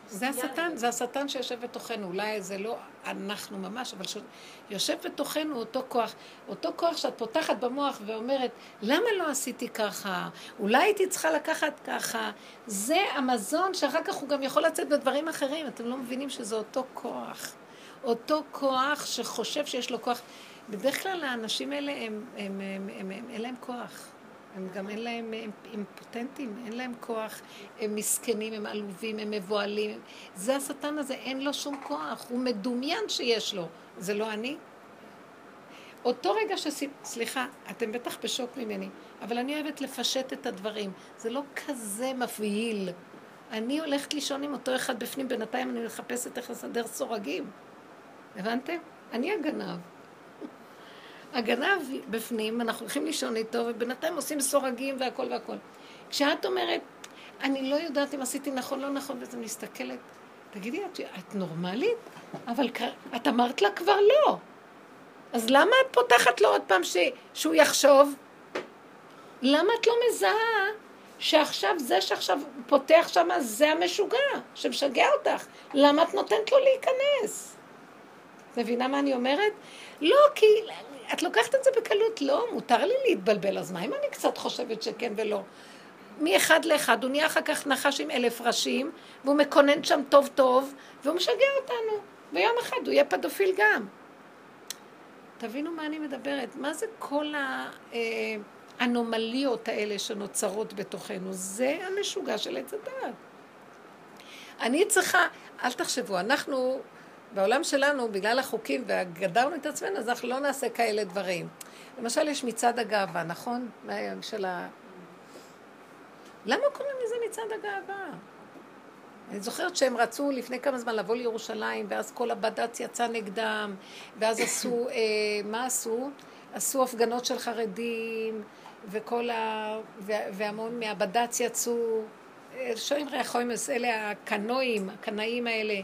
זה השטן, זה השטן שיושב בתוכנו, אולי זה לא אנחנו ממש, אבל יושב בתוכנו אותו כוח שאת פותחת במוח ואומרת, למה לא עשיתי ככה? אולי הייתי צריכה לקחת ככה. זה המזון שאחר כך הוא גם יכול לצאת בדברים אחרים, אתם לא מבינים שזה אותו כוח. אותו כוח שחושב שיש לו כוח. בדרך כלל האנשים האלה, אין להם כוח. הם גם אין להם, הם פוטנטים, אין להם כוח, הם מסכנים, הם עלובים, הם מבועלים. זה השטן הזה, אין לו שום כוח, הוא מדומיין שיש לו. זה לא אני. אותו רגע סליחה, אתם בטח בשוק ממני, אבל אני אוהבת לפשט את הדברים. זה לא כזה מבהיל. אני הולכת לישון עם אותו אחד בפנים, בינתיים אני מחפשת איך לסדר סורגים. הבנתם? אני הגנב. הגנב בפנים, אנחנו הולכים לישון איתו, ובינתיים עושים סורגים והכל והכל. כשאת אומרת, אני לא יודעת אם עשיתי נכון, לא נכון, ואתה מסתכלת, תגידי, את נורמלית? אבל את אמרת לה כבר לא. אז למה את פותחת לו עוד פעם שהוא יחשוב? למה את לא מזהה שעכשיו זה שעכשיו פותח שם, זה המשוגע, שמשגע אותך? למה את נותנת לו להיכנס? מבינה מה אני אומרת? לא, כי את לוקחת את זה בקלות, לא, מותר לי להתבלבל, אז מה אם אני קצת חושבת שכן ולא? מאחד לאחד, הוא נהיה אחר כך נחש עם 1000 ראשים, והוא מקונן שם טוב טוב, והוא משגע אותנו. ויום אחד הוא יהיה פדופיל גם. תבינו מה אני מדברת, מה זה כל האנומליות האלה שנוצרות בתוכנו? זה המשוגע של עץ הדעת. אני צריכה, אל תחשבו, אנחנו בעולם שלנו, בגלל החוקים והגדרנו את עצמנו, אז אנחנו לא נעשה כאלה דברים. למשל, יש מצעד הגאווה, נכון? למה קוראים לזה מצעד הגאווה? אני זוכרת שהם רצו לפני כמה זמן לבוא לירושלים, ואז כל הבד"ץ יצא נגדם, ואז עשו, מה עשו? עשו הפגנות של חרדים, והמון מהבד"ץ יצאו, שואים ריחויים, אלה הקנאים האלה.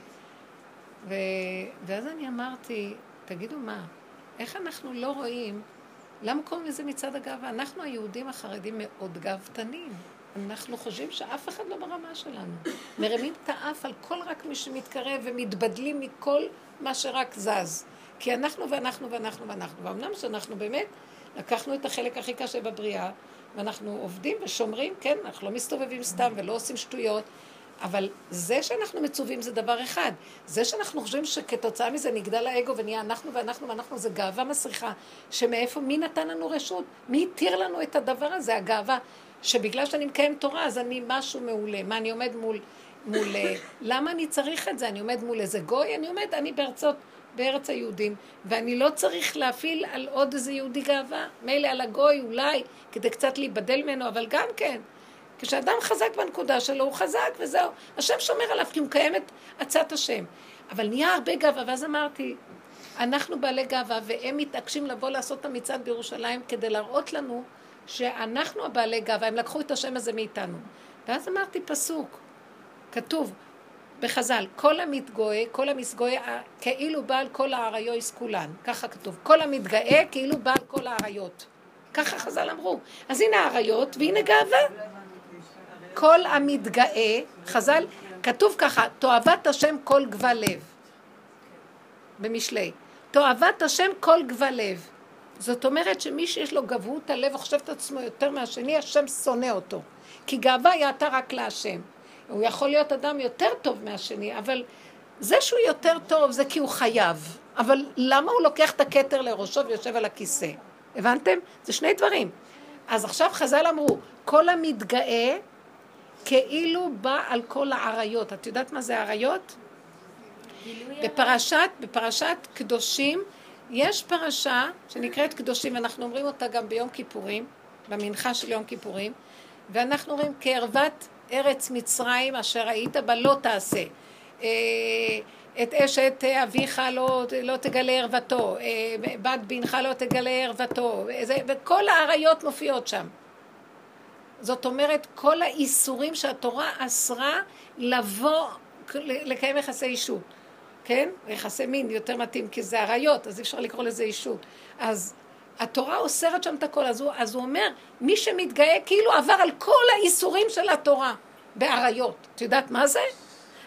ואז אני אמרתי, תגידו מה, איך אנחנו לא רואים, למה קוראים לזה מצעד הגאווה? אנחנו היהודים החרדים מאוד גאוותנים. אנחנו חושבים שאף אחד לא ברמה שלנו. מרימים את האף על כל רק מי שמתקרב ומתבדלים מכל מה שרק זז. כי אנחנו ואנחנו ואנחנו ואנחנו. ואמנם שאנחנו באמת לקחנו את החלק הכי קשה בבריאה, ואנחנו עובדים ושומרים, כן, אנחנו לא מסתובבים סתם ולא עושים שטויות, אבל זה שאנחנו מצווים זה דבר אחד. זה שאנחנו חושבים שכתוצאה מזה נגדל האגו ונהיה אנחנו ואנחנו ואנחנו, זה גאווה מסריחה. שמאיפה, מי נתן לנו רשות? מי התיר לנו את הדבר הזה, הגאווה? שבגלל שאני מקיים תורה, אז אני משהו מעולה. מה, אני עומד מול למה אני צריך את זה? אני עומד מול איזה גוי? אני עומד, אני בארץ היהודים, ואני לא צריך להפעיל על עוד איזה יהודי גאווה. מילא על הגוי אולי, כדי קצת להיבדל ממנו, אבל גם כן. כשאדם חזק בנקודה שלו, הוא חזק וזהו. השם שומר עליו, כי הוא מקיים את עצת השם. אבל נהיה הרבה גאווה, ואז אמרתי, אנחנו בעלי גאווה, והם מתעקשים לבוא לעשות את המצעד בירושלים, כדי להראות לנו שאנחנו הבעלי גאווה, הם לקחו את השם הזה מאיתנו. ואז אמרתי פסוק, כתוב בחז"ל, כל המתגאה, כאילו בעל כל העריות כולן. ככה כתוב, כל המתגאה כאילו בעל כל העריות. ככה חז"ל אמרו. אז הנה העריות, והנה גאווה. כל המתגאה, חז"ל, כתוב ככה, תאוות השם כל גבל לב. במשלי. תאוות השם כל גבל לב. זאת אומרת שמי שיש לו גבהות הלב וחושב את עצמו יותר מהשני, השם שונא אותו. כי גאווה יעתה רק להשם. הוא יכול להיות אדם יותר טוב מהשני, אבל זה שהוא יותר טוב זה כי הוא חייב. אבל למה הוא לוקח את הכתר לראשו ויושב על הכיסא? הבנתם? זה שני דברים. אז עכשיו חז"ל אמרו, כל המתגאה כאילו בא על כל העריות. את יודעת מה זה עריות? בפרשת קדושים, יש פרשה שנקראת קדושים, ואנחנו אומרים אותה גם ביום כיפורים, במנחה של יום כיפורים, ואנחנו אומרים, כערוות ארץ מצרים אשר היית בה לא תעשה. את אשת אביך לא תגלה ערוותו, בת בנך לא תגלה ערוותו, וכל העריות מופיעות שם. זאת אומרת, כל האיסורים שהתורה אסרה לבוא, לקיים יחסי אישות. כן? יחסי מין יותר מתאים, כי זה עריות, אז אי אפשר לקרוא לזה אישות. אז התורה אוסרת שם את הכל, אז הוא אומר, מי שמתגאה כאילו עבר על כל האיסורים של התורה, בעריות. את יודעת מה זה?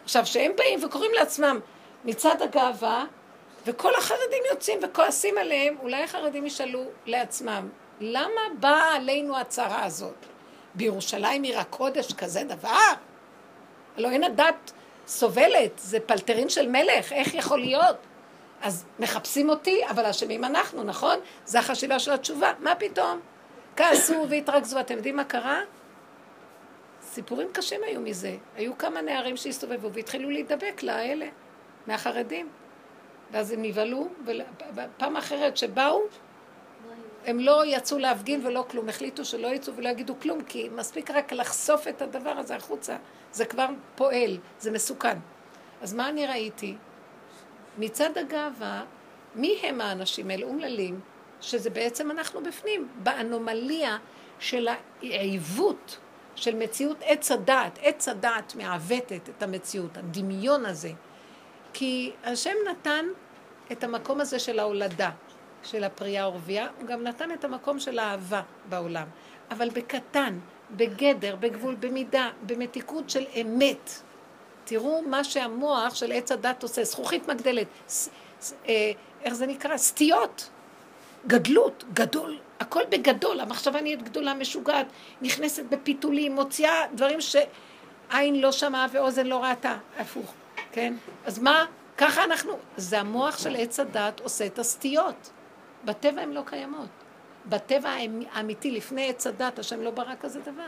עכשיו, שהם באים וקוראים לעצמם מצד הגאווה, וכל החרדים יוצאים וכועסים עליהם, אולי החרדים ישאלו לעצמם, למה באה עלינו הצרה הזאת? בירושלים עיר הקודש כזה דבר? הלוא אין הדת סובלת, זה פלטרין של מלך, איך יכול להיות? אז מחפשים אותי, אבל אשמים אנחנו, נכון? זה החשיבה של התשובה, מה פתאום? כעסו והתרכזו, אתם יודעים מה קרה? סיפורים קשים היו מזה. היו כמה נערים שהסתובבו והתחילו להידבק לאלה, מהחרדים. ואז הם נבהלו, ופעם אחרת שבאו, הם לא יצאו להפגין ולא כלום, החליטו שלא יצאו ולא יגידו כלום, כי מספיק רק לחשוף את הדבר הזה החוצה, זה כבר פועל, זה מסוכן. אז מה אני ראיתי? מצד הגאווה, מי הם האנשים האלה אומללים, שזה בעצם אנחנו בפנים, באנומליה של העיוות, של מציאות עץ הדעת. עץ הדעת מעוותת את המציאות, הדמיון הזה. כי השם נתן את המקום הזה של ההולדה, של הפרייה ורבייה, הוא גם נתן את המקום של האהבה בעולם. אבל בקטן, בגדר, בגבול, במידה, במתיקות של אמת. תראו מה שהמוח של עץ הדת עושה, זכוכית מגדלת, איך זה נקרא? סטיות, גדלות, גדול, הכל בגדול, המחשבה נהיית גדולה, משוגעת, נכנסת בפיתולים, מוציאה דברים שעין לא שמעה ואוזן לא ראתה, הפוך, כן? אז מה? ככה אנחנו, זה המוח של עץ הדת עושה את הסטיות. בטבע הן לא קיימות. בטבע האמיתי, לפני עץ הדת, השם לא ברא כזה דבר.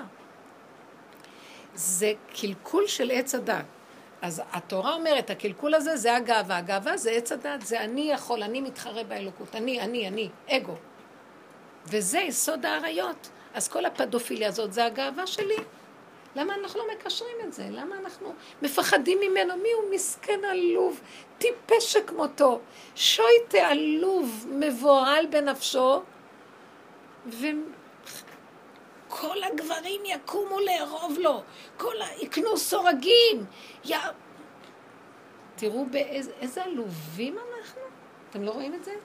זה קלקול של עץ הדת. אז התורה אומרת, הקלקול הזה זה הגאווה. הגאווה זה עץ הדת, זה אני יכול, אני מתחרה באלוקות. אני, אגו. וזה יסוד העריות. אז כל הפדופיליה הזאת זה הגאווה שלי. למה אנחנו לא מקשרים את זה? למה אנחנו מפחדים ממנו? מי הוא מסכן עלוב, טיפש שכמותו, שויטה עלוב, מבורל בנפשו, וכל הגברים יקומו לערוב לו, יקנו סורגים. תראו איזה עלובים אנחנו? אתם לא רואים את זה?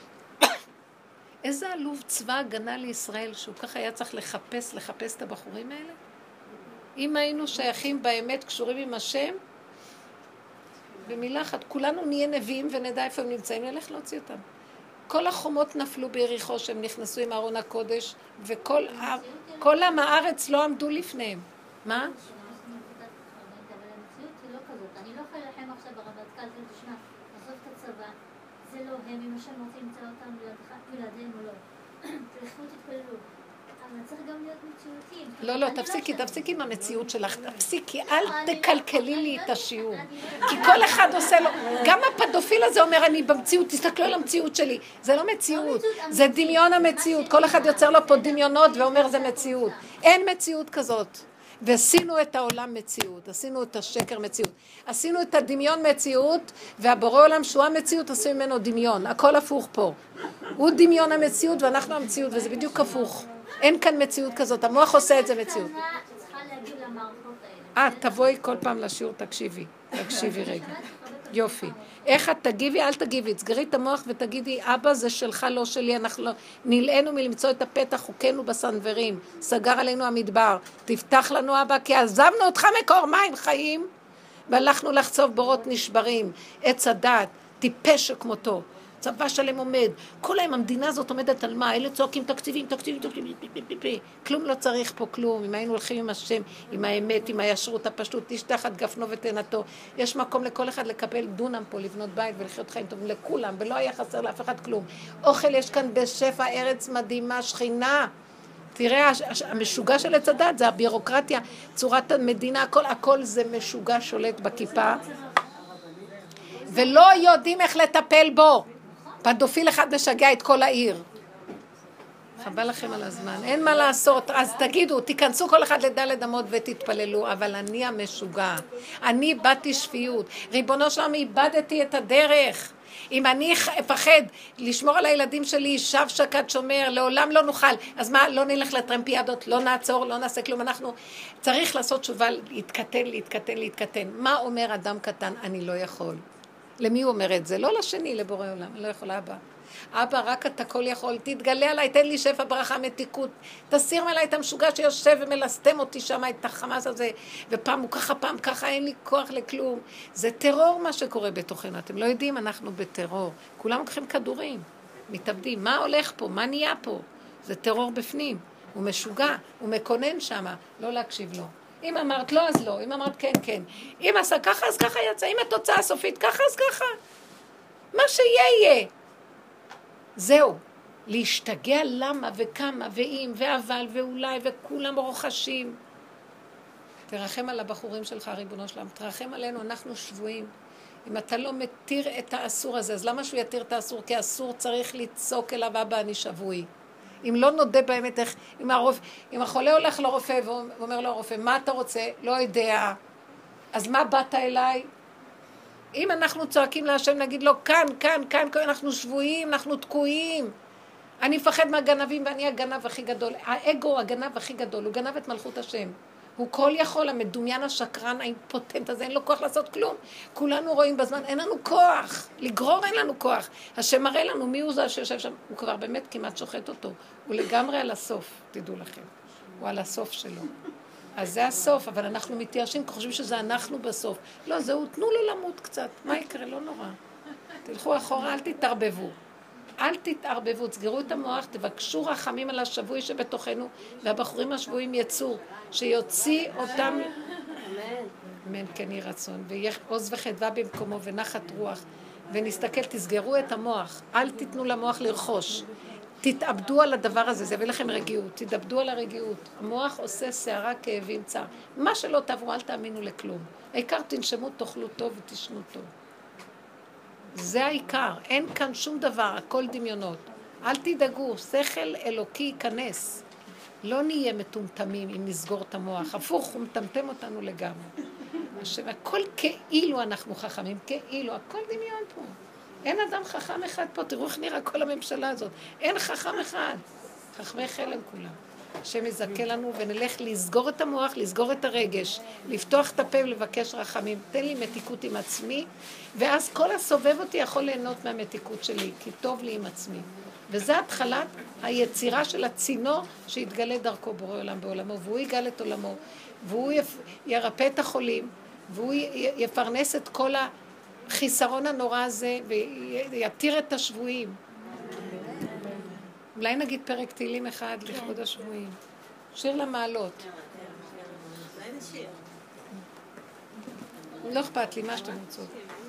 איזה עלוב צבא הגנה לישראל, שהוא ככה היה צריך לחפש את הבחורים האלה? אם היינו שייכים באמת, קשורים עם השם, במילה אחת, כולנו נהיה נביאים ונדע איפה הם נמצאים, נלך להוציא אותם. כל החומות נפלו ביריחו שהם נכנסו עם ארון הקודש, וכל עם הארץ לא עמדו לפניהם. מה? אבל המציאות היא לא כזאת. אני לא יכולה לכם עכשיו ברמטכ"ל, תשמע, לעשות את הצבא, זה לא הם, אם השם רוצה למצוא אותם בלעדיהם או לא. תלכו תתפללו. אבל צריך גם להיות מציאותיים. לא, תפסיקי עם המציאות שלך, תפסיקי, אל תקלקלי לי את השיעור. כי כל אחד עושה לו, גם הפדופיל הזה אומר, אני במציאות, תסתכלו על המציאות שלי. זה לא מציאות, זה דמיון המציאות. כל אחד יוצר לו פה דמיונות ואומר, זה מציאות. אין מציאות כזאת. ועשינו את העולם מציאות, עשינו את השקר מציאות. עשינו את הדמיון מציאות, והבורא עולם שהוא המציאות, עשינו ממנו דמיון. הכל הפוך פה. הוא דמיון המציאות ואנחנו המציאות, וזה בדיוק הפוך. אין כאן מציאות כזאת, המוח עושה את זה מציאות. צריכה להגיב למערכות האלה. תבואי כל פעם לשיעור, תקשיבי רגע. יופי. איך את תגיבי? אל תגיבי, תסגרי את המוח ותגידי, אבא זה שלך, לא שלי, אנחנו לא... נלאינו מלמצוא את הפתח, חוקנו בסנוורים, סגר עלינו המדבר, תפתח לנו אבא, כי עזבנו אותך מקור מים חיים, והלכנו לחצוב בורות נשברים, עץ הדת, טיפש שכמותו. צבא שלם עומד, כל היום המדינה הזאת עומדת על מה? אלה צועקים תקציבים, כלום לא צריך פה כלום, אם היינו הולכים עם השם, עם האמת, עם הישרות הפשוט, תשתחת גפנו ותנתו, יש מקום לכל אחד לקבל דונם פה, לבנות בית ולחיות חיים טובים לכולם, ולא היה חסר לאף אחד כלום. אוכל יש כאן בשפע, ארץ מדהימה, שכינה. תראה, המשוגע של עץ הדת, זה הבירוקרטיה, צורת המדינה, הכל זה משוגע שולט בכיפה, ולא יודעים איך לטפל בו. פדופיל אחד משגע את כל העיר. חבל לכם על הזמן, אין מה לעשות. אז תגידו, תיכנסו כל אחד לדלת אמות ותתפללו, אבל אני המשוגע, אני באתי שפיות, ריבונו שלום, איבדתי את הדרך. אם אני אפחד לשמור על הילדים שלי, שב שקד שומר, לעולם לא נוכל. אז מה, לא נלך לטרמפיאדות, לא נעצור, לא נעשה כלום. אנחנו צריך לעשות תשובה, להתקטן. מה אומר אדם קטן? אני לא יכול. למי הוא אומר את זה? לא לשני, לבורא עולם, אני לא יכולה הבא. אבא, רק אתה כל יכול, תתגלה עליי, תן לי שפע ברכה, מתיקות, תסיר מעליי את המשוגע שיושב ומלסתם אותי שם, את החמאס הזה, ופעם הוא ככה, פעם ככה, אין לי כוח לכלום. זה טרור מה שקורה בתוכנו, אתם לא יודעים, אנחנו בטרור. כולם לוקחים כדורים, מתאבדים, מה הולך פה, מה נהיה פה? זה טרור בפנים, הוא משוגע, הוא מקונן שם, לא להקשיב לו. אם אמרת לא, אז לא, אם אמרת כן, כן. אם עשה ככה, אז ככה יצא, אם התוצאה הסופית ככה, אז ככה. מה שיהיה. זהו, להשתגע למה וכמה ואם ואבל ואולי וכולם רוחשים. תרחם על הבחורים שלך, ריבונו שלם, תרחם עלינו, אנחנו שבועים. אם אתה לא מתיר את האסור הזה, אז למה שהוא יתיר את האסור? כי האסור צריך לצעוק אליו, אבא, אני שבוי. אם לא נודה באמת איך, אם החולה הולך לרופא ואומר לו הרופא, מה אתה רוצה? לא יודע. אז מה באת אליי? אם אנחנו צועקים להשם, נגיד לו, כאן, אנחנו שבויים, אנחנו תקועים. אני מפחד מהגנבים ואני הגנב הכי גדול. האגו הגנב הכי גדול, הוא גנב את מלכות השם. הוא כל יכול, המדומיין השקרן, האימפוטנט הזה, אין לו כוח לעשות כלום. כולנו רואים בזמן, אין לנו כוח. לגרור אין לנו כוח. השם מראה לנו מי הוא זה שיושב שם. הוא כבר באמת כמעט שוחט אותו. הוא לגמרי על הסוף, תדעו לכם. הוא על הסוף שלו. אז זה הסוף, אבל אנחנו מתייאשים, חושבים שזה אנחנו בסוף. לא, זהו, תנו לו למות קצת. מה יקרה? לא נורא. תלכו אחורה, אל תתערבבו. אל תתערבבו, תסגרו את המוח, תבקשו רחמים על השבוי שבתוכנו, והבחורים השבויים יצאו, שיוציא אותם, אמן, כן יהי רצון, ויהיה עוז וחדווה במקומו ונחת רוח, ונסתכל, תסגרו את המוח, אל תיתנו למוח לרכוש, תתאבדו על הדבר הזה, זה יביא לכם רגיעות, תתאבדו על הרגיעות, המוח עושה שערה, כאבים, צער, מה שלא תעברו, אל תאמינו לכלום, העיקר תנשמו, תאכלו טוב ותשנו טוב. זה העיקר, אין כאן שום דבר, הכל דמיונות. אל תדאגו, שכל אלוקי ייכנס. לא נהיה מטומטמים אם נסגור את המוח. הפוך, הוא מטמטם אותנו לגמרי. הכל כאילו אנחנו חכמים, כאילו, הכל דמיון פה. אין אדם חכם אחד פה, תראו איך נראה כל הממשלה הזאת. אין חכם אחד. חכמי חלם כולם. השם יזכה לנו ונלך לסגור את המוח, לסגור את הרגש, לפתוח את הפה ולבקש רחמים. תן לי מתיקות עם עצמי, ואז כל הסובב אותי יכול ליהנות מהמתיקות שלי, כי טוב לי עם עצמי. וזה התחלת היצירה של הצינור שיתגלה דרכו בורא עולם בעולמו, והוא יגל את עולמו, והוא ירפא את החולים, והוא יפרנס את כל החיסרון הנורא הזה, ויתיר את השבויים. אולי נגיד פרק תהילים אחד לכבוד השבויים. שיר למעלות. לא אכפת לי, מה שאתם רוצות.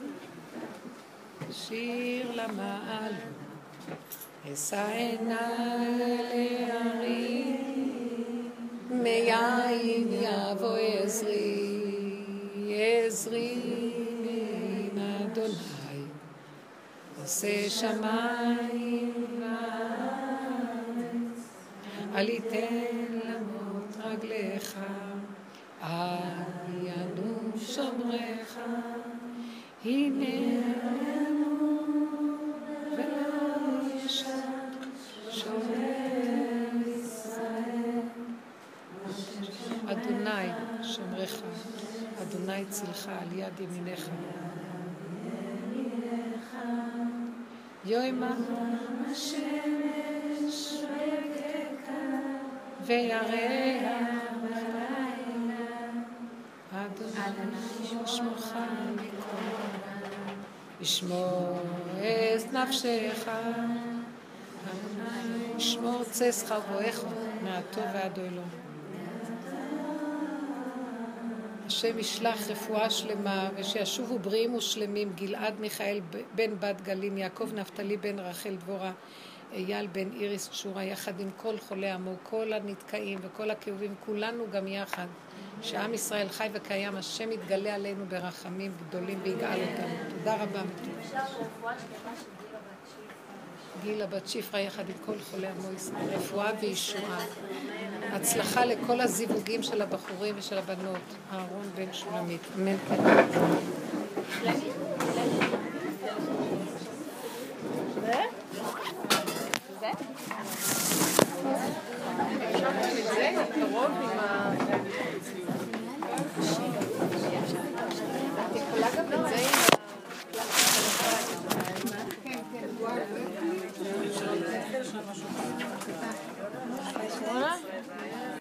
שיר למעלות, אשא עיניי להרים, מיין יבוא עזרי, עזרי מן אדוני, עושה שמיים אל יתן למות רגליך, אל ינום שומרך, הנה ולא ישן שומר ישראל. אדוני שומרך, אדוני צילך על יד ימינך. יוימה השמש וירח בלילה, אדוני שמוך מכל עולם, ישמור את נפשך, אדוני ישמור צאתך ובואך מהטוב ועד אוהלו. השם ישלח רפואה שלמה, ושישובו בריאים ושלמים, גלעד מיכאל בן בת גלים, יעקב נפתלי בן רחל דבורה, אייל בן איריס שורה, יחד עם כל חולי עמו, כל הנתקעים וכל הכאובים, כולנו גם יחד, שעם ישראל חי וקיים, השם יתגלה עלינו ברחמים גדולים ויגאל אותנו. תודה רבה. גילה בת שפרה יחד עם כל חולי עמו ישראל, רפואה וישועה, הצלחה לכל הזיווגים של הבחורים ושל הבנות, אהרון בן שולמית, אמן. את יכולה גם את זה עם 12,